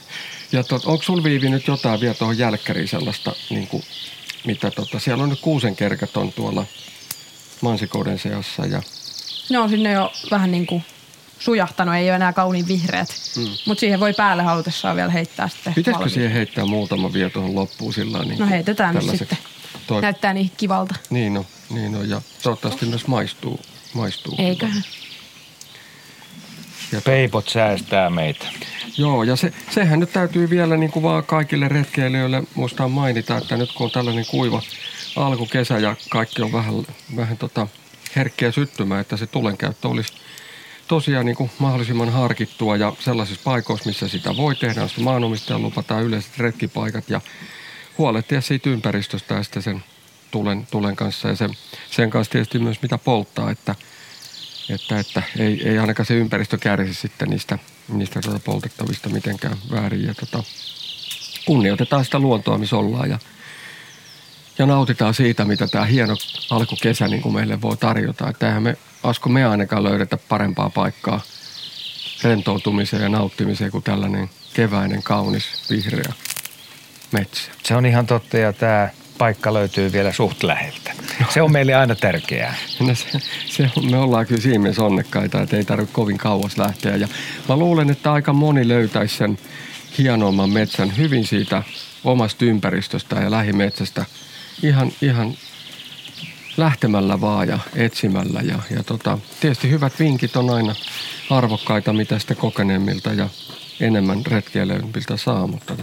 Ja onko sulla Viivi nyt jotain vielä tuohon jälkkäriin sellaista, niin kuin, mitä siellä on nyt kuusenkerkät on tuolla mansikoiden seassa ja... Ne on sinne jo vähän niin kuin sujahtanut, ei ole enää kauniin vihreät, mutta siihen voi päälle halutessaan vielä heittää sitten. Pitäisikö siihen heittää muutama vielä tuohon loppuun sillä niin? No heitetään nyt sitten. Näyttää niin kivalta. Niin on ja toivottavasti myös maistuu. Eiköhän. Ja peipot säästää meitä. Joo, ja sehän nyt täytyy vielä niin kuin vaan kaikille retkeilijöille muistaa mainita, että nyt kun on tällainen kuiva alkukesä ja kaikki on vähän herkkiä syttymään, että se tulenkäyttö olisi tosiaan niin kuin mahdollisimman harkittua ja sellaisissa paikoissa, missä sitä voi tehdä, on sitten maanomistajan lupa tai yleiset retkipaikat ja huolehtia siitä ympäristöstä ja sitten sen tulen kanssa ja sen kanssa tietysti myös mitä polttaa, että ei ainakaan se ympäristö kärsi sitten niistä poltettavista mitenkään väärin ja kunnioitetaan sitä luontoa, missä ollaan ja nautitaan siitä, mitä tämä hieno alkukesä niin kuin meille voi tarjota. Että eihän me ainakaan löydetä parempaa paikkaa rentoutumiseen ja nauttimiseen kuin tällainen keväinen, kaunis, vihreä metsä. Se on ihan totta ja tämä paikka löytyy vielä suht läheltä. Se on meille aina tärkeää. No me ollaan kyllä siinä mielessä onnekkaita, että ei tarvitse kovin kauas lähteä. Ja mä luulen, että aika moni löytäisi sen hienomman metsän hyvin siitä omasta ympäristöstä ja lähimetsästä ihan lähtemällä vaan ja etsimällä. Ja tietysti hyvät vinkit on aina arvokkaita, mitä sitä kokeneemmilta ja enemmän retkeileviltä saa, mutta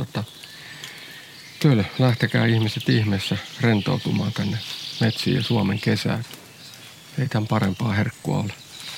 kyllä lähtekää ihmiset ihmeessä rentoutumaan tänne metsiin ja Suomen kesään. Ei tämän parempaa herkkua ole.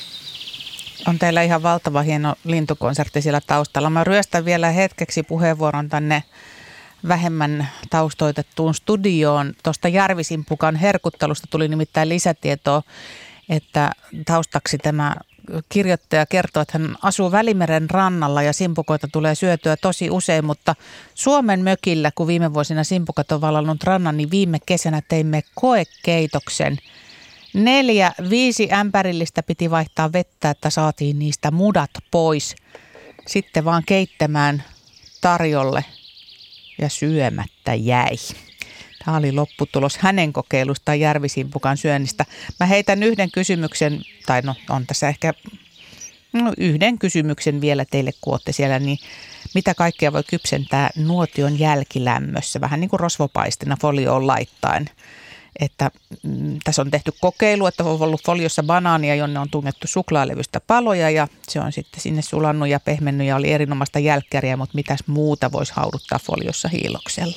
On teillä ihan valtava hieno lintukonsertti siellä taustalla. Mä ryöstän vielä hetkeksi puheenvuoron tänne vähemmän taustoitettuun studioon. Tuosta järvisimpukan herkuttelusta tuli nimittäin lisätietoa, että taustaksi tämä kirjoittaja kertoo, että hän asuu Välimeren rannalla ja simpukoita tulee syötyä tosi usein, mutta Suomen mökillä, kun viime vuosina simpukat on vallannut rannan, niin viime kesänä teimme koekeitoksen. 4-5 ämpärillistä piti vaihtaa vettä, että saatiin niistä mudat pois. Sitten vaan keittämään tarjolle ja syömättä jäi. Tämä oli lopputulos hänen kokeilustaan järvisimpukan syönnistä. Mä heitän yhden kysymyksen, tai no on tässä ehkä yhden kysymyksen vielä teille, kun olette siellä, niin mitä kaikkea voi kypsentää nuotion jälkilämmössä, vähän niin kuin rosvopaistina folioon laittaen. Että tässä on tehty kokeilu, että on ollut foliossa banaania, jonne on tungettu suklaalevystä paloja ja se on sitten sinne sulannut ja pehmennyt ja oli erinomaista jälkkäriä, mutta mitäs muuta voisi hauduttaa foliossa hiiloksella?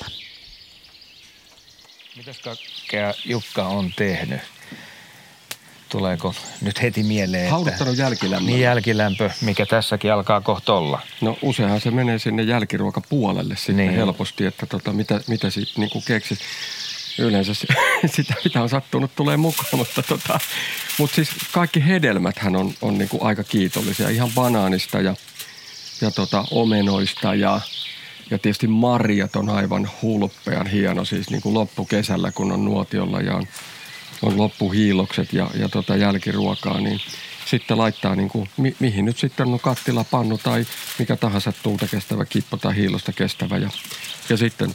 Mitäs kaikkea Jukka on tehnyt? Tuleeko nyt heti mieleen, että... Hauduttanut jälkilämpö. Niin jälkilämpö, mikä tässäkin alkaa kohta olla. No useinhan se menee sinne jälkiruokapuolelle sitten niin helposti, että mitä siitä niin keksit. Yleensä sitä, mitä on sattunut, tulee mukaan, mutta siis kaikki hedelmäthän on niin kuin aika kiitollisia. Ihan banaanista ja omenoista ja tietysti marjat on aivan hulppean hieno. Siis niin kuin loppukesällä, kun on nuotiolla ja on loppuhiilokset ja jälkiruokaa, niin sitten laittaa niin kuin, mihin nyt sitten on kattilapannu tai mikä tahansa tuulta kestävä kippo tai hiilosta kestävä. Ja sitten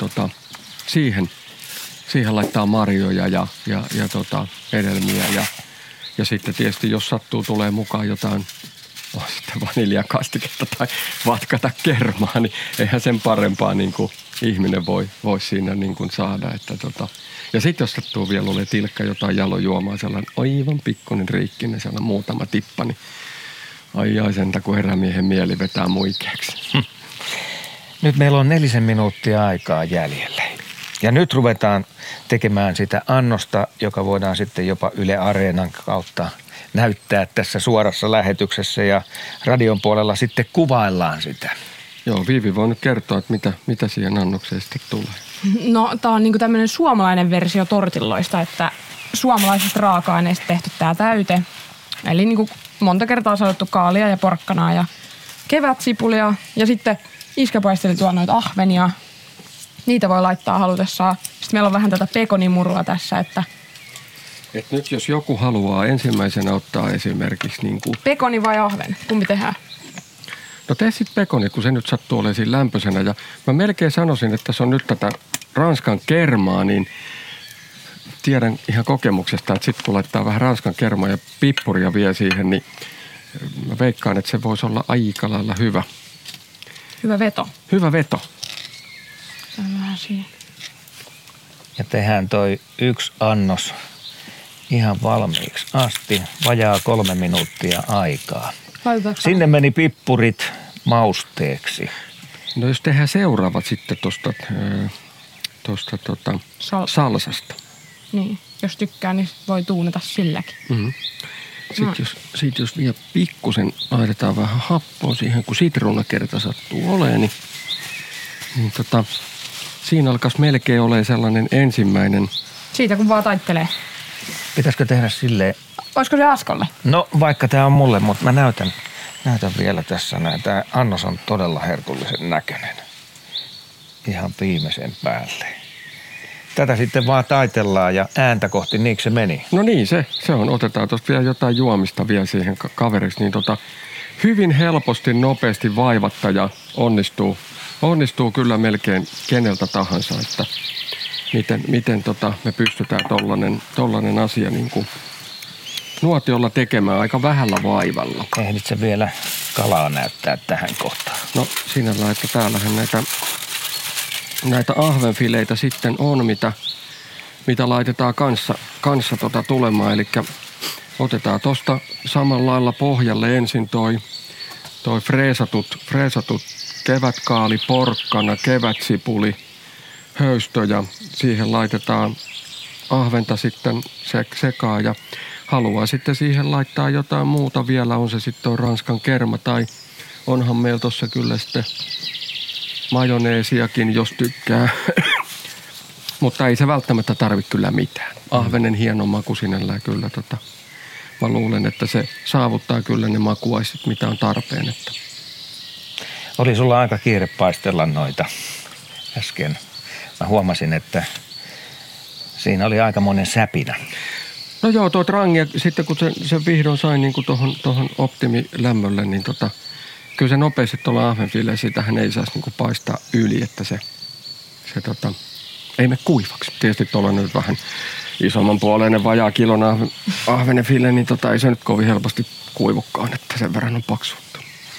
siihen laittaa marjoja ja hedelmiä ja sitten tietysti jos sattuu tulee mukaan jotain sitten vaniljakastiketta tai vatkata kermaa, niin eihän sen parempaa niin kuin ihminen voi siinä niin kuin saada. Ja sitten jos sattuu vielä ole tilkka jotain jalojuomaa, sellainen aivan pikkuinen riikkinen, sellainen muutama tippa, niin ai sentä kun erämiehen mieli vetää muikeaksi. Nyt meillä on 4 minuuttia aikaa jäljellä. Ja nyt ruvetaan tekemään sitä annosta, joka voidaan sitten jopa Yle Areenan kautta näyttää tässä suorassa lähetyksessä ja radion puolella sitten kuvaillaan sitä. Joo, Viivi voi nyt kertoa, että mitä siihen annokseen sitten tulee. No, tämä on niinku tämmöinen suomalainen versio tortilloista, että suomalaisista raaka-aineista tehty tämä täyte. Eli niinku monta kertaa salattu kaalia ja porkkanaa ja kevätsipulia ja sitten iskäpaisteli tuo noita ahvenia. Niitä voi laittaa halutessaan. Sitten meillä on vähän tätä pekonimurua tässä, että... Et nyt jos joku haluaa ensimmäisenä ottaa esimerkiksi niin kuin... Pekoni vai ahven? Kumpi tehdään? No tee sitten pekoni, kun se nyt sattuu olemaan siinä lämpöisenä. Ja mä melkein sanoisin, että se on nyt tätä ranskan kermaa, niin tiedän ihan kokemuksesta, että sitten kun laittaa vähän ranskan kermaa ja pippuria vie siihen, niin mä veikkaan, että se voisi olla aika lailla hyvä. Hyvä veto. Hyvä veto. Vähän siihen. Ja tehdään toi 1 annos ihan valmiiksi asti. Vajaa 3 minuuttia aikaa. Sinne meni pippurit mausteeksi. No jos tehdään seuraavat sitten tuosta salsasta. Niin, jos tykkää, niin voi tuunata silläkin. Mm-hmm. Sitten jos vielä pikkusen laitetaan vähän happoa siihen, kun sitruunakerta sattuu olemaan, niin siinä alkaisi melkein olemaan sellainen ensimmäinen. Siitä kun vaan taittelee. Pitäisikö tehdä silleen? Olisiko se Askolle? No vaikka tää on mulle, mutta mä näytän vielä tässä näin. Tää annos on todella herkullisen näköinen. Ihan viimeisen päälle. Tätä sitten vaan taitellaan ja ääntä kohti, niinkö se meni? No niin, se on. Otetaan tuosta vielä jotain juomista vielä siihen kaveriksi. Niin hyvin helposti, nopeasti vaivatta ja onnistuu kyllä melkein keneltä tahansa, että miten me pystytään tollanen asia niin kuin nuotiolla tekemään aika vähällä vaivalla. Ehdit sä vielä kalaa näyttää tähän kohtaan? No sinällään, että täällähän näitä ahvenfileitä sitten on, mitä laitetaan kanssa tulemaan. Eli otetaan tuosta samalla lailla pohjalle ensin toi freesatut kevätkaali, porkkana, kevätsipuli, höystö ja siihen laitetaan ahventa sitten sekaan ja haluaa sitten siihen laittaa jotain muuta vielä, on se sitten ranskan kerma tai onhan meillä tuossa kyllä sitten majoneesiakin, jos tykkää. Mutta ei se välttämättä tarvitse kyllä mitään. Ahvenen hieno maku sinällään kyllä. Mä luulen, että se saavuttaa kyllä ne makuaiset, mitä on tarpeen. Että. Oli sulla aika kiire paistella noita äsken. Mä huomasin, että siinä oli aikamoinen säpinä. No joo, tuo trangi, sitten kun se vihdoin sai niin kuin tuohon optimilämmölle, niin kyllä se nopeasti tuolla ahvenfileen, sitähän ei saisi niin kuin paistaa yli, että se ei mene kuivaksi. Tietysti tuolla nyt vähän isomman puoleinen vajaa kilon ahvenefile, niin ei se nyt kovin helposti kuivukkaan, että sen verran on paksuutta.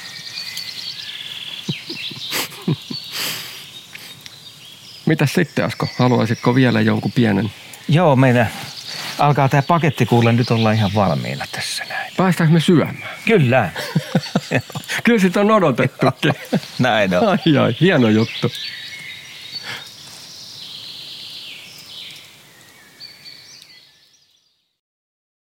Mitäs sitten, Asko? Haluaisitko vielä jonkun pienen? Joo, meidän alkaa tämä paketti kuule nyt olla ihan valmiina tässä näin. Päästäänkö me syömään? Kyllä. Kyllä sitä on odotettukin. Näin on. Ai, hieno juttu.